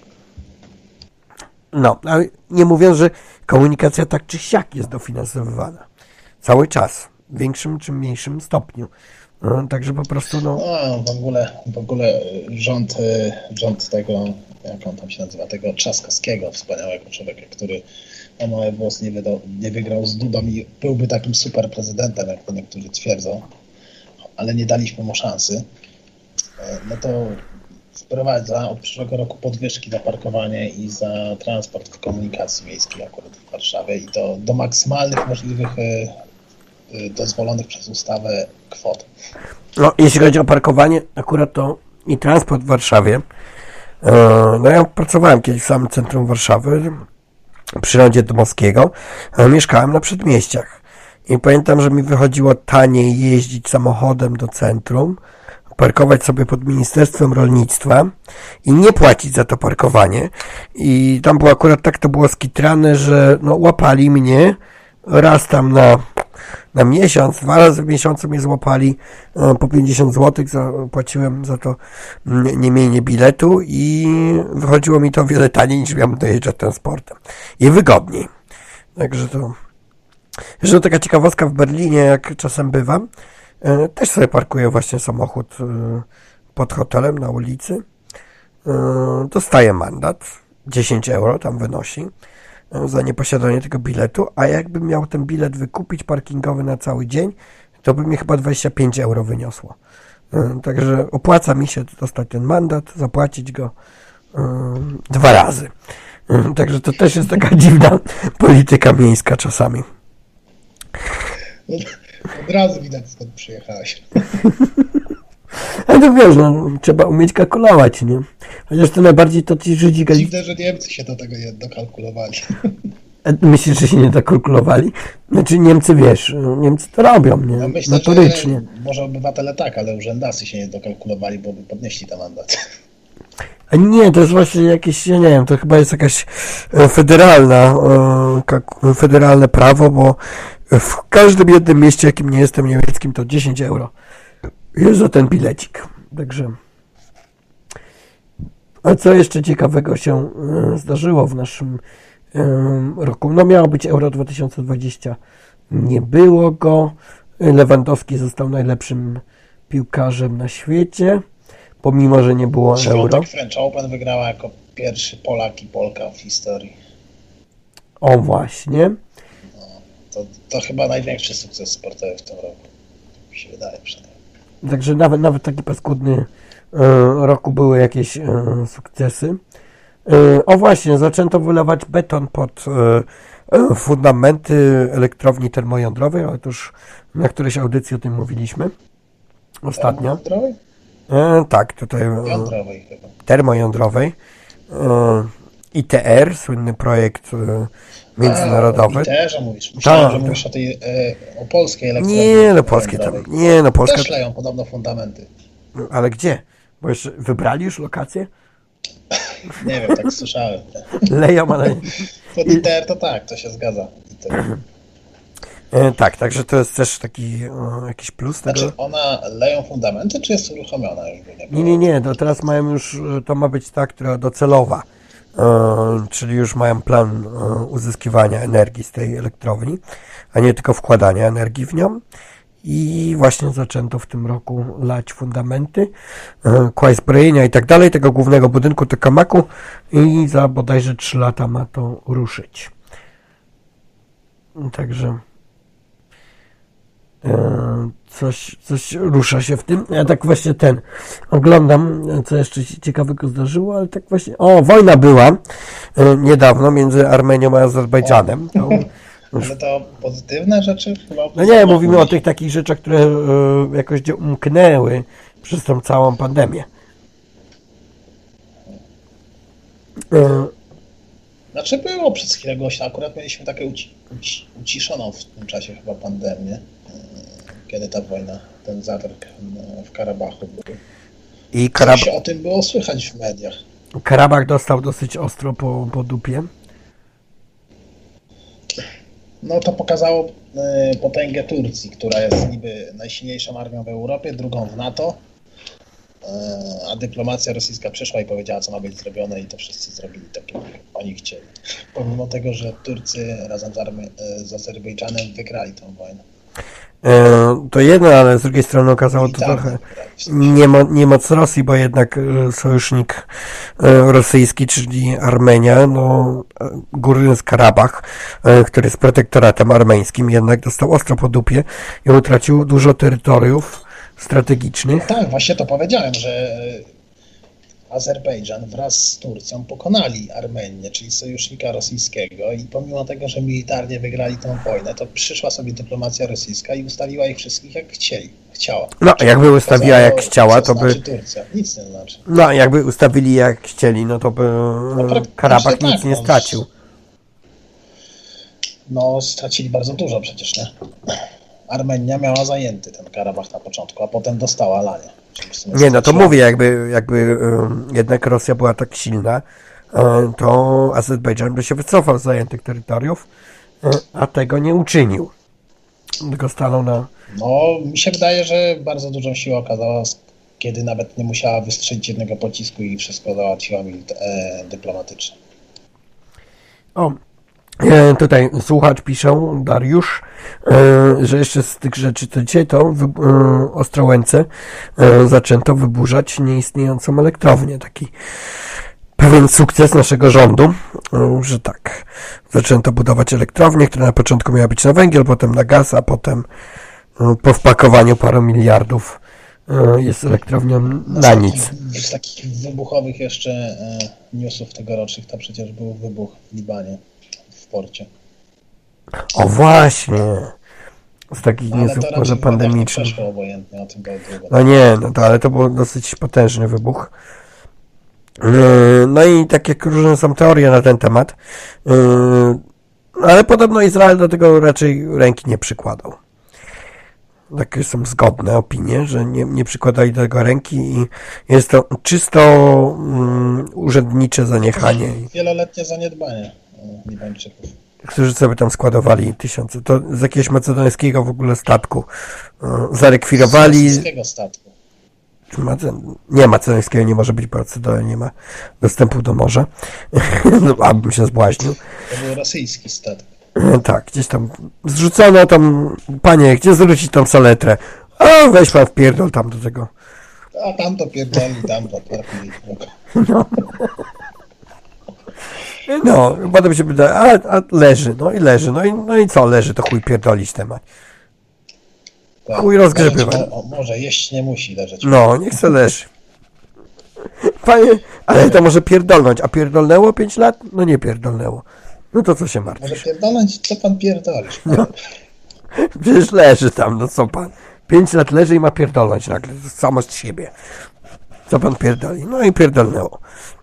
No, ale nie mówiąc, że komunikacja tak czy siak jest dofinansowywana. Cały czas. W większym czy mniejszym stopniu. No, także po prostu, no... W ogóle rząd tego, jak on tam się nazywa, tego Trzaskowskiego, wspaniałego człowieka, który o mały włos nie wygrał z Dudą i byłby takim super prezydentem, jak to niektórzy twierdzą, ale nie daliśmy mu szansy, no to wprowadza od przyszłego roku podwyżki za parkowanie i za transport w komunikacji miejskiej akurat w Warszawie i to do maksymalnych możliwych dozwolonych przez ustawę kwot. No, jeśli chodzi o parkowanie, akurat to i transport w Warszawie, no ja pracowałem kiedyś w samym centrum Warszawy, przy rondzie Dmowskiego, a mieszkałem na przedmieściach. I pamiętam, że mi wychodziło taniej jeździć samochodem do centrum, parkować sobie pod Ministerstwem Rolnictwa i nie płacić za to parkowanie. I tam było akurat tak to było skitrane, że no, łapali mnie raz tam na miesiąc, 2 razy w miesiącu mnie złapali po 50 zł, płaciłem za to nie mniej biletu i wychodziło mi to wiele taniej niż miałem dojeżdżać transportem. I wygodniej. Także to... Zresztą taka ciekawostka w Berlinie, jak czasem bywam, też sobie parkuję właśnie samochód pod hotelem na ulicy. Dostaję mandat, 10 euro tam wynosi za nieposiadanie tego biletu, a jakbym miał ten bilet wykupić parkingowy na cały dzień, to by mi chyba 25 euro wyniosło. Także opłaca mi się dostać ten mandat, zapłacić go 2 razy. Także to też jest taka dziwna polityka miejska czasami. Od razu widać, skąd przyjechałeś. Ale to wiesz, no, trzeba umieć kalkulować, nie? Chociaż to najbardziej to ci Żydzi... Dziwne, że Niemcy się do tego nie dokalkulowali. Myślisz, że się nie dokalkulowali? Znaczy Niemcy, wiesz, Niemcy to robią, nie? No myślę, notorycznie. Że może obywatele tak, ale urzędnicy się nie dokalkulowali, bo by podnieśli ten mandat. A nie, to jest właśnie jakieś, ja nie wiem, to chyba jest jakaś federalne prawo, bo w każdym jednym mieście, jakim nie jestem niemieckim, to 10 euro jest za ten bilecik. Także... A co jeszcze ciekawego się zdarzyło w naszym roku? No miało być Euro 2020, nie było go. Lewandowski został najlepszym piłkarzem na świecie, pomimo że nie było Euro. French Open wygrała jako pierwszy Polak i Polka w historii. O właśnie. No, to chyba największy sukces sportowy w tym roku. Mi się wydaje przynajmniej. Także nawet taki paskudny roku były jakieś sukcesy. O właśnie, zaczęto wylewać beton pod fundamenty elektrowni termojądrowej, ale to już na którejś audycji o tym mówiliśmy ostatnio. Termojądrowej? Tak, tutaj jądrowej chyba. Termojądrowej. ITR, słynny projekt międzynarodowy. O ITR-ze mówisz. Myślałem, że mówisz o polskiej elektrowni. Nie, no polskie tam. Nie, no Polska. Też leją podobno fundamenty. Ale gdzie? Bo jeszcze wybrali już lokację? Nie wiem, tak słyszałem. Leją, ale... Pod ITR to tak, to się zgadza. Tak, także to jest też taki jakiś plus tego. Znaczy ona leją fundamenty, czy jest uruchomiona już? Nie, to teraz mają już, to ma być ta, która docelowa, czyli już mają plan uzyskiwania energii z tej elektrowni, a nie tylko wkładania energii w nią. I właśnie zaczęto w tym roku lać fundamenty, kłaść zbrojenia i tak dalej, tego głównego budynku Tokamaki i za bodajże 3 lata ma to ruszyć. Także coś rusza się w tym. Ja tak właśnie oglądam, co jeszcze się ciekawego zdarzyło, ale tak właśnie, wojna była niedawno między Armenią a Azerbejdżanem. Ale to pozytywne rzeczy chyba? No nie, mówimy o tych takich rzeczach, które jakoś umknęły przez tą całą pandemię. Znaczy było przez chwilę głośno, akurat mieliśmy taką uciszoną w tym czasie chyba pandemię, kiedy ta wojna, ten zatarg w Karabachu był. I coś o tym było słychać w mediach. Karabach dostał dosyć ostro po dupie. No to pokazało potęgę Turcji, która jest niby najsilniejszą armią w Europie, drugą w NATO, a dyplomacja rosyjska przyszła i powiedziała, co ma być zrobione i to wszyscy zrobili tak, jak oni chcieli. Pomimo tego, że Turcy razem z Azerbejdżanem wygrali tę wojnę. To jedno, ale z drugiej strony okazało to trochę niemoc Rosji, bo jednak sojusznik rosyjski, czyli Armenia, Górny Karabach, który jest protektoratem armeńskim, jednak dostał ostro po dupie i utracił dużo terytoriów strategicznych. No tak, właśnie to powiedziałem, że Azerbejdżan wraz z Turcją pokonali Armenię, czyli sojusznika rosyjskiego i pomimo tego, że militarnie wygrali tę wojnę, to przyszła sobie dyplomacja rosyjska i ustawiła ich wszystkich jak chciała. No, jakby ustawiła jak chciała, to by... Turcja. Nic nie znaczy. No, jakby ustawili jak chcieli, no to by Karabach nic nie stracił. No, stracili bardzo dużo przecież, nie? Armenia miała zajęty ten Karabach na początku, a potem dostała lanie. Nie, no to mówię, jakby jednak Rosja była tak silna, to Azerbejdżan by się wycofał z zajętych terytoriów, a tego nie uczynił. Tylko stanął na... No, mi się wydaje, że bardzo dużą siłę okazała, kiedy nawet nie musiała wystrzelić jednego pocisku i wszystko załatwiła dyplomatycznie. Tutaj słuchacz pisze, Dariusz, że jeszcze z tych rzeczy to dzisiaj to w Ostrołęce zaczęto wyburzać nieistniejącą elektrownię. Taki pewien sukces naszego rządu, że tak, zaczęto budować elektrownię, która na początku miała być na węgiel, potem na gaz, a potem po wpakowaniu paru miliardów jest elektrownią na nic. Z takich wybuchowych jeszcze newsów tegorocznych to przecież był wybuch w Libanie. W porcie. O właśnie, z takich Ale newsów to może raczej pandemicznych. przeszło obojętnie, o tym było długo. No nie, no to, ale to był dosyć potężny wybuch. No i tak jak różne są teorie na ten temat, ale podobno Izrael do tego raczej ręki nie przykładał. Takie są zgodne opinie, że nie przykładali do tego ręki i jest to czysto urzędnicze zaniechanie. Wieloletnie zaniedbanie Libańczyków. Którzy sobie tam składowali tysiące. To z jakiegoś macedońskiego w ogóle statku zarekwirowali. Z macedońskiego statku. Nie, macedońskiego nie może być, bo Macedonia nie ma dostępu do morza. Abym się zbłaźnił. To był rosyjski statek. Tak, gdzieś tam zrzucono tam, panie, gdzie zwrócić tą saletrę? A weź pan wpierdol tam do tego. A tam to pierdoli, tam to trafili. No, potem się pyta, a leży, leży, no i co leży, to chuj pierdolić temat. Tak. Chuj rozgrzebywać. Może jeść nie musi leżeć. No, niech se leży. Panie, ale to może pierdolnąć, a pierdolnęło 5 lat? No nie pierdolnęło. No to co się martwisz? Może pierdolnąć, co pan pierdolisz? No. Przecież leży tam, no co pan? 5 lat leży i ma pierdolnąć nagle, samo z siebie. Co pan pierdoli? No i pierdolnęło.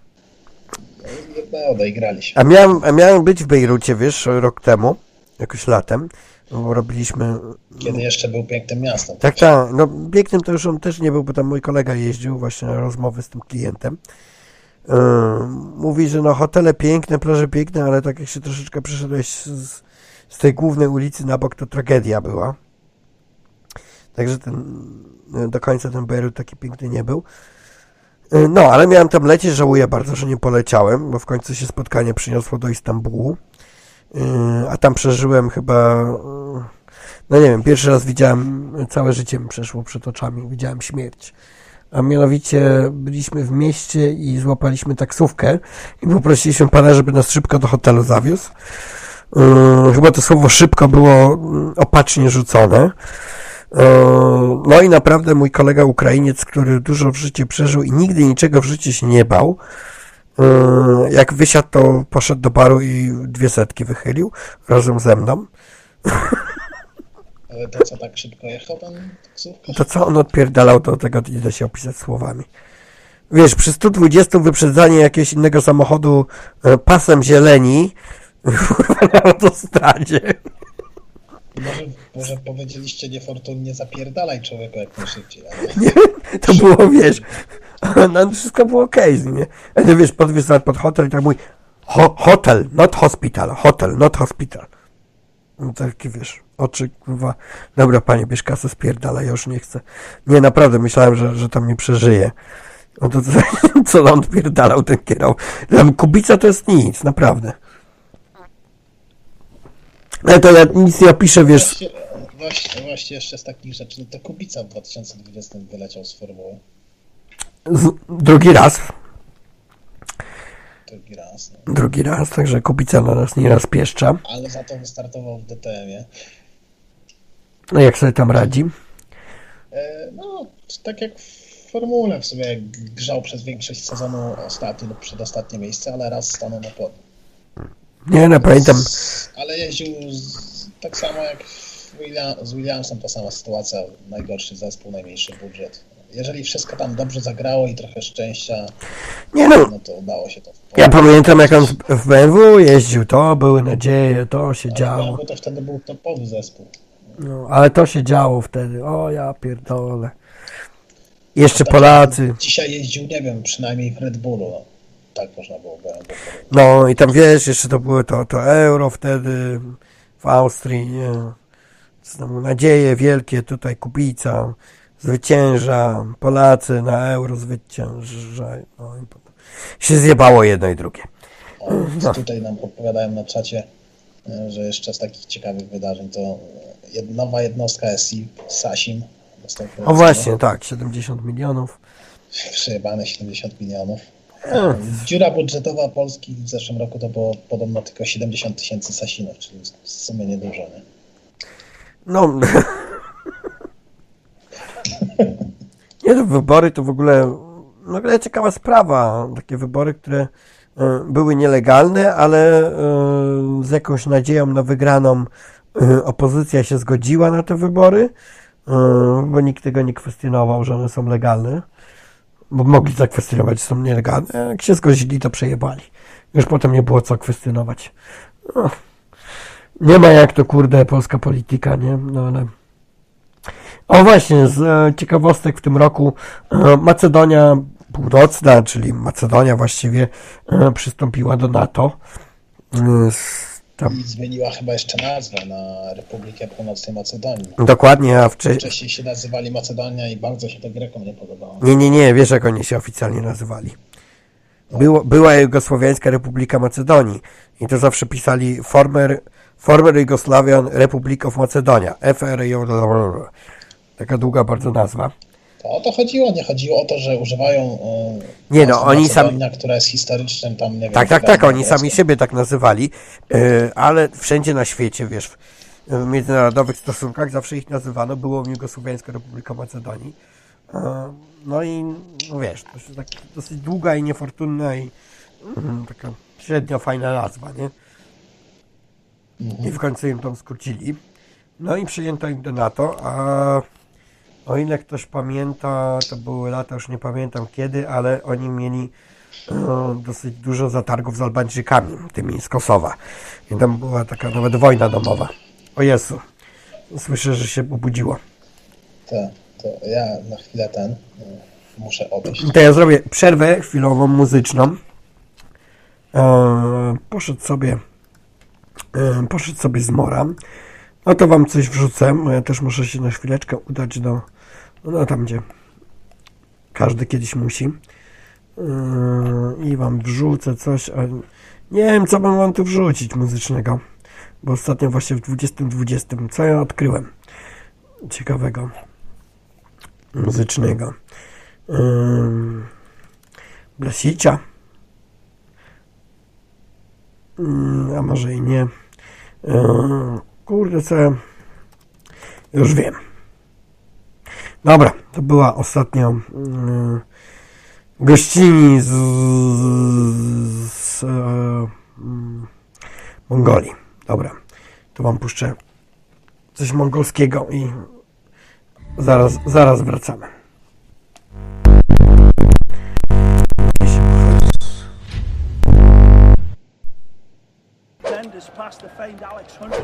No, odegrali się. A miałem być w Bejrucie, wiesz, rok temu, jakoś latem, bo robiliśmy... Kiedy jeszcze był pięknym miastem. Tak, no pięknym to już on też nie był, bo tam mój kolega jeździł właśnie na rozmowy z tym klientem. Mówi, że no hotele piękne, plaże piękne, ale tak jak się troszeczkę przeszedłeś z tej głównej ulicy na bok, to tragedia była. Także do końca ten Bejrut taki piękny nie był. No, ale miałem tam lecieć, żałuję bardzo, że nie poleciałem, bo w końcu się spotkanie przyniosło do Istambułu, a tam przeżyłem chyba, no nie wiem, pierwszy raz widziałem, całe życie mi przeszło przed oczami, widziałem śmierć. A mianowicie byliśmy w mieście i złapaliśmy taksówkę i poprosiliśmy pana, żeby nas szybko do hotelu zawiózł. Chyba to słowo szybko było opacznie rzucone. No i naprawdę mój kolega Ukrainiec, który dużo w życiu przeżył i nigdy niczego w życiu się nie bał, jak wysiadł, to poszedł do baru i 200 wychylił razem ze mną. Ale to co, tak szybko jechał pan taksówką? To co on odpierdalał, to tego nie da się opisać słowami. Wiesz, przy 120 wyprzedzanie jakiegoś innego samochodu pasem zieleni na autostradzie. Może powiedzieliście niefortunnie zapierdalaj człowieku jak najszybciej. Ale... Nie, to było, wiesz, no, wszystko było okej, nie? Ale wiesz, podwiózł nawet pod hotel i tak mówi hotel, not hospital, hotel, not hospital. No taki, wiesz, oczy, kurwa, dobra panie, bierz kasę, spierdala, ja już nie chcę. Nie, naprawdę, myślałem, że tam nie przeżyje. No to co on odpierdalał, ten kierał. Tam Kubica to jest nic, naprawdę. Ale to ja nic nie opiszę, wiesz... Właśnie jeszcze z takich rzeczy, no to Kubica w 2020 wyleciał z formuły. Drugi raz. No. Drugi raz, także Kubica na nas nie raz pieszcza. Ale za to wystartował w DTM-ie. No jak sobie tam radzi? No, tak jak w formule w sumie, jak grzał przez większość sezonu ostatnie lub przedostatnie miejsce, ale raz stanął na podium. Nie, no pamiętam. Ale jeździł tak samo jak z Williamsem, ta sama sytuacja, najgorszy zespół, najmniejszy budżet. Jeżeli wszystko tam dobrze zagrało i trochę szczęścia, no to udało się to. Ja pamiętam, jak on w BMW jeździł, to były nadzieje, to się działo. BMW to wtedy był topowy zespół. No, ale to się działo wtedy, o ja pierdolę. Jeszcze tak, Polacy. Dzisiaj jeździł, nie wiem, przynajmniej w Red Bullu, no. Tak można było BMW. No i tam wiesz, jeszcze to było to euro wtedy w Austrii, nie? Nadzieje wielkie, tutaj Kubica zwycięża, Polacy na euro zwyciężają. No i potem się zjebało jedno i drugie. No. Tutaj nam podpowiadają na czacie, że jeszcze z takich ciekawych wydarzeń to nowa jednostka SI, Sasim. O właśnie, tak, 70 milionów. Przejebane 70 milionów. Dziura budżetowa Polski w zeszłym roku to było podobno tylko 70 000 Sasinów, czyli w sumie niedużo, nie? No... Nie, to wybory to w ogóle ciekawa sprawa. Takie wybory, które były nielegalne, ale z jakąś nadzieją na wygraną opozycja się zgodziła na te wybory, bo nikt tego nie kwestionował, że one są legalne, bo mogli zakwestionować, że są nielegalne. Jak się zgodzili, to przejebali. Już potem nie było co kwestionować. Nie ma jak to, kurde, polska polityka, nie? No ale... O właśnie, z ciekawostek w tym roku Macedonia Północna, czyli Macedonia właściwie przystąpiła do NATO. I zmieniła chyba jeszcze nazwę na Republikę Północnej Macedonii. Dokładnie, a wcześniej się nazywali Macedonia i bardzo się to Grekom nie podobało. Nie, wiesz jak oni się oficjalnie nazywali. Była Jugosłowiańska Republika Macedonii i to zawsze pisali Former Yugoslavian Republic of Macedonia, FRJ. Taka długa bardzo nazwa. To o to chodziło, nie chodziło o to, że używają oni sami, która jest historycznym tam, nie wiem. Tak, oni sami siebie tak nazywali, ale wszędzie na świecie, wiesz, w międzynarodowych stosunkach zawsze ich nazywano, było Jugosłowiańska Republika Macedonii. No i no wiesz, to jest tak dosyć długa i niefortunna i taka średnio fajna nazwa, nie? I w końcu im tą skrócili. No i przyjęto im do NATO, a o ile ktoś pamięta, to były lata, już nie pamiętam kiedy, ale oni mieli dosyć dużo zatargów z Albańczykami, tymi z Kosowa. I tam była taka nawet wojna domowa. O Jezu, słyszę, że się obudziło. To ja na chwilę muszę odejść. To ja zrobię przerwę chwilową muzyczną. Poszedł sobie z mora. No to wam coś wrzucę. Ja też muszę się na chwileczkę udać do... No tam, gdzie każdy kiedyś musi. I wam wrzucę coś. Nie wiem, co mam wam tu wrzucić muzycznego. Bo ostatnio właśnie w 2020 co ja odkryłem ciekawego muzycznego. Blasicia. A może i nie. Kurde, co ja... Już wiem. Dobra, to była ostatnia gościni z Mongolii. Dobra, to wam puszczę coś mongolskiego i zaraz wracamy. Past the famed Alex Hunter.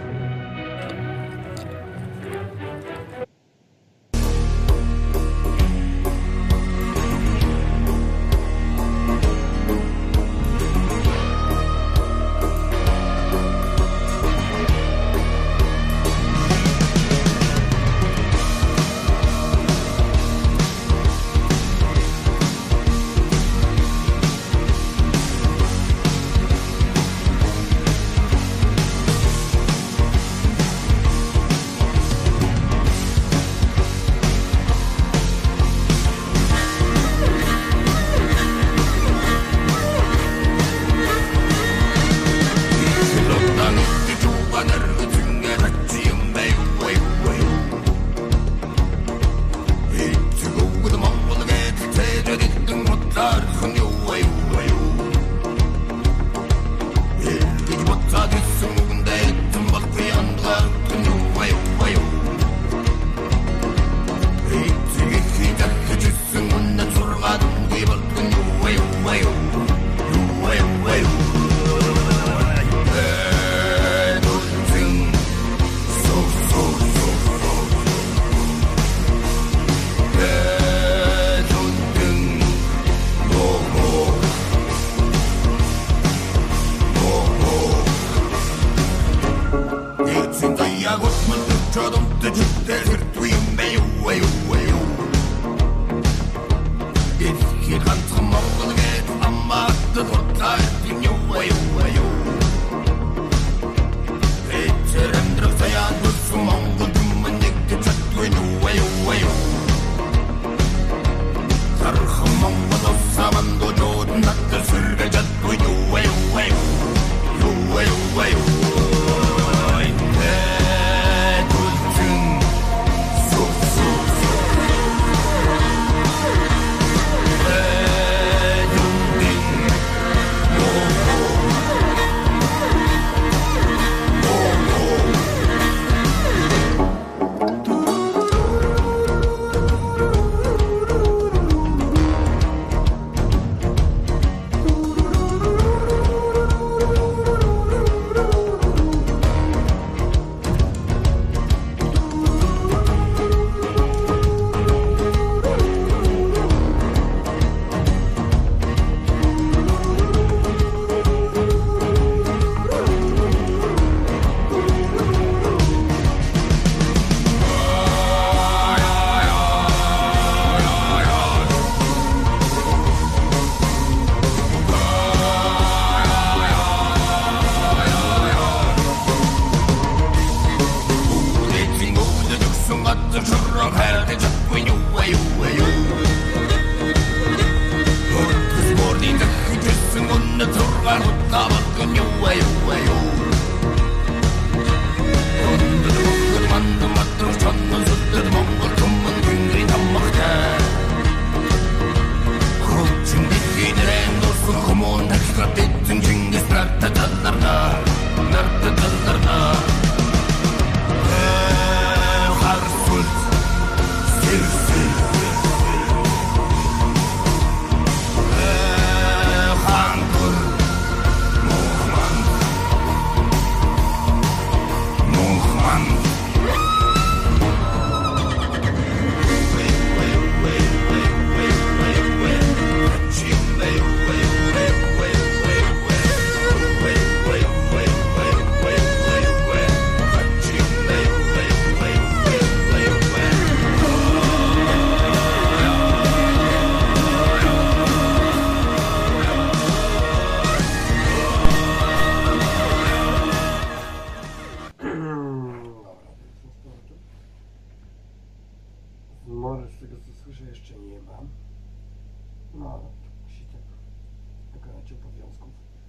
No, musi dokonać obowiązków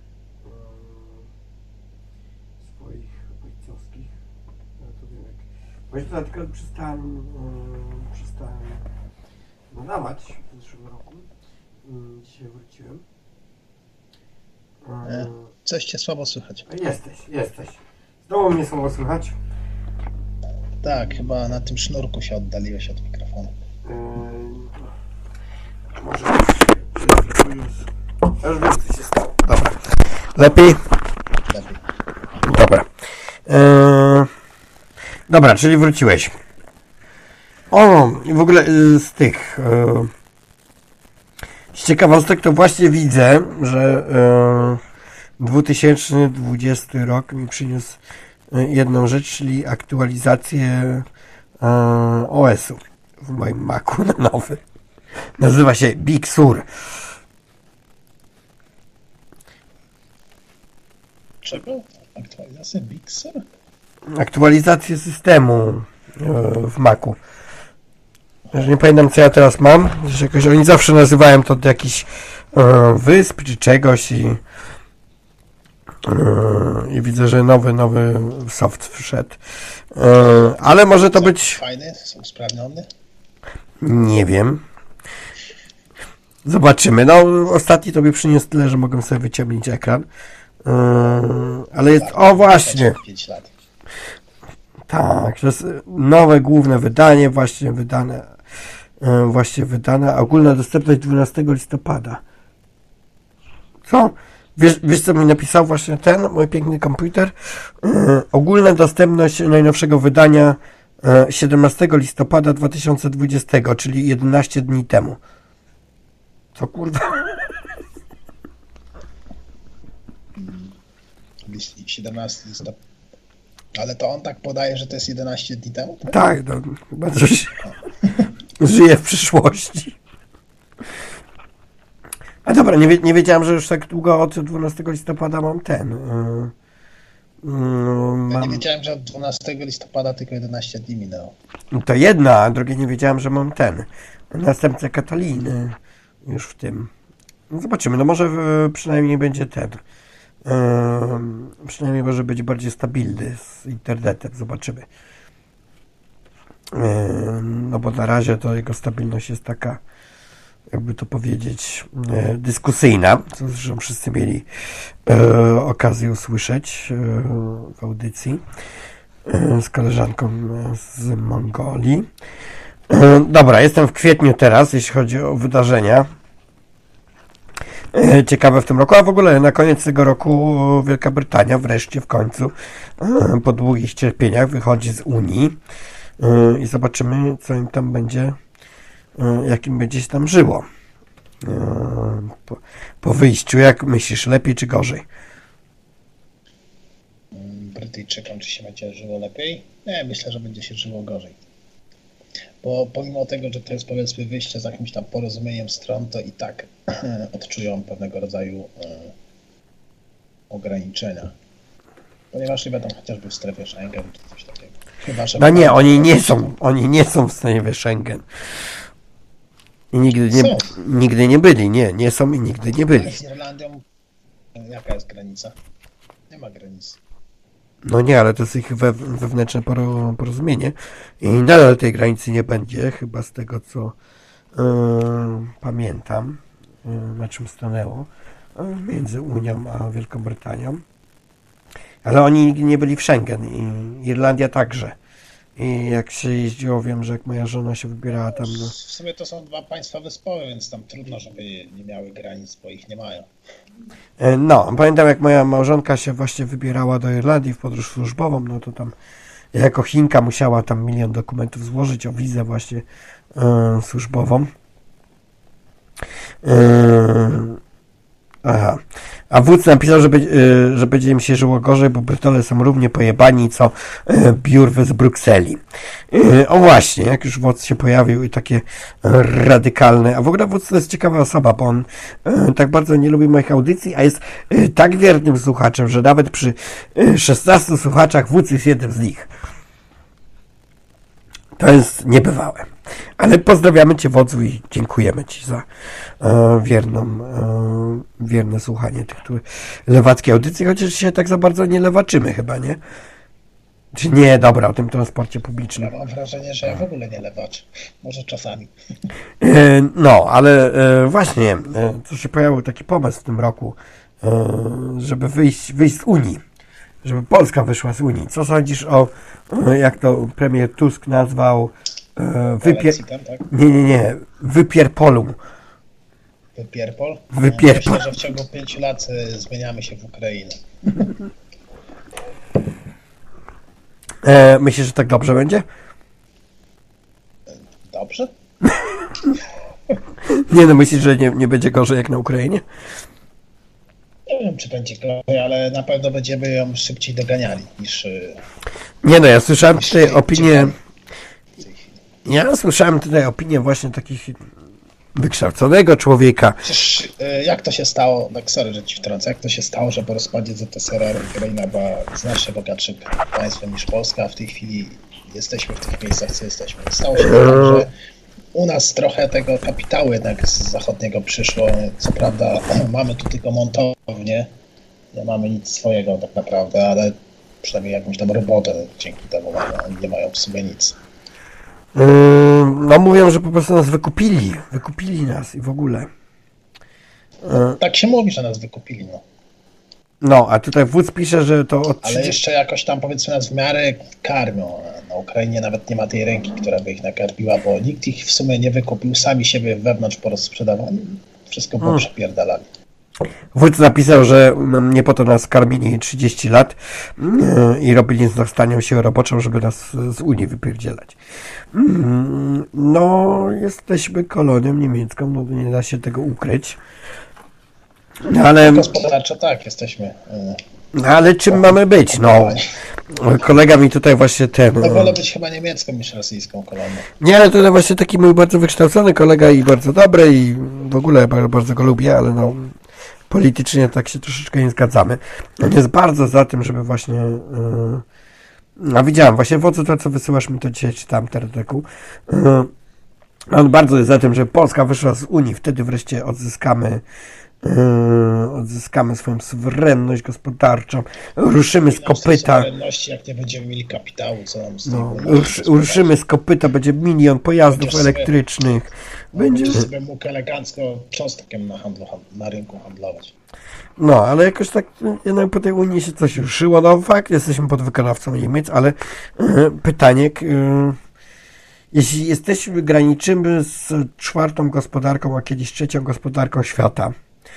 swoich ojcowskich. No to wiem jak. Właśnie to tylko przestałem nadawać w zeszłym roku. Dzisiaj wróciłem. Coś cię słabo słychać. Jesteś. Znowu mnie słabo słychać. Tak, chyba na tym sznurku się oddaliłeś od mikrofonu. Może już wiem, co się stało. Dobra. Lepiej? Lepiej. Dobra. Dobra, czyli wróciłeś. O, i w ogóle z tych z ciekawostek to właśnie widzę, że 2020 rok mi przyniósł jedną rzecz, czyli aktualizację OS-u w moim Macu na nowy. Nazywa się Big Sur. Czego? Aktualizacja Big Sur? Aktualizację systemu w Macu. Że nie pamiętam, co ja teraz mam. Że jakoś oni zawsze nazywają to do jakichś wysp czy czegoś i widzę, że nowy soft wszedł. Ale może to być... Fajny? Są usprawniony? Nie wiem. Zobaczymy. No, ostatni tobie przyniósł tyle, że mogłem sobie wyciągnąć ekran. Ale jest... O, właśnie! 5 lat. Tak, to jest nowe główne wydanie, właśnie wydane, ogólna dostępność 12 listopada. Co? Wiesz co mi napisał właśnie ten mój piękny komputer? Ogólna dostępność najnowszego wydania 17 listopada 2020, czyli 11 dni temu. Co kurwa? 17 listopada. Ale to on tak podaje, że to jest 11 dni temu? Tak, no, chyba że żyje w przyszłości. A dobra, nie wiedziałem, że już tak długo od 12 listopada mam ten. Ja nie wiedziałem, że od 12 listopada tylko 11 dni minęło. To jedna, a drugie nie wiedziałem, że mam ten. Następcę Kataliny już w tym. No zobaczymy, no może przynajmniej będzie ten. Przynajmniej może być bardziej stabilny z internetem, zobaczymy. No bo na razie to jego stabilność jest taka, jakby to powiedzieć, dyskusyjna, co zresztą wszyscy mieli okazję usłyszeć w audycji z koleżanką z Mongolii. Dobra, jestem w kwietniu teraz, jeśli chodzi o wydarzenia ciekawe w tym roku, a w ogóle na koniec tego roku Wielka Brytania wreszcie w końcu po długich cierpieniach wychodzi z Unii i zobaczymy, co im tam będzie, jak im będzie się tam żyło po wyjściu. Jak myślisz, lepiej czy gorzej? Brytyjczykom czy się będzie żyło lepiej? Nie, myślę, że będzie się żyło gorzej. Bo pomimo tego, że to jest powiedzmy wyjście z jakimś tam porozumieniem stron, to i tak odczują pewnego rodzaju ograniczenia. Ponieważ nie będą chociażby w strefie Schengen czy coś takiego. Chyba, że no nie, oni nie są w strefie Schengen. I nigdy nie byli, nie są i nigdy nie byli. Ale z Irlandią jaka jest granica? Nie ma granicy. No nie, ale to jest ich wewnętrzne porozumienie i nadal tej granicy nie będzie, chyba z tego co pamiętam, na czym stanęło między Unią a Wielką Brytanią. Ale oni nigdy nie byli w Schengen i Irlandia także. I jak się jeździło, wiem, że jak moja żona się wybierała tam... No... W sumie to są dwa państwa wyspowe, więc tam trudno, żeby nie miały granic, bo ich nie mają. No, pamiętam jak moja małżonka się właśnie wybierała do Irlandii w podróż służbową, no to tam jako Chinka musiała tam 1 milion dokumentów złożyć o wizę właśnie służbową. Aha. A wódz napisał, że będzie im się żyło gorzej, bo Brytole są równie pojebani co biurwy z Brukseli. O właśnie, jak już wódz się pojawił i takie radykalne, a w ogóle wódz to jest ciekawa osoba, bo on tak bardzo nie lubi moich audycji, a jest tak wiernym słuchaczem, że nawet przy 16 słuchaczach wódz jest jednym z nich. To jest niebywałe. Ale pozdrawiamy Cię, wodzu, i dziękujemy Ci za wierne słuchanie tych lewackiej audycji, chociaż się tak za bardzo nie lewaczymy chyba, nie? Czy nie, dobra, o tym transporcie publicznym. Ja mam wrażenie, że ja w ogóle nie lewaczę. Może czasami. No, ale właśnie, to się pojawił taki pomysł w tym roku, żeby wyjść z Unii, żeby Polska wyszła z Unii. Co sądzisz o, jak to premier Tusk nazwał, Nie, wypierpolum. Wypierpol? Wypierpol. Myślę, że w ciągu 5 lat zmieniamy się w Ukrainę. Myślisz, że tak dobrze będzie? Dobrze? Nie, no myślisz, że nie będzie gorzej jak na Ukrainie? Nie wiem, czy będzie gorzej, ale na pewno będziemy ją szybciej doganiali niż... Nie no, ja słyszałem tutaj opinię... Ja słyszałem tutaj opinię właśnie takich wykształconego człowieka. Przecież jak to się stało, tak sorry, że ci wtrącę, jak to się stało, że po rozpadzie ZSRR Ukraina była znacznie bogatszym państwem niż Polska, a w tej chwili jesteśmy w tych miejscach, co jesteśmy. Stało się tak, że u nas trochę tego kapitału jednak z zachodniego przyszło. Co prawda mamy tu tylko montownię, nie mamy nic swojego tak naprawdę, ale przynajmniej jakąś tam robotę dzięki temu mamy, oni nie mają w sobie nic. No mówią, że po prostu nas wykupili nas i w ogóle. Tak się mówi, że nas wykupili, no. No, a tutaj wódz pisze, że to od 30... Ale jeszcze jakoś tam powiedzmy nas w miarę karmią. Na Ukrainie nawet nie ma tej ręki, która by ich nakarmiła, bo nikt ich w sumie nie wykupił, sami siebie wewnątrz porozsprzedawali. Wszystko było przepierdalali. Wódz napisał, że nie po to nas karmili 30 lat i robili z nas tanią siłę roboczą, żeby nas z Unii wypierdzielać. No, jesteśmy kolonią niemiecką, no nie da się tego ukryć. Ale gospodarczo tak, jesteśmy. Ale czym mamy być? No, kolega mi tutaj właśnie No wolę być chyba niemiecką niż rosyjską kolonią. Nie, ale to właśnie taki mój bardzo wykształcony kolega i bardzo dobry i w ogóle bardzo go lubię, ale no politycznie tak się troszeczkę nie zgadzamy. On jest bardzo za tym, żeby właśnie... No widziałem, właśnie wodzu to, co wysyłasz mi, to dzisiaj czytałem Tereteku. On bardzo jest za tym, żeby Polska wyszła z Unii, wtedy wreszcie odzyskamy swoją suwerenność gospodarczą, ruszymy z kopyta. Suwerenności, jak nie będziemy mieli kapitału, co nam z tego ruszymy z kopyta, będzie 1 milion pojazdów elektrycznych. Będziesz sobie mógł elegancko cząstkiem na rynku handlować. No, ale jakoś tak jednak po tej Unii się coś ruszyło. No fakt, jesteśmy podwykonawcą Niemiec, ale pytanie, jeśli jesteśmy, graniczymy z 4. gospodarką, a kiedyś 3. gospodarką świata,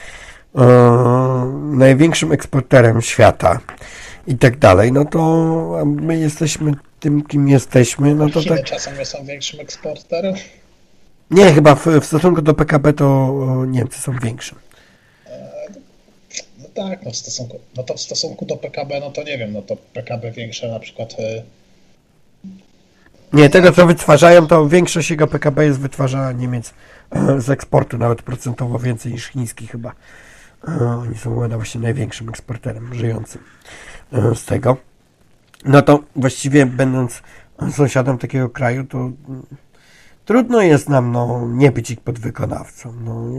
największym eksporterem świata i tak dalej, no to my jesteśmy tym, kim jesteśmy, no to Chiny tak... czasem nie są większym eksporterem? Nie, chyba w stosunku do PKB to Niemcy są większym. No tak, no to w stosunku do PKB, no to nie wiem, no to PKB większe na przykład... Nie, tego co wytwarzają, to większość jego PKB jest wytwarza Niemiec z eksportu, nawet procentowo więcej niż chiński chyba. Oni są właśnie największym eksporterem żyjącym z tego. No to właściwie będąc sąsiadem takiego kraju, to trudno jest nam nie być ich podwykonawcą.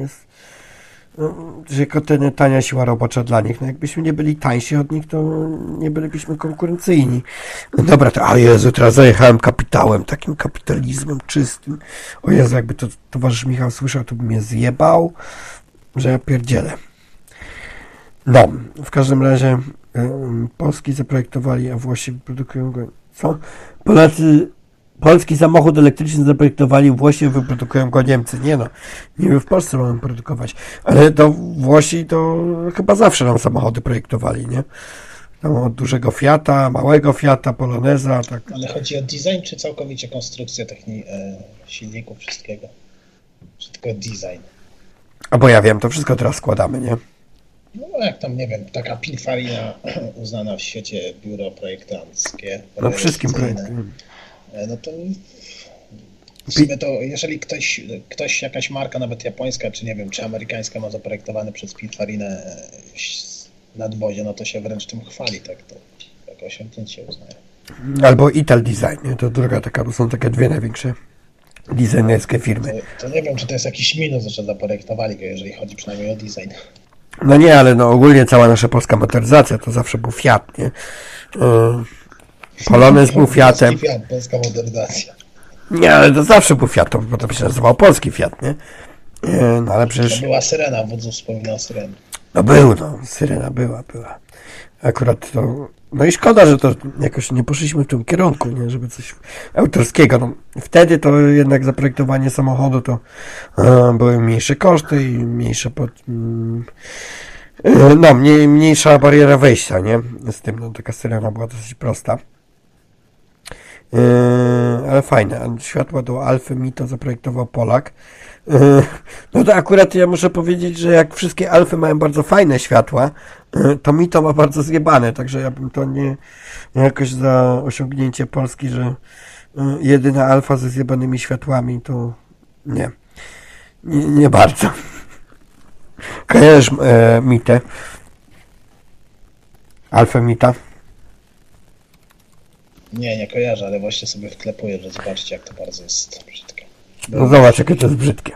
Że jako tania siła robocza dla nich. No jakbyśmy nie byli tańsi od nich, to nie bylibyśmy konkurencyjni. No dobra, to a Jezu, teraz zajechałem kapitałem, takim kapitalizmem czystym. O Jezu, jakby to towarzysz Michał słyszał, to by mnie zjebał, że ja pierdzielę. No, w każdym razie Polski zaprojektowali, a Włosi produkują go. Co? Polski samochód elektryczny zaprojektowali, Włosi wyprodukują go Niemcy. Nie no, nie w Polsce mamy produkować, ale to Włosi to chyba zawsze nam samochody projektowali, nie? Tam od dużego Fiata, małego Fiata, Poloneza, tak. Ale chodzi o design, czy całkowicie konstrukcję silników, wszystkiego? Czy tylko design? A bo ja wiem, to wszystko teraz składamy, nie? No jak tam, nie wiem, taka Pininfarina uznana w świecie biuro projektanckie. No wszystkim projektem. No to w sumie to jeżeli ktoś, jakaś marka, nawet japońska, czy nie wiem, czy amerykańska ma zaprojektowane przez Pininfarinę nadwozie, no to się wręcz tym chwali, tak to jako osiągnięcie uznaje. Albo Ital Design, nie? To druga taka, bo są takie dwie największe designerskie firmy. To nie wiem, czy to jest jakiś minus, że zaprojektowali go, jeżeli chodzi przynajmniej o design. No nie, ale no ogólnie cała nasza polska motoryzacja to zawsze był Fiat, nie? Polonez był Fiatem. Polski Fiat, polska motoryzacja. Nie, ale to zawsze był Fiat, bo to się nazywał polski Fiat, nie? No ale przecież... To była Syrena, wodzu wspominał Syrenę. No był, no, Syrena była. Akurat to... No i szkoda, że to jakoś nie poszliśmy w tym kierunku, nie? Żeby coś autorskiego. No, wtedy to jednak zaprojektowanie samochodu to były mniejsze koszty i mniejsze mniejsza bariera wejścia, nie? Z tym, no taka Syrena była dosyć prosta. Ale fajne. A światła do Alfy mi to zaprojektował Polak. No to akurat ja muszę powiedzieć, że jak wszystkie Alfy mają bardzo fajne światła, to mi to ma bardzo zjebane, także ja bym to nie jakoś za osiągnięcie Polski, że jedyna Alfa ze zjebanymi światłami, to nie bardzo. Kojarzysz Mitę? Alfę Mita? Nie kojarzę, ale właśnie sobie wklepuję, że zobaczcie, jak to bardzo jest brzydkie. No zobacz, jakie to jest brzydkie.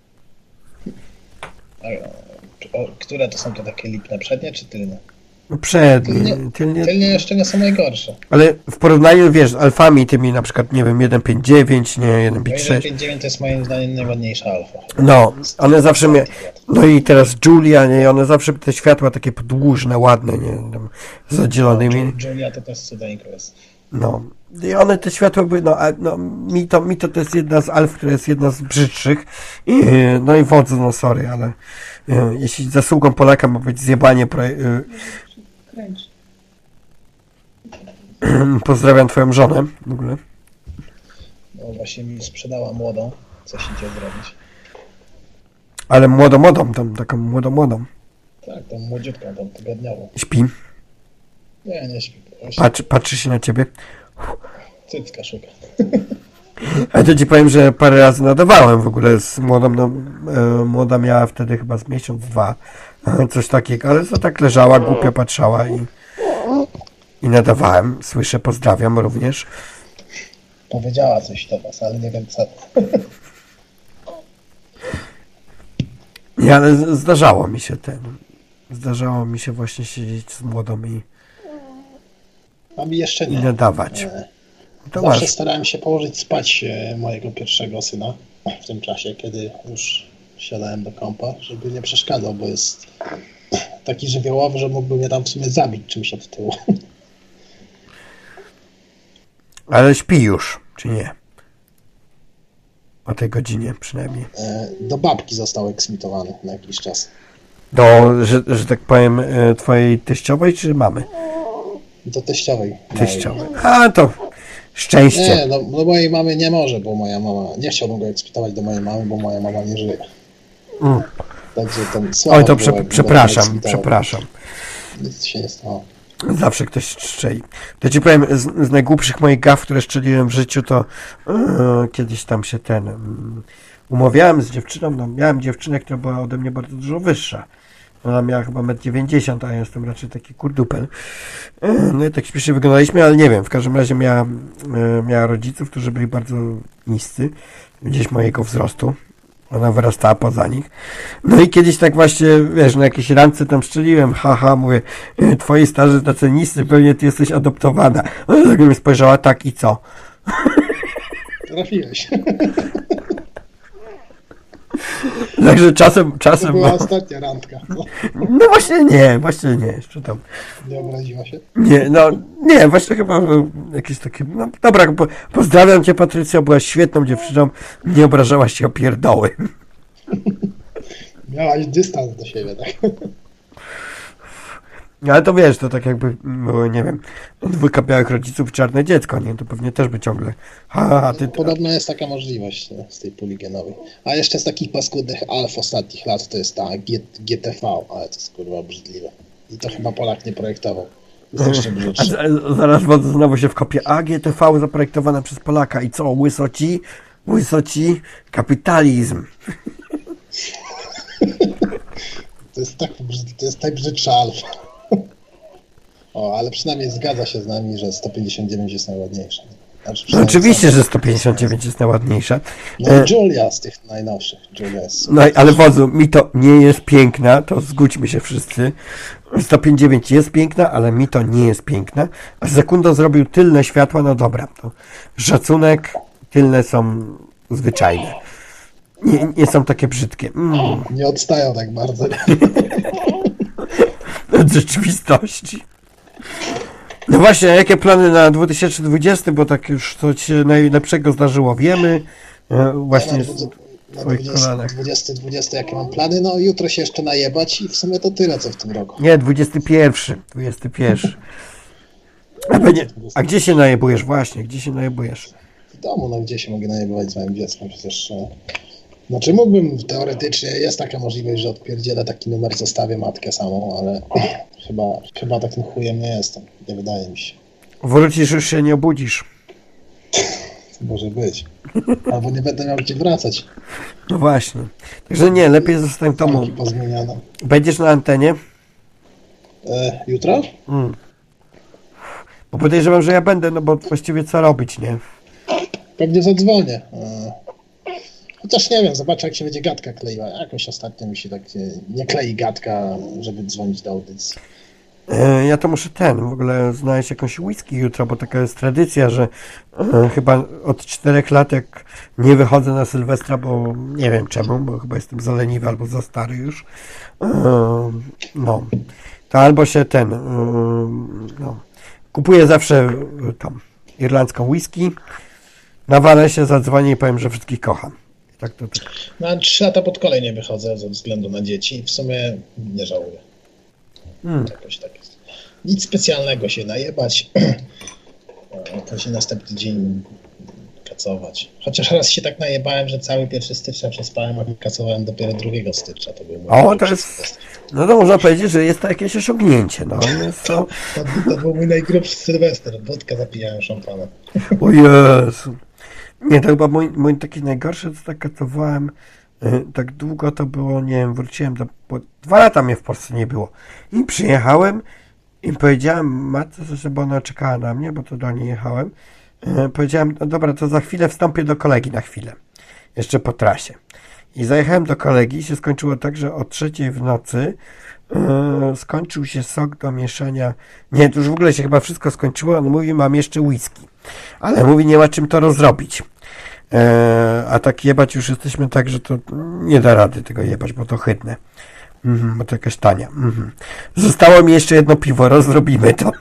Które to są to takie lipne? Przednie czy tylne? No przednie. Tylnie jeszcze nie są najgorsze. Ale w porównaniu, wiesz, z Alfami tymi na przykład, nie wiem, 1.5.9, nie, 1.5.6. 1.5.9 to jest moim zdaniem najładniejsza Alfa. No, one zawsze no i teraz Giulia, nie, one zawsze te światła takie podłużne, ładne, nie, tam z oddzielonymi. Giulia to też cudeńko jest. No, i one te światła były, mi to jest jedna z Alf, która jest jedna z brzydszych. No i wodzu, no sorry, ale jeśli zasługą Polaka ma być zjebanie pozdrawiam twoją żonę w ogóle. No właśnie mi sprzedała młodą, coś idzie zrobić. Ale młodą, tam taką młodą. Tak, tą młodziutką, tą tygodniową. Śpi? Nie śpi. Patrzy się na ciebie. Cycka szuka. Ale to ci powiem, że parę razy nadawałem w ogóle z młodą, no, młoda miała wtedy chyba z miesiąc, 2, coś takiego, ale to tak leżała, głupio patrzała i nadawałem. Słyszę, pozdrawiam również. Powiedziała coś do was, ale nie wiem co. Nie, ale zdarzało mi się właśnie siedzieć z młodą A mi jeszcze nie. I nadawać. Zawsze starałem się położyć spać mojego pierwszego syna w tym czasie, kiedy już siadałem do kompa, żeby nie przeszkadzał, bo jest taki żywiołowy, że mógłby mnie tam w sumie zabić czymś od tyłu. Ale śpi już, czy nie? O tej godzinie przynajmniej. Do babki został eksmitowany na jakiś czas. Że tak powiem, twojej teściowej, czy mamy? Do teściowej. Teściowej. A, to szczęście. Nie, no do mojej mamy nie może, bo moja mama... Nie chciałbym go eksmitować do mojej mamy, bo moja mama nie żyje. Także ten słabo. Oj, to przepraszam. Nic się nie stało. Zawsze ktoś strzeli. To ci powiem, z najgłupszych moich gaf, które strzeliłem w życiu, to kiedyś tam się umawiałem z dziewczyną, no miałem dziewczynę, która była ode mnie bardzo dużo wyższa. Ona miała chyba 1,90 m, a ja jestem raczej taki kurdupel. No i tak śmiesznie wyglądaliśmy, ale nie wiem, w każdym razie miała rodziców, którzy byli bardzo niscy, gdzieś mojego wzrostu. Ona wyrastała poza nich. No i kiedyś tak właśnie, wiesz, na jakiejś randce tam strzeliłem, mówię, twoi starzy tacy niscy, pewnie ty jesteś adoptowana. Ona tak mnie spojrzała, tak i co? Trafiłeś. Także czasem... To była ostatnia randka. No właśnie nie, jeszcze tam. Nie obraziła się? Nie, właśnie chyba jakieś takie, no dobra, pozdrawiam cię, Patrycja, byłaś świetną dziewczyną, nie obrażałaś się o pierdoły. Miałaś dystans do siebie, tak? Ale to wiesz, to tak jakby było, nie wiem, 2 białych rodziców i czarne dziecko, nie? To pewnie też by ciągle... Podobno jest taka możliwość z tej puli genowej. A jeszcze z takich paskudnych alf ostatnich lat to jest ta GTV, ale to jest kurwa obrzydliwe. I to chyba Polak nie projektował. Jest jeszcze brzydsze. Zaraz znowu się wkopię. GTV zaprojektowane przez Polaka. I co? Łysoci? Kapitalizm. To jest tak obrzydliwe. To jest najbrzydsza alfa. O, ale przynajmniej zgadza się z nami, że 159 jest najładniejsza. Znaczy, No oczywiście, że 159 jest najładniejsza. No Julia z tych najnowszych. Julia jest... No ale wodzu, mi to nie jest piękna, to zgódźmy się wszyscy. 159 jest piękna, ale mi to nie jest piękna. A sekundą zrobił tylne światła, no dobra, to szacunek, tylne są zwyczajne. Nie są takie brzydkie. Nie odstają tak bardzo. Od rzeczywistości. No właśnie, jakie plany na 2020, bo tak już coś się najlepszego zdarzyło, wiemy. Właśnie na 2020 jakie mam plany? No jutro się jeszcze najebać i w sumie to tyle, co w tym roku. Nie, 21. A gdzie się najebujesz? Właśnie, gdzie się najebujesz? W domu, no gdzie się mogę najebywać z moim dzieckiem? Przecież... Znaczy mógłbym, teoretycznie jest taka możliwość, że odpierdzielę taki numer, zostawię matkę samą, ale chyba takim chujem nie jestem. Nie wydaje mi się. Wrócisz, już się nie obudzisz. Może być. Albo nie będę miał gdzie wracać. No właśnie. Także nie, lepiej zostań w domu. Będziesz na antenie? Jutro? Bo podejrzewam, że ja będę, no bo właściwie co robić, nie? Pewnie zadzwonię. Chociaż nie wiem, zobaczę jak się będzie gadka kleiła. Jakoś ostatnio mi się tak nie klei gadka, żeby dzwonić do audycji. Ja to muszę w ogóle znaleźć jakąś whisky jutro, bo taka jest tradycja, że chyba od 4 lat jak nie wychodzę na Sylwestra, bo nie wiem czemu, bo chyba jestem za leniwy albo za stary już. No, to albo się kupuję zawsze tą irlandzką whisky, nawalę się, zadzwonię i powiem, że wszystkich kocham. Tak. Na 3 lata pod kolei nie wychodzę ze względu na dzieci i w sumie nie żałuję. Jakoś tak jest. Nic specjalnego się najebać. To się następny dzień kacować. Chociaż raz się tak najebałem, że cały 1 stycznia przespałem, a kacowałem dopiero 2 stycznia. To był mój to jest... No to można powiedzieć, że jest to jakieś osiągnięcie. No. To był mój najgrubszy Sylwester. Wódkę zapijałem szampana. O Jezu. Nie, to chyba mój taki najgorszy, co tak kacowałem tak długo to było, nie wiem, wróciłem bo 2 lata mnie w Polsce nie było. I przyjechałem i powiedziałem matce, żeby ona czekała na mnie, bo to do niej jechałem. Powiedziałem, no dobra, to za chwilę wstąpię do kolegi na chwilę. Jeszcze po trasie. I zajechałem do kolegi i się skończyło tak, że o 3 w nocy skończył się sok do mieszania. Nie, to już w ogóle się chyba wszystko skończyło. On mówi, mam jeszcze whisky. Ale mówi, nie ma czym to rozrobić. A tak jebać już jesteśmy tak, że to nie da rady tego jebać, bo to chydne. Bo to jakaś tania. Zostało mi jeszcze jedno piwo, rozrobimy to.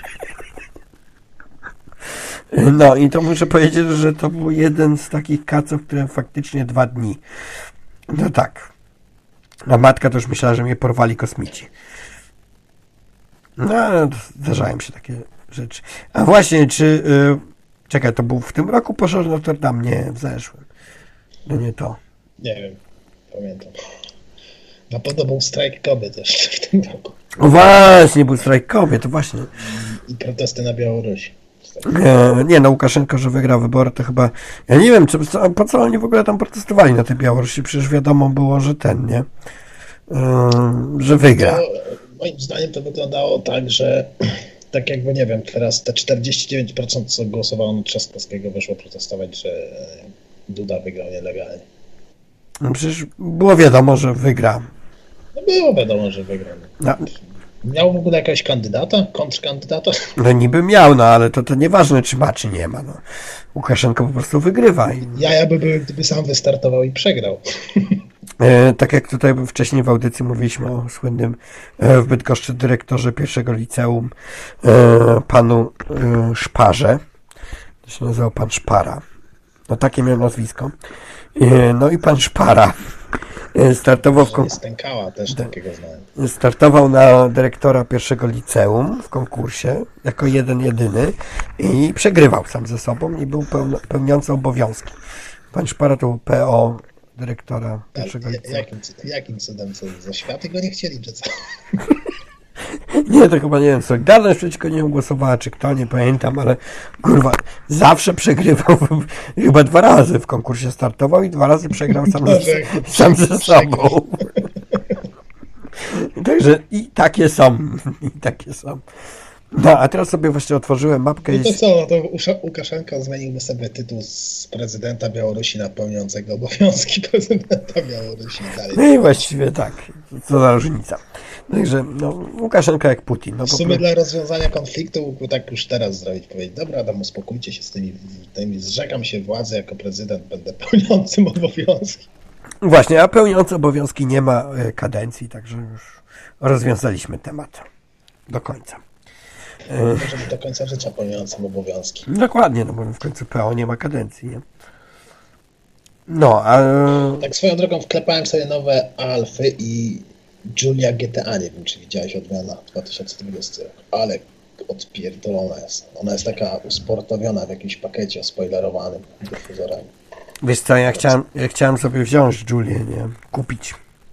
No i to muszę powiedzieć, że to był jeden z takich kaców, które faktycznie 2 dni. No tak. A matka to już myślała, że mnie porwali kosmici. No, zdarzają się takie rzeczy. A właśnie, czy... Czekaj, to był w tym roku pożar Notre Dame? Nie, w zeszłym. No nie to. Nie wiem, pamiętam. Na pewno był strajk kobiet jeszcze w tym roku. O właśnie, był strajk kobiet, to właśnie. I protesty na Białorusi. Nie, no Łukaszenko, że wygrał wybory, to chyba... Ja nie wiem, po co oni w ogóle tam protestowali na tej Białorusi, przecież wiadomo było, że nie? Że wygra. To, moim zdaniem to wyglądało tak, że tak jakby, nie wiem, teraz te 49%, co głosowało na Trzaskowskiego, wyszło protestować, że Duda wygrał nielegalnie. No przecież było wiadomo, że wygra. No było wiadomo, że wygra. No. Miał w ogóle jakiegoś kandydata? Kontrkandydata? No niby miał, no ale to nieważne, czy ma, czy nie ma. No. Łukaszenko po prostu wygrywa. Ja by były, gdyby sam wystartował i przegrał. Tak jak tutaj wcześniej w audycji mówiliśmy o słynnym w Bydgoszczy dyrektorze pierwszego liceum, panu Szparze. To się nazywał pan Szpara. No takie miał nazwisko. No i pan Szpara startował w Stękała też takiego znałem. Startował na dyrektora pierwszego liceum w konkursie jako jedyny i przegrywał sam ze sobą i był pełniący obowiązki. Pan Szpara to był PO dyrektora pierwszego liceum. Jakim cudem? Co, za światy go nie chcieli, czy co? Nie, to chyba nie wiem, Solidarność przeciwko niemu głosowała, czy kto, nie pamiętam, ale kurwa, zawsze przegrywał, chyba 2 razy w konkursie startował i 2 razy przegrał sam ze sobą. Także i takie są. No, a teraz sobie właśnie otworzyłem mapkę. No to co, no to Łukaszenko zmieniłby sobie tytuł z prezydenta Białorusi na pełniącego obowiązki prezydenta Białorusi. Dalej. No i właściwie tak, co za różnica. Także Łukaszenko jak Putin. No, w sumie dla rozwiązania konfliktu mógłby tak już teraz zrobić, powiedzieć, dobra, tam uspokójcie się z tymi, zrzekam się władzy jako prezydent, będę pełniącym obowiązki. Właśnie, a pełniący obowiązki nie ma kadencji, także już rozwiązaliśmy temat do końca. Może być do końca życia pełniącym obowiązki. Dokładnie, no bo w końcu PO nie ma kadencji, nie? No, a... Tak swoją drogą wklepałem sobie nowe alfy i Julia GTA, nie wiem czy widziałeś, odmiana 2020 rok, ale odpierdolona jest. Ona jest taka usportowiona w jakimś pakiecie ospoilerowanym dyfuzorami. Wiesz co, ja chciałem sobie wziąć Julię, nie? Kupić.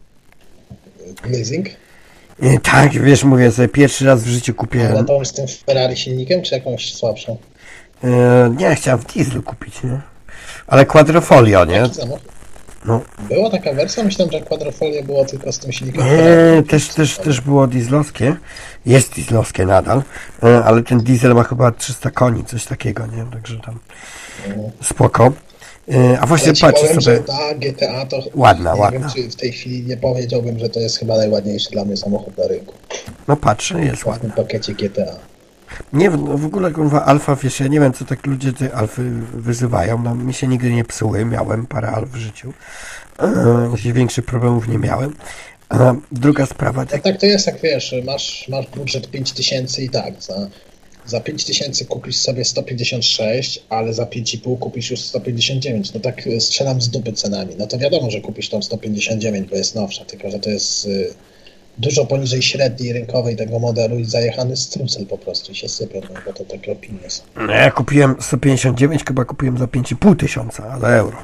Leasing? Tak, wiesz, mówię sobie, pierwszy raz w życiu kupię... Ale to z tym Ferrari silnikiem, czy jakąś słabszą? Nie, chciałem w dieslu kupić, nie? Ale quadrofolio, nie? No. Była taka wersja? Myślałem, że quadrofolio było tylko z tym silnikiem. Też było dieslowskie. Jest dieslowskie nadal, ale ten diesel ma chyba 300 koni, coś takiego, nie? Także tam spoko. A właśnie patrzę sobie... Że ta GTA to... Ładna. Wiem, czy w tej chwili nie powiedziałbym, że to jest chyba najładniejszy dla mnie samochód na rynku. No patrzę, jest ładny. W tym pakiecie GTA. Nie w ogóle kurwa Alfa, wiesz, ja nie wiem co tak ludzie te Alfy wyzywają, no mi się nigdy nie psuły, miałem parę Alf w życiu, większych problemów nie miałem. A druga sprawa... No tak to jest, jak wiesz, masz budżet 5000 i tak, za 5000 kupisz sobie 156, ale za 5,5 kupisz już 159, no tak strzelam z dupy cenami, no to wiadomo, że kupisz tą 159, bo jest nowsza, tylko że to jest... dużo poniżej średniej rynkowej tego modelu i zajechany strucel po prostu i się sypią, no bo to takie opinie są. Ja kupiłem 159, chyba kupiłem za 5,5 tysiąca, ale euro.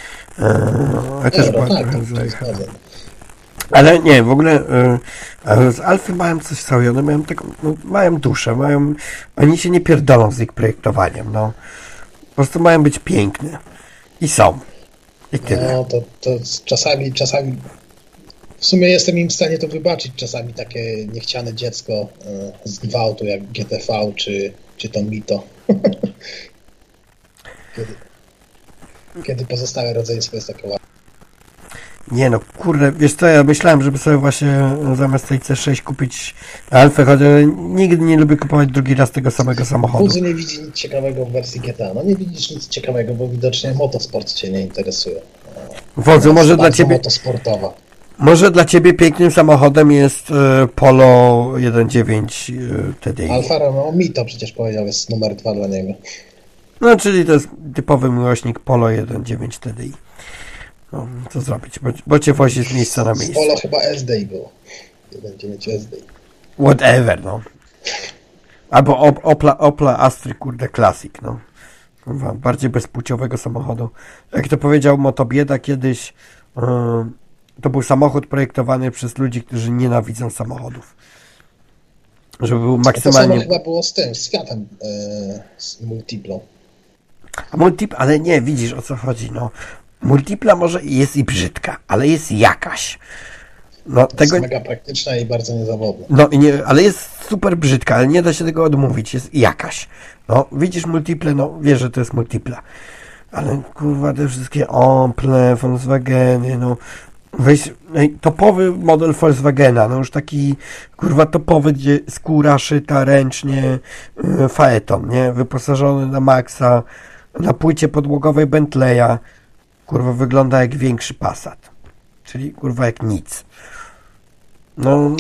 Euro, tak, to jest ale nie, w ogóle z Alfy mają coś sobie, one mają taką, mają duszę, oni się nie pierdolą z ich projektowaniem, no. Po prostu mają być piękne. I są. I tyle. No, to czasami w sumie jestem im w stanie to wybaczyć, czasami takie niechciane dziecko z gwałtu jak GTV czy to Mito. Kiedy pozostałe rodzeństwo jest takie ładne. Nie no, kurde, wiesz co, ja myślałem, żeby sobie właśnie zamiast tej C6 kupić Alfę, chociaż nigdy nie lubię kupować drugi raz tego samego samochodu. Wódzy nie widzi nic ciekawego w wersji GTA. No nie widzisz nic ciekawego, bo widocznie motosport cię nie interesuje. Wodzu, może dla ciebie... motosportowa. Może dla ciebie pięknym samochodem jest Polo 1.9 TDI. Alfa Romeo Mito przecież powiedział, jest numer 2 dla niego. No, czyli to jest typowy miłośnik Polo 1.9 TDI. No, co zrobić, bo cię wozi z miejsca na miejsce. Polo chyba SDI było. 1.9 SDI. Whatever, no. Albo Opla Astry, kurde, Classic, no. Bardziej bezpłciowego samochodu. Jak to powiedział Motobieda kiedyś, to był samochód projektowany przez ludzi, którzy nienawidzą samochodów. Żeby był maksymalnie... To samo chyba było z tym, z Fiatem, z Multiplą. Ale nie, widzisz o co chodzi, no. Multipla może jest i brzydka, ale jest jakaś. No, to jest mega praktyczna i bardzo niezawodna. No, ale jest super brzydka, ale nie da się tego odmówić, jest jakaś. No, widzisz Multiple, no, wiesz, że to jest Multipla. Ale, kurwa, te wszystkie Ople, Volkswageny, no, weź topowy model Volkswagena, no już taki, kurwa, topowy, gdzie skóra szyta ręcznie, faeton, nie, wyposażony na maksa, na płycie podłogowej Bentleya, kurwa, wygląda jak większy Passat. Czyli, kurwa, jak nic. No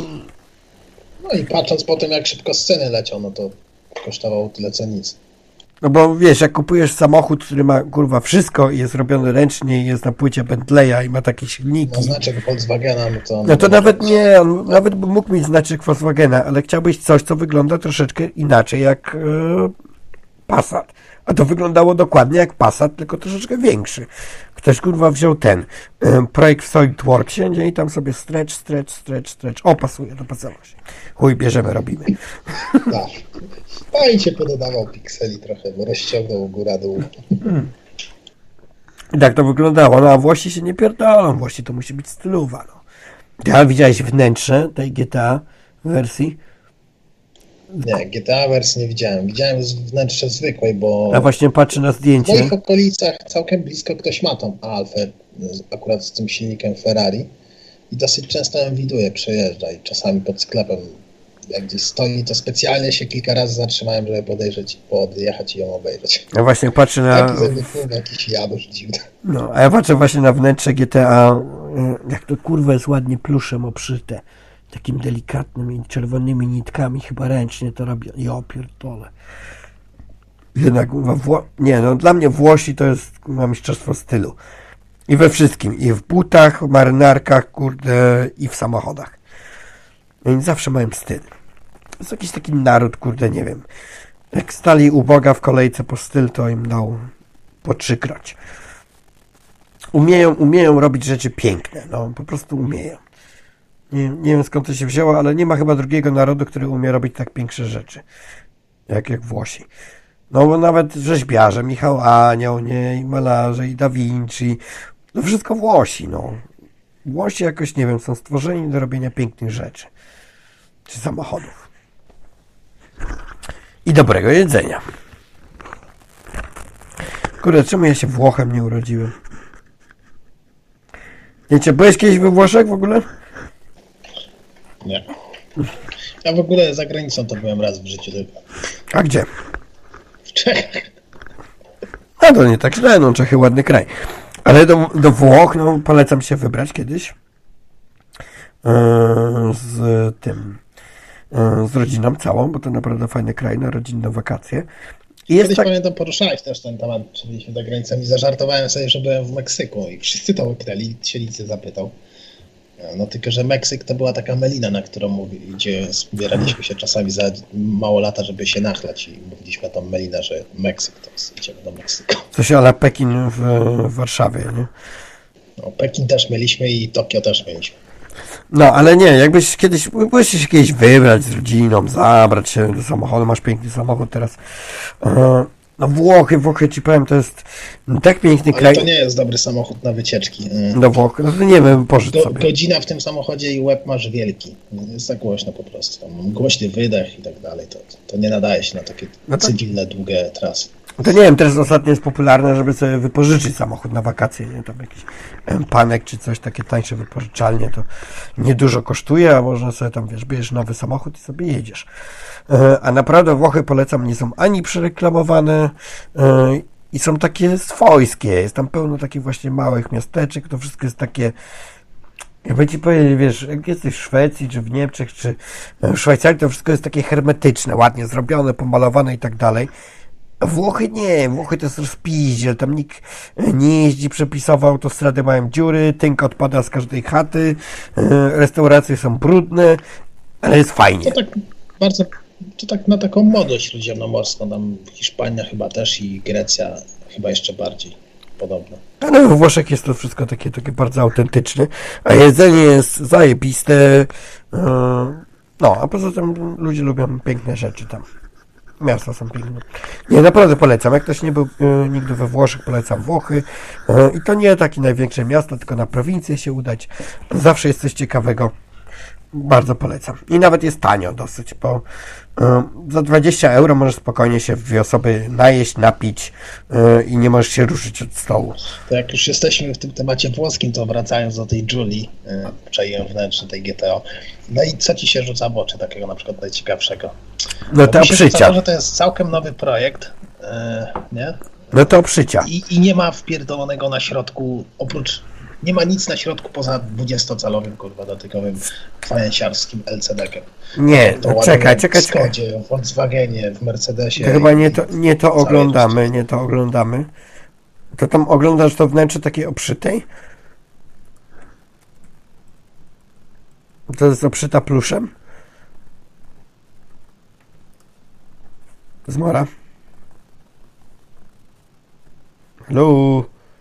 i patrząc po tym, jak szybko sceny leciał, no to kosztowało tyle co nic. No bo wiesz, jak kupujesz samochód, który ma, kurwa, wszystko i jest robiony ręcznie, jest na płycie Bentleya i ma takie silniki. No znaczek Volkswagena, no to nawet nie, on nawet by mógł mieć znaczek Volkswagena, ale chciałbyś coś, co wygląda troszeczkę inaczej jak Passat. A to wyglądało dokładnie jak Passat, tylko troszeczkę większy. Ktoś, kurwa, wziął ten projekt w SolidWorksie, nie? I tam sobie stretch. O, pasuje, dopasował się. Chuj, bierzemy, robimy. Tak. Fajnie pododawał pikseli trochę, bo rozciągnął góra-dół. I tak to wyglądało. No a Włosi się nie pierdolą. Włosi to musi być stylowa, no. Ja widziałeś wnętrze tej GTA wersji? Nie, GTA wersji nie widziałem. Widziałem z wnętrza zwykłej, bo... A właśnie patrzę na W zdjęcie. moich okolicach całkiem blisko ktoś ma tą Alfę, akurat z tym silnikiem Ferrari i dosyć często ją widuje, przejeżdża i czasami pod sklepem, jak gdzieś stoi, to specjalnie się kilka razy zatrzymałem, żeby podjechać i ją obejrzeć. Ja właśnie patrzę na... Jakiś jadosz dziwny. No, a ja patrzę właśnie na wnętrze GTA, jak to kurwa jest ładnie pluszem obszyte. Takim delikatnym i czerwonymi nitkami, chyba ręcznie to robię. Ja pierdolę. Jednak nie, no dla mnie Włosi to jest mistrzostwo stylu. I we wszystkim. I w butach, marynarkach, kurde, i w samochodach. Oni zawsze mają styl. To jest jakiś taki naród, kurde, nie wiem. Jak stali u Boga w kolejce po styl, to im dał po 3-kroć. Umieją robić rzeczy piękne. No, po prostu umieją. Nie wiem skąd to się wzięło, ale nie ma chyba drugiego narodu, który umie robić tak piękne rzeczy. Jak Włosi. No bo nawet rzeźbiarze, Michał Anioł, nie, i malarze, i Da Vinci. To wszystko Włosi, no. Włosi jakoś, nie wiem, są stworzeni do robienia pięknych rzeczy. Czy samochodów. I dobrego jedzenia. Kurde, czemu ja się Włochem nie urodziłem? Wiecie, byłeś kiedyś we Włoszech w ogóle? Nie. Ja w ogóle za granicą to byłem raz w życiu tylko. A gdzie? W Czechach. A to nie tak źle, no Czechy ładny kraj. Ale do Włoch, no polecam się wybrać kiedyś. Z rodziną całą, bo to naprawdę fajny kraj na rodzinne wakacje. I Kiedyś pamiętam, poruszałeś też ten temat, czy byliśmy za granicą i zażartowałem sobie, że byłem w Meksyku i wszyscy to łyknęli, się nic nie zapytał. No tylko, że Meksyk to była taka melina, na którą gdzie zbieraliśmy się czasami za mało lata, żeby się nachlać i mówiliśmy tą melinę, że Meksyk to jest, idziemy do Meksyku. Coś ale Pekin w Warszawie, nie? No, Pekin też mieliśmy i Tokio też mieliśmy. No, ale nie, jakbyś się kiedyś wybrać z rodziną, zabrać się do samochodu, masz piękny samochód teraz. No Włochy ci powiem, to jest tak piękny ale kraj. To nie jest dobry samochód na wycieczki. Do Włoch, no to nie wiem, pożycz sobie. Godzina w tym samochodzie i łeb masz wielki. Jest za głośno po prostu. Tam głośny wydech i tak dalej. To nie nadaje się na takie cywilne, długie trasy. To nie wiem, teraz ostatnio jest popularne, żeby sobie wypożyczyć samochód na wakacje, nie? Tam jakiś Panek czy coś, takie tańsze wypożyczalnie, to niedużo kosztuje, a można sobie tam, wiesz, bierzesz nowy samochód i sobie jedziesz. A naprawdę Włochy polecam, nie są ani przereklamowane i są takie swojskie. Jest tam pełno takich właśnie małych miasteczek, to wszystko jest takie, jakby ci powiedzieć, wiesz, jak jesteś w Szwecji, czy w Niemczech, czy w Szwajcarii, to wszystko jest takie hermetyczne, ładnie zrobione, pomalowane i tak dalej. Włochy nie, Włochy to jest rozpiździel, tam nikt nie jeździ przepisowo, autostrady mają dziury, tynk odpada z każdej chaty, restauracje są brudne, ale jest fajnie. To tak na taką młodość śródziemnomorską, tam Hiszpania chyba też i Grecja chyba jeszcze bardziej podobno. Ale we Włoszech jest to wszystko takie bardzo autentyczne, a jedzenie jest zajebiste, no, a poza tym ludzie lubią piękne rzeczy tam. Miasta są piękne. Nie, naprawdę polecam. Jak ktoś nie był nigdy we Włoszech, polecam Włochy. I to nie takie największe miasto, tylko na prowincję się udać. Zawsze jest coś ciekawego. Bardzo polecam. I nawet jest tanio dosyć, bo za 20 euro możesz spokojnie się w 2 osoby najeść, napić i nie możesz się ruszyć od stołu. To jak już jesteśmy w tym temacie włoskim, to wracając do tej Julii, przejęłem wnętrze tej GTO. No i co ci się rzuca w oczy takiego na przykład najciekawszego? No to obszycia. Że to jest całkiem nowy projekt, nie? No to obszycia. I nie ma wpierdolonego na środku, nie ma nic na środku poza 20-calowym, kurwa, dotykowym fajansiarskim LCD-kiem. Nie, to czekaj. W Skodzie, w Volkswagenie, w Mercedesie. To chyba nie to oglądamy. To tam oglądasz to wnętrze takiej obszytej? To jest obszyta pluszem? Zmora. Hello?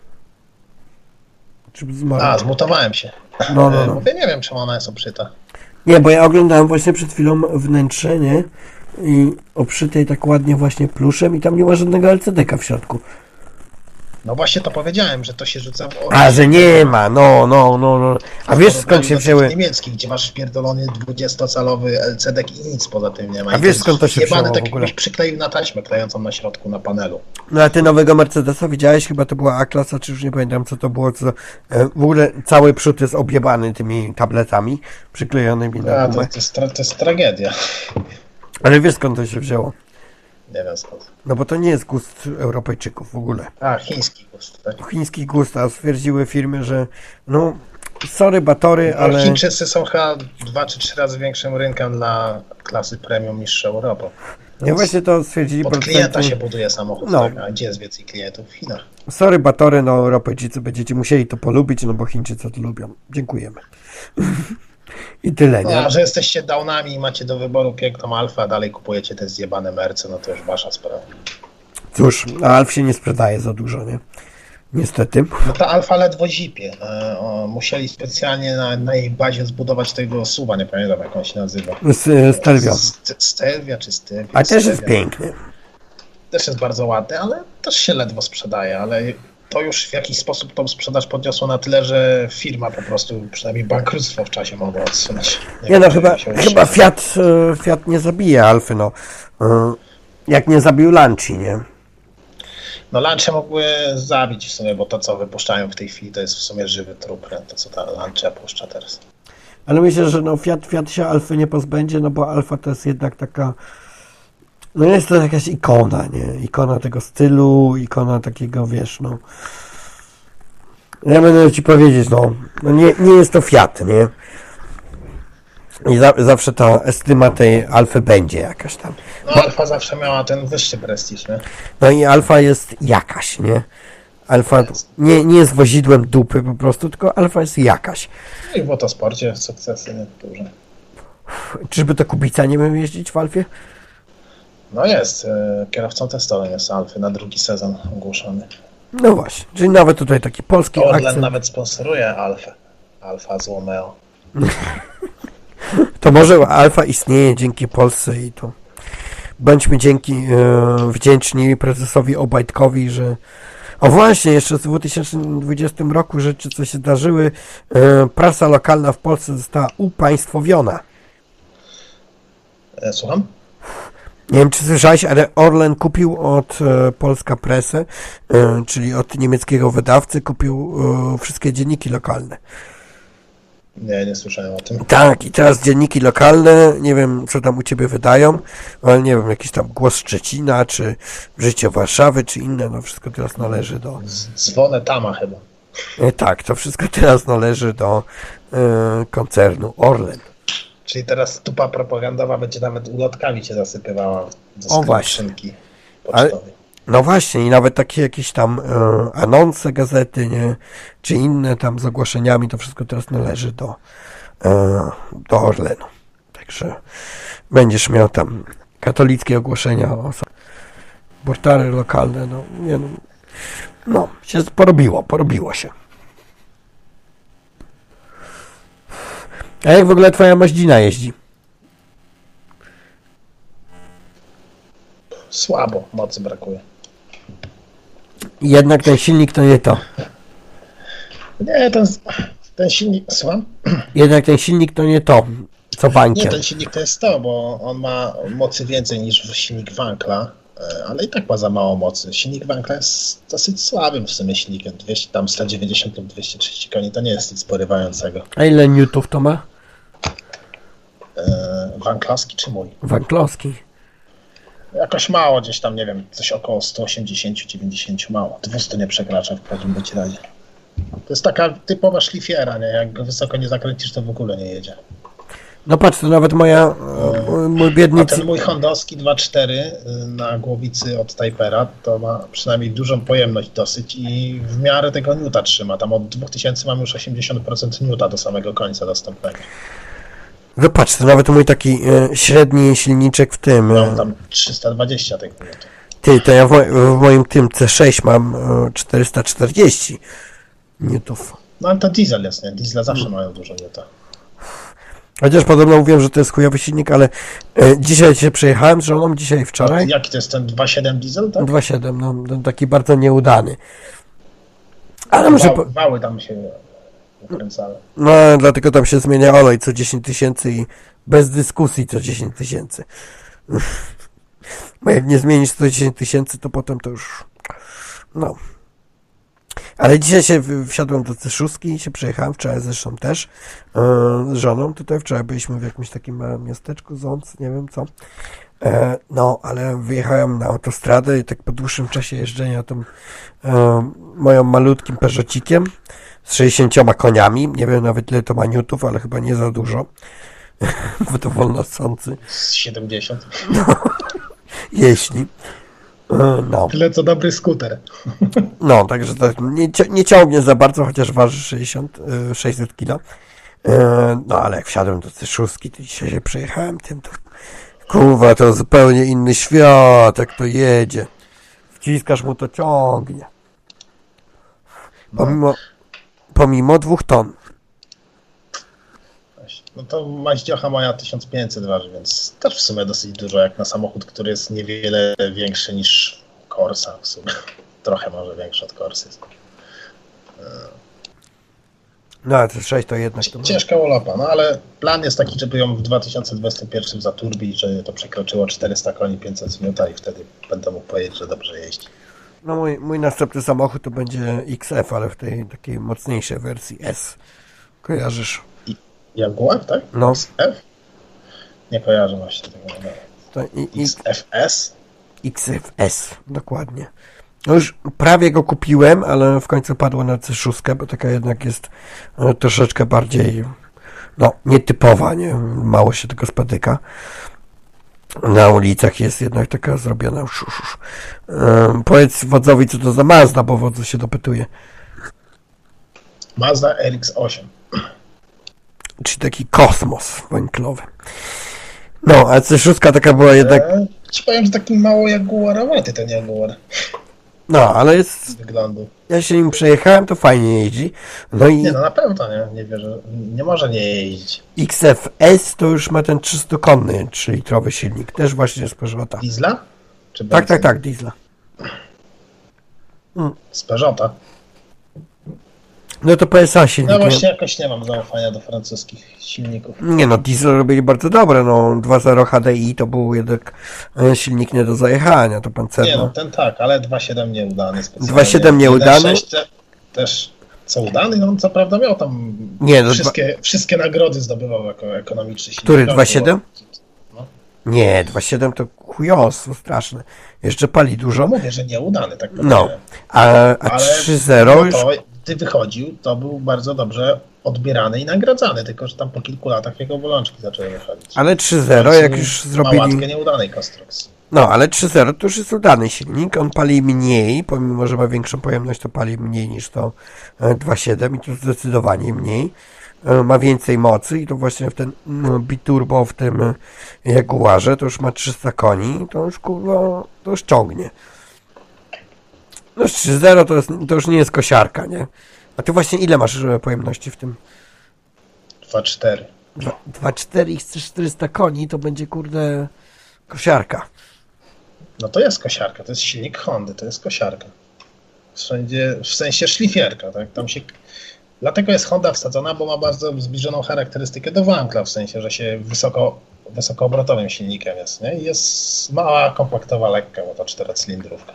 Czy zmora? Zmutowałem się. No. Mówię, nie wiem, czemu ona jest obszyta. Nie, bo ja oglądałem właśnie przed chwilą wnętrze, nie? I obszytej tak ładnie właśnie pluszem i tam nie ma żadnego LCD-ka w środku. No właśnie to powiedziałem, że to się rzuca w oczy. A, że nie ma, no. A wiesz skąd się wzięły... niemieckich, gdzie masz wpierdolony 20-calowy LCD i nic poza tym nie ma. A wiesz skąd to się wzięło tak w ogóle? jakbyś przykleił na taśmę klejącą na środku, na panelu. No a ty nowego Mercedesa widziałeś? Chyba to była A-klasa, czy już nie pamiętam co to było. W ogóle cały przód jest objebany tymi tabletami przyklejonymi na gumę. To jest tragedia. Ale wiesz skąd to się wzięło? Nie wiem skąd. No bo to nie jest gust Europejczyków w ogóle. A, chiński gust, tak? Chiński gust, a stwierdziły firmy, że no sorry batory, ale... Chińczycy są chyba 2 czy 3 razy większym rynkiem dla klasy premium niż Europa. Ja właśnie to stwierdzili... Pod klienta się buduje samochód, no. Tak? A gdzie jest więcej klientów? W Chinach. Sorry batory, no Europejczycy będziecie musieli to polubić, no bo Chińczycy to lubią. Dziękujemy. I tyle, nie? A że jesteście downami i macie do wyboru piękną Alfę, a dalej kupujecie te zjebane Mercy, no to już wasza sprawa. Cóż, a Alf się nie sprzedaje za dużo, nie? Niestety. No ta Alfa ledwo zipie. Musieli specjalnie na jej bazie zbudować tego SUV-a, nie pamiętam jak on się nazywa. Stelvio. Stelvia czy Stelvia? A też jest piękny. Też jest bardzo ładny, ale też się ledwo sprzedaje, ale to już w jakiś sposób tą sprzedaż podniosło na tyle, że firma po prostu przynajmniej bankructwo w czasie mogła odsunąć. Nie no, chyba Fiat nie zabije Alfy, no. Jak nie zabił Lanci, nie? No Lancia mogły zabić w sumie, bo to co wypuszczają w tej chwili to jest w sumie żywy trup, to co ta Lancia puszcza teraz. Ale myślę, że no Fiat się Alfy nie pozbędzie, no bo Alfa to jest jednak taka, no jest to jakaś ikona, nie? Ikona tego stylu, ikona takiego, wiesz, no. Ja będę ci powiedzieć, no nie jest to Fiat, nie? I zawsze ta estyma tej Alfy będzie jakaś tam. No Alfa zawsze miała ten wyższy prestiż, nie? No i Alfa jest jakaś, nie? Alfa nie jest wozidłem dupy po prostu, tylko Alfa jest jakaś. No i w motosporcie sukcesy nie duże. Czyżby to Kubica nie miał jeździć w Alfie? No jest, kierowcą testowym jest Alfy, na drugi sezon ogłoszony. No właśnie, czyli nawet tutaj taki polski Orlen akcent. nawet sponsoruje Alfę. Alfa z Romeo. To może Alfa istnieje dzięki Polsce i to bądźmy wdzięczni prezesowi Obajtkowi, że o właśnie, jeszcze w 2020 roku rzeczy, co się zdarzyły, prasa lokalna w Polsce została upaństwowiona. Słucham? Nie wiem, czy słyszałeś, ale Orlen kupił od Polska Pressę, czyli od niemieckiego wydawcy, kupił wszystkie dzienniki lokalne. Nie słyszałem o tym. Tak, i teraz dzienniki lokalne, nie wiem, co tam u Ciebie wydają, ale nie wiem, jakiś tam Głos Szczecina, czy Życie Warszawy, czy inne, no wszystko teraz należy do... Dzwonę Tama chyba. Tak, to wszystko teraz należy do koncernu Orlen. Czyli teraz tupa propagandowa będzie nawet ulotkami cię zasypywała do skrzynki pocztowej. No właśnie, i nawet takie jakieś tam anonse gazety, nie, czy inne tam z ogłoszeniami, to wszystko teraz należy do Orlenu. Także będziesz miał tam katolickie ogłoszenia o portale lokalne, no, się porobiło się. A jak w ogóle twoja Maździna jeździ? Słabo, mocy brakuje. Jednak ten silnik to nie to. Nie, ten silnik, słucham? Jednak ten silnik to nie to, co Wankiel. Nie, ten silnik to jest to, bo on ma mocy więcej niż silnik Wankla, ale i tak ma za mało mocy. Silnik Wankla jest dosyć słabym w sumie silnikiem. 190 lub 230 koni to nie jest nic porywającego. A ile newtów to ma? Wanklowski czy mój? Wanklowski. Jakoś mało, gdzieś tam, nie wiem, coś około 180-90 mało. 200 nie przekracza w każdym bądź razie. To jest taka typowa szlifiera, nie? Jak go wysoko nie zakręcisz, to w ogóle nie jedzie. No patrz, to nawet mój biedny... A ten mój hondowski 2.4 na głowicy od Typera to ma przynajmniej dużą pojemność dosyć i w miarę tego newta trzyma. Tam od 2000 mam już 80% newta do samego końca dostępnego. No patrz, to nawet mój taki średni silniczek w tym... Mam tam 320 tego newta. Ty, to ja w moim tym C6 mam 440 newtów. No ale to diesel jest, nie? Diesle zawsze mają dużo newta. Chociaż podobno mówiłem, że to jest chujowy silnik, ale dzisiaj się przejechałem z żoną, dzisiaj wczoraj. Jaki to jest ten 2.7 diesel, tak? 2.7, no ten taki bardzo nieudany. Ale może wały tam się ukręcały. No, dlatego tam się zmienia olej co 10 tysięcy i bez dyskusji co 10 tysięcy. Bo jak nie zmienisz co 10 tysięcy, to potem to już... No. Ale dzisiaj się wsiadłem do C6 i się przejechałem, wczoraj zresztą też z żoną. Tutaj wczoraj byliśmy w jakimś takim małym miasteczku, Ząc, nie wiem co. No, ale wyjechałem na autostradę i tak po dłuższym czasie jeżdżenia tym moim malutkim Peugeotikiem z 60 koniami. Nie wiem nawet ile to ma newtów, ale chyba nie za dużo. Bo to wolnosący. Z 70. No, jeśli. No. Tyle co dobry skuter. No, także to nie ciągnie za bardzo, chociaż waży 600 kg. No, ale jak wsiadłem do C6, to dzisiaj się przejechałem tym, to kurwa, to zupełnie inny świat, jak to jedzie. Wciskasz mu, to ciągnie. Pomimo 2 ton. No to maździocha moja 1500 waży, więc też w sumie dosyć dużo, jak na samochód, który jest niewiele większy niż Corsa w sumie. Trochę może większy od Corsy. No, ale to 6 to jednak... Ciężka łolopa, no ale plan jest taki, żeby ją w 2021 zaturbić, żeby to przekroczyło 400 koni, 500 minuta i wtedy będę mógł powiedzieć, że dobrze jeździ. No mój następny samochód to będzie XF, ale w tej takiej mocniejszej wersji S. Kojarzysz? Jaguar, tak? No. XF? Nie kojarzę właśnie tego modelu. XFS? XFS, dokładnie. No już prawie go kupiłem, ale w końcu padło na C6, bo taka jednak jest troszeczkę bardziej nietypowa, nie? Mało się tego spotyka. Na ulicach jest jednak taka zrobiona. Powiedz wodzowi, co to za Mazda, bo wodzu się dopytuje. Mazda RX-8. Czyli taki kosmos węglowy. No, a C6 taka była jednak... Ci powiem, że taki mało jaguarowaty ten Jaguar. No, ale jest... Z wyglądu. Ja się nim przejechałem, to fajnie jeździ. No i... Nie, no na pewno nie wierzę. Nie może nie jeździć. XFS to już ma ten 300-konny 3-litrowy silnik. Też właśnie z Peugeota. Diesla? Czy tak, diesla. Z Peugeota? No to PSA silnik. No właśnie jakoś nie mam zaufania do francuskich silników. Nie no, diesel robili bardzo dobre, no 2.0 HDI to był jednak silnik nie do zajechania, to pancerno. Nie no, ten tak, ale 2.7 nieudany specjalnie. 2.7 nieudany? 1.6 też co udany, no on co prawda miał tam wszystkie nagrody zdobywał jako ekonomiczny silnik. Który, 2.7? No. Nie, 2.7 to chujostwo straszne. Jeszcze pali dużo. No mówię, że nieudany, tak powiem. No, a 3.0 już... Gdy wychodził, to był bardzo dobrze odbierany i nagradzany, tylko że tam po kilku latach jego bolączki zaczęły wychodzić. Ale 3.0 jak już zrobili... Małatkę nieudanej konstrukcji. No, ale 3.0 to już jest udany silnik, on pali mniej, pomimo że ma większą pojemność, to pali mniej niż to 2.7 i to zdecydowanie mniej. Ma więcej mocy i to właśnie w ten biturbo w tym Jaguarze to już ma 300 koni, to już kurwa, to już ciągnie. No 3.0 to już nie jest kosiarka, nie? A ty właśnie ile masz pojemności w tym? 2.4. 2.4 i chcesz 400 koni, to będzie kurde kosiarka. No to jest kosiarka, to jest silnik Hondy, to jest kosiarka. W sensie szlifierka, tak? Tam się... Dlatego jest Honda wsadzona, bo ma bardzo zbliżoną charakterystykę do Wankla, w sensie, że się wysokoobrotowym silnikiem jest, nie? I jest mała, kompaktowa, lekka, bo to 4-cylindrówka.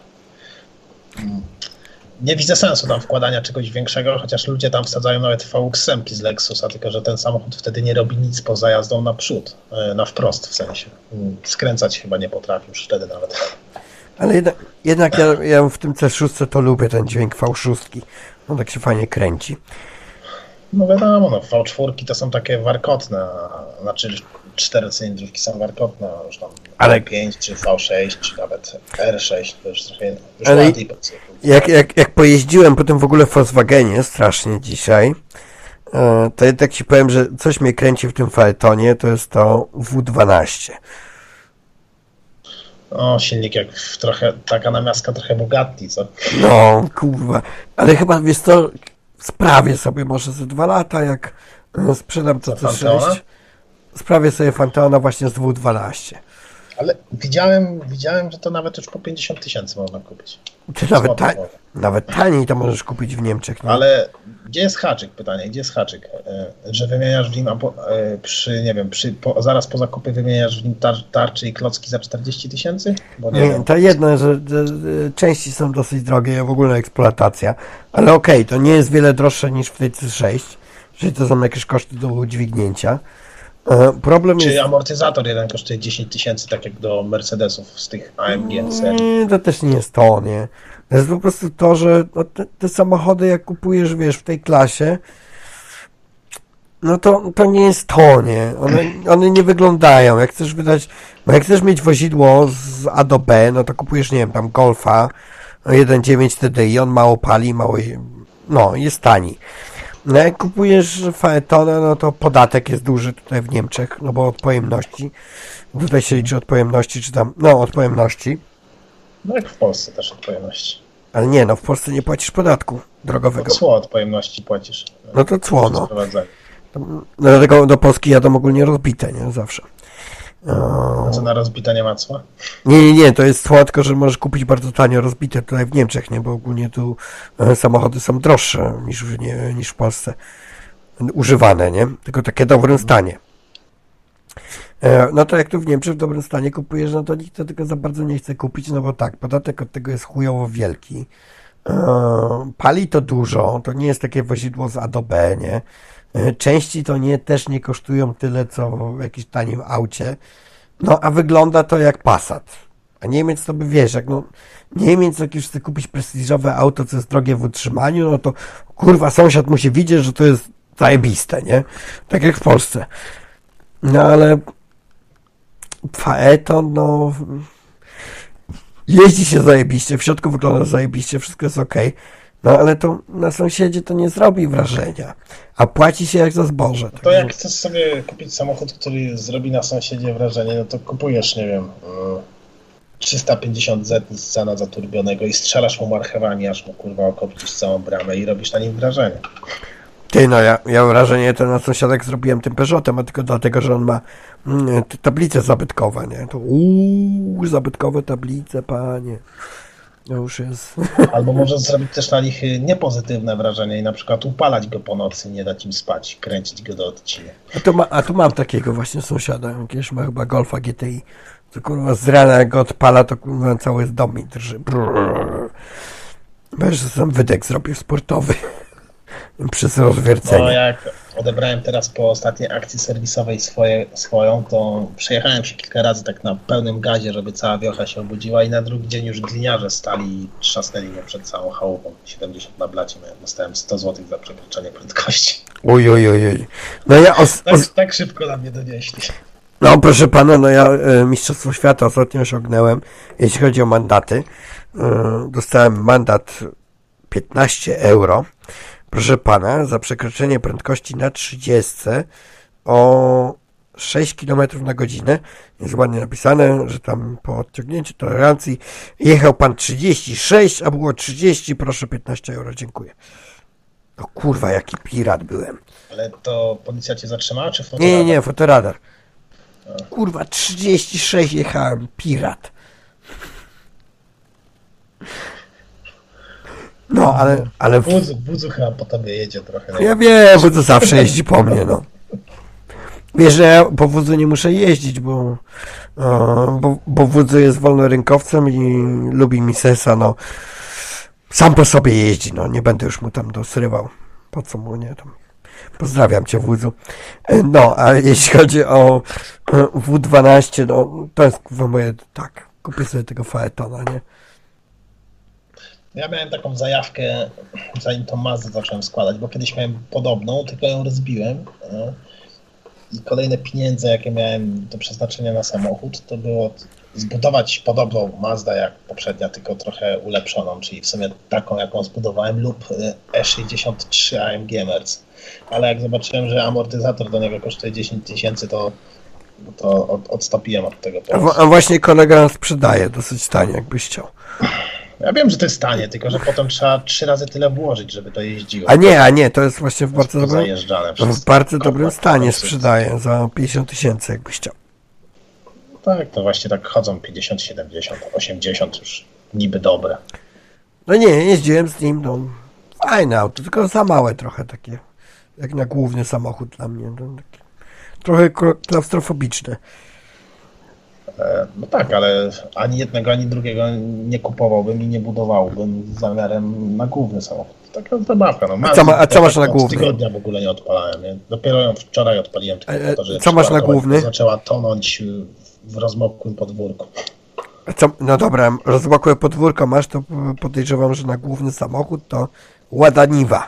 Nie widzę sensu tam wkładania czegoś większego, chociaż ludzie tam wsadzają nawet VX-emki z Lexusa, tylko że ten samochód wtedy nie robi nic poza jazdą na przód, na wprost w sensie. Skręcać chyba nie potrafi już wtedy nawet. Ale jednak ja w tym C6 to lubię ten dźwięk V6. On tak się fajnie kręci. No wiadomo, no V4 to są takie warkotne, znaczy 4-cylindrówki są warkotne, już tam ale... V5 czy V6 czy nawet R6 to już trochę łatwiej pracuje. Jak pojeździłem po tym w ogóle Volkswagenie strasznie dzisiaj, to jednak ci powiem, że coś mnie kręci w tym Phaetonie, to jest to W12. O, silnik jak trochę, taka namiastka trochę Bugatti, co? No, kurwa. Ale chyba, wiesz co, sprawię sobie może ze 2 lata, jak sprzedam to C6. Sprawię sobie Phanteona właśnie z W12. Ale widziałem, że to nawet już po 50 000 można kupić. Ty nawet taniej to możesz kupić w Niemczech. Nie? Ale gdzie jest haczyk? Pytanie, gdzie jest haczyk? Że wymieniasz w nim zaraz po zakupie wymieniasz w nim tarczy i klocki za 40 000? Bo nie wiem. To jedno, że części są dosyć drogie, w ogóle eksploatacja, ale okej, to nie jest wiele droższe niż w tej C6, czyli to są jakieś koszty do udźwignięcia. Problem Czy jest... amortyzator jeden kosztuje 10 000, tak jak do Mercedesów z tych AMG serii? To też nie jest to, nie? To jest po prostu to, że te samochody jak kupujesz, wiesz, w tej klasie, no to nie jest to, nie? One nie wyglądają. Jak chcesz jak chcesz mieć wozidło z A do B, no to kupujesz, nie wiem, tam Golfa 1.9 TDI, on mało pali, jest tani. No jak kupujesz Phaetona, no to podatek jest duży tutaj w Niemczech, no bo od pojemności. Tutaj się liczy od pojemności, czy tam, od pojemności. No jak w Polsce też od pojemności. Ale nie, w Polsce nie płacisz podatku drogowego. Cło od pojemności płacisz. No to cło, no. Dlatego do Polski jadą ogólnie rozbite, nie? Zawsze. A co, na rozbite nie ma cła? Nie, to jest cło, tylko że możesz kupić bardzo tanio rozbite tutaj w Niemczech, nie? Bo ogólnie tu samochody są droższe niż w Polsce. Używane, nie? Tylko takie w dobrym stanie. No to jak tu w Niemczech w dobrym stanie kupujesz, no to nikt to tylko za bardzo nie chce kupić, no bo tak, podatek od tego jest chujowo wielki. Pali to dużo, to nie jest takie wozidło z A do B, nie? Części to też nie kosztują tyle, co w jakimś tanim aucie. No, a wygląda to jak Passat. A Niemiec to by wiesz, Niemiec jak już chce kupić prestiżowe auto, co jest drogie w utrzymaniu, no to kurwa sąsiad musi widzieć, że to jest zajebiste, nie? Tak jak w Polsce. No, ale Phaeton, jeździ się zajebiście, w środku wygląda zajebiście, wszystko jest okej. No ale to na sąsiedzie to nie zrobi wrażenia, a płaci się jak za zboże. To jak chcesz sobie kupić samochód, który zrobi na sąsiedzie wrażenie, no to kupujesz, nie wiem, 350Z z cena zaturbionego i strzelasz mu marchewami, aż mu kurwa okopcisz całą bramę i robisz na nim wrażenie. Ty, ja wrażenie to na sąsiadek zrobiłem tym Peugeotem, a tylko dlatego, że on ma tablice zabytkowe, nie? To zabytkowe tablice, panie. To już jest... Albo możesz zrobić też na nich niepozytywne wrażenie i na przykład upalać go po nocy, nie dać im spać, kręcić go do odcinek. A tu mam takiego właśnie sąsiada, jakiegoś ma chyba Golfa GTI, to kurwa z rana jak go odpala, to kurwa cały dom mi drży. Wiesz, że sam wydech zrobił sportowy przez rozwiercenie. No jak odebrałem teraz po ostatniej akcji serwisowej swoją, to przejechałem się kilka razy tak na pełnym gazie, żeby cała wiocha się obudziła i na drugi dzień już gliniarze stali i trzasnęli mnie przed całą chałupą. 70 na blacie miałem, dostałem 100 zł za przekroczenie prędkości. Oj. No ja tak szybko na mnie donieśli. No proszę pana, ja Mistrzostwo Świata ostatnio osiągnąłem, jeśli chodzi o mandaty. Dostałem mandat 15 euro. Proszę pana, za przekroczenie prędkości na 30 o 6 km na godzinę. Jest ładnie napisane, że tam po odciągnięciu tolerancji jechał pan 36, a było 30, proszę 15 euro, dziękuję. No kurwa, jaki pirat byłem. Ale to policja cię zatrzymała, czy fotoradar? Nie, fotoradar. Kurwa, 36 jechałem, pirat. No, ale... Wódzu chyba po tobie jedzie trochę. Ja wiem, Wódzu zawsze jeździ po mnie, no. Wiesz, że ja po Wódzu nie muszę jeździć, bo Wódzu jest wolnorynkowcem i lubi misesa, no. Sam po sobie jeździ, no. Nie będę już mu tam dosrywał. Po co mu, nie? Tam. Pozdrawiam cię, Wódzu. No, a jeśli chodzi o W12, no, to jest moje, tak, kupię sobie tego Phaetona, nie? Ja miałem taką zajawkę, zanim tą Mazdę zacząłem składać, bo kiedyś miałem podobną, tylko ją rozbiłem i kolejne pieniądze, jakie miałem do przeznaczenia na samochód, to było zbudować podobną Mazdę jak poprzednia, tylko trochę ulepszoną, czyli w sumie taką, jaką zbudowałem, lub E63 AMG Merc. Ale jak zobaczyłem, że amortyzator do niego kosztuje 10 000, to odstąpiłem od tego. A właśnie kolega sprzedaje dosyć tanie, jakbyś chciał. Ja wiem, że to jest tanie, tylko że potem trzeba 3 razy tyle włożyć, żeby to jeździło. A nie, to jest właśnie w bardzo dobrym stanie sprzedaje za 50 000, jakbyś chciał. tak, to właśnie tak chodzą 50, 70, 80 już niby dobre. No nie, jeździłem z nim, no fajne auto, tylko za małe trochę takie, jak na główny samochód dla mnie, no, takie, trochę klaustrofobiczne. No tak, ale ani jednego, ani drugiego nie kupowałbym i nie budowałbym z zamiarem na główny samochód. Taka zabawka. No. A co masz na główny? Od tygodnia w ogóle nie odpalałem. Nie? Dopiero ją wczoraj odpaliłem. Tylko po to, że co masz na główny? Zaczęła tonąć w rozmokłym podwórku. No dobra, rozmokłe podwórko masz, to podejrzewam, że na główny samochód to Łada Niwa.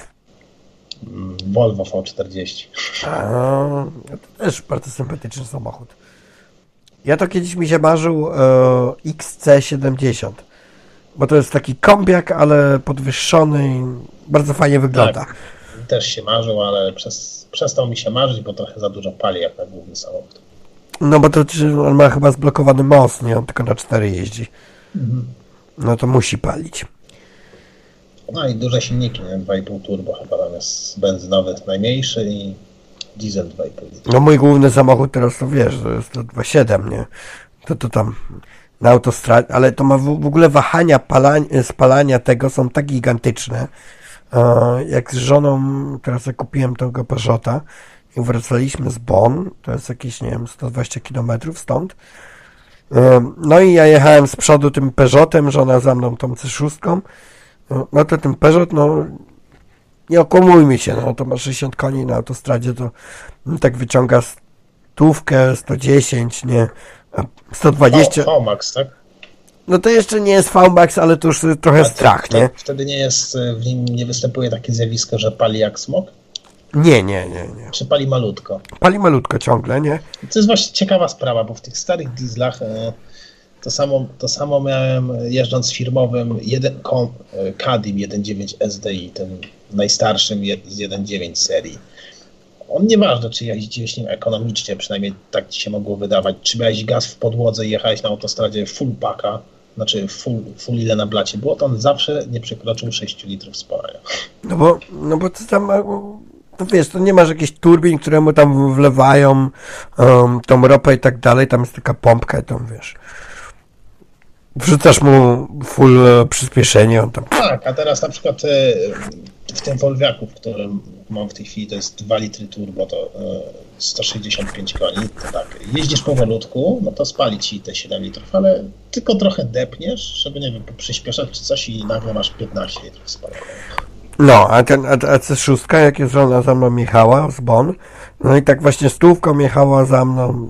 Volvo V40. To też bardzo sympatyczny samochód. Ja to kiedyś mi się marzył XC70, bo to jest taki kombiak, ale podwyższony i bardzo fajnie wygląda. Tak, też się marzył, ale przestał mi się marzyć, bo trochę za dużo pali jak na główny samochód. No bo to on ma chyba zblokowany most, nie? On tylko na 4 jeździ. No to musi palić. No i duże silniki, nie? 2,5 turbo chyba tam jest benzynowy najmniejszy i diesel 2,5. No mój główny samochód teraz to wiesz, to jest to 2.7, nie? To tam na autostradzie, ale to ma w ogóle wahania spalania tego są tak gigantyczne. Jak z żoną teraz ja kupiłem tego Peugeota i wracaliśmy z Bonn, to jest jakieś, nie wiem, 120 km stąd. No i ja jechałem z przodu tym Peugeotem, żona za mną tą C6. No to ten Peugeot, no nie okłamujmy się, no to ma 60 koni na autostradzie, to tak wyciąga 100, 110, nie, 120. V-Max, tak? No to jeszcze nie jest V-Max, ale to już trochę strach, nie? Wtedy w nim nie występuje takie zjawisko, że pali jak smog? Nie. Czy pali malutko? Pali malutko ciągle, nie? To jest właśnie ciekawa sprawa, bo w tych starych dieslach to samo miałem jeżdżąc firmowym Kadim 1.9 SDI, tym najstarszym z 1.9 serii. On nieważne, czy jeździłeś nim ekonomicznie, przynajmniej tak ci się mogło wydawać, czy miałeś gaz w podłodze i jechałeś na autostradzie full paka, znaczy full ile na blacie było, to on zawsze nie przekroczył 6 litrów spalania. No bo to tam, to wiesz, to nie masz jakichś turbin, które mu tam wlewają tą ropę i tak dalej, tam jest taka pompka i tam, wiesz, wrzucasz mu full przyspieszenie, on tam... Tak, a teraz na przykład w tym Volviaku, w którym mam w tej chwili, to jest 2 litry turbo, to 165 koni, to tak, jeździsz powolutku, no to spali ci te 7 litrów, ale tylko trochę depniesz, żeby, nie wiem, przyspieszać czy coś i nagle masz 15 litrów spalania. No, a C6, jak jest żona za mną jechała z Bonn, no i tak właśnie stówką jechała za mną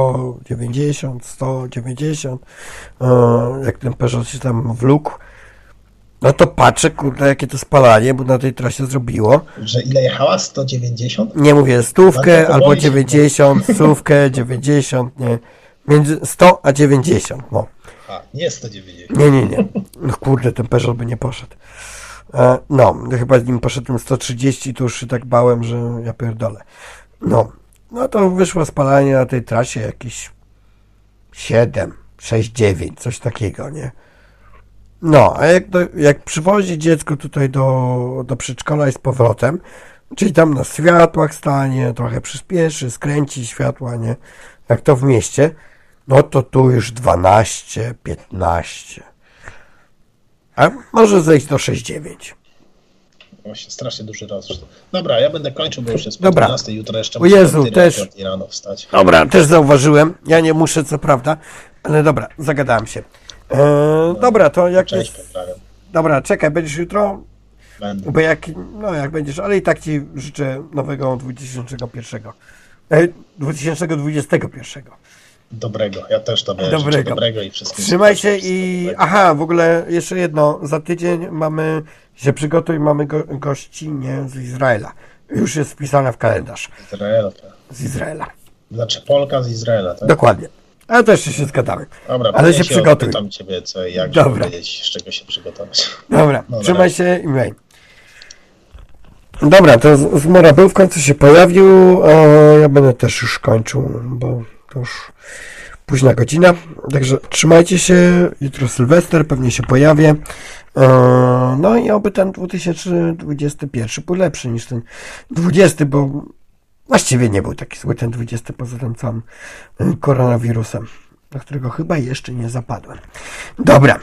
190, jak ten Peugeot się tam wlókł, no to patrzę, kurde, jakie to spalanie, bo na tej trasie zrobiło. Że ile jechała? 190? Nie mówię, stówkę albo 90, stówkę, 90, nie, między 100 a 90, no. A, nie 190. Nie. No kurde, ten Peugeot by nie poszedł. No, chyba z nim poszedłem 130, to już się tak bałem, że ja pierdolę. No to wyszło spalanie na tej trasie jakieś 7, 6, 9, coś takiego, nie? No, a jak przywozi dziecko tutaj do przedszkola i z powrotem, czyli tam na światłach stanie, trochę przyspieszy, skręci światła, nie? Jak to w mieście, no to tu już 12, 15. A może zejść do 6,9. Właśnie strasznie duży rozrzut. Dobra, ja będę kończył, bo już jest po Dobra. 12, jutro jeszcze O Jezu, też. rano wstać. Dobra, też zauważyłem. Ja nie muszę, co prawda, ale dobra, zagadałem się. Dobra, to jak Cześć, jest... pozdrawiam. Dobra, czekaj, będziesz jutro? Będę. Bo jak będziesz, ale i tak ci życzę nowego 2021. Dobrego, ja też tobie Dobrego. życzę dobrego i wszystkim. Trzymaj się i... Aha, w ogóle jeszcze jedno. Za tydzień się przygotuj, mamy gościnie z Izraela. Już jest wpisana w kalendarz. Z Izraela. Znaczy Polka z Izraela, tak? Dokładnie. Ale też się zgadamy. Dobra, ale się przygotuj. Pytam ciebie, jak wiedzieć, z czego się przygotować. Dobra, trzymaj się i mniej. Dobra, to z Morabeł w końcu się pojawił. Ja będę też już kończył, bo to już późna godzina. Także trzymajcie się. Jutro Sylwester, pewnie się pojawię. No i oby ten 2021 był lepszy niż ten 20, bo Właściwie nie był taki zły ten 20 poza tym całym koronawirusem, na którego chyba jeszcze nie zapadłem. Dobra.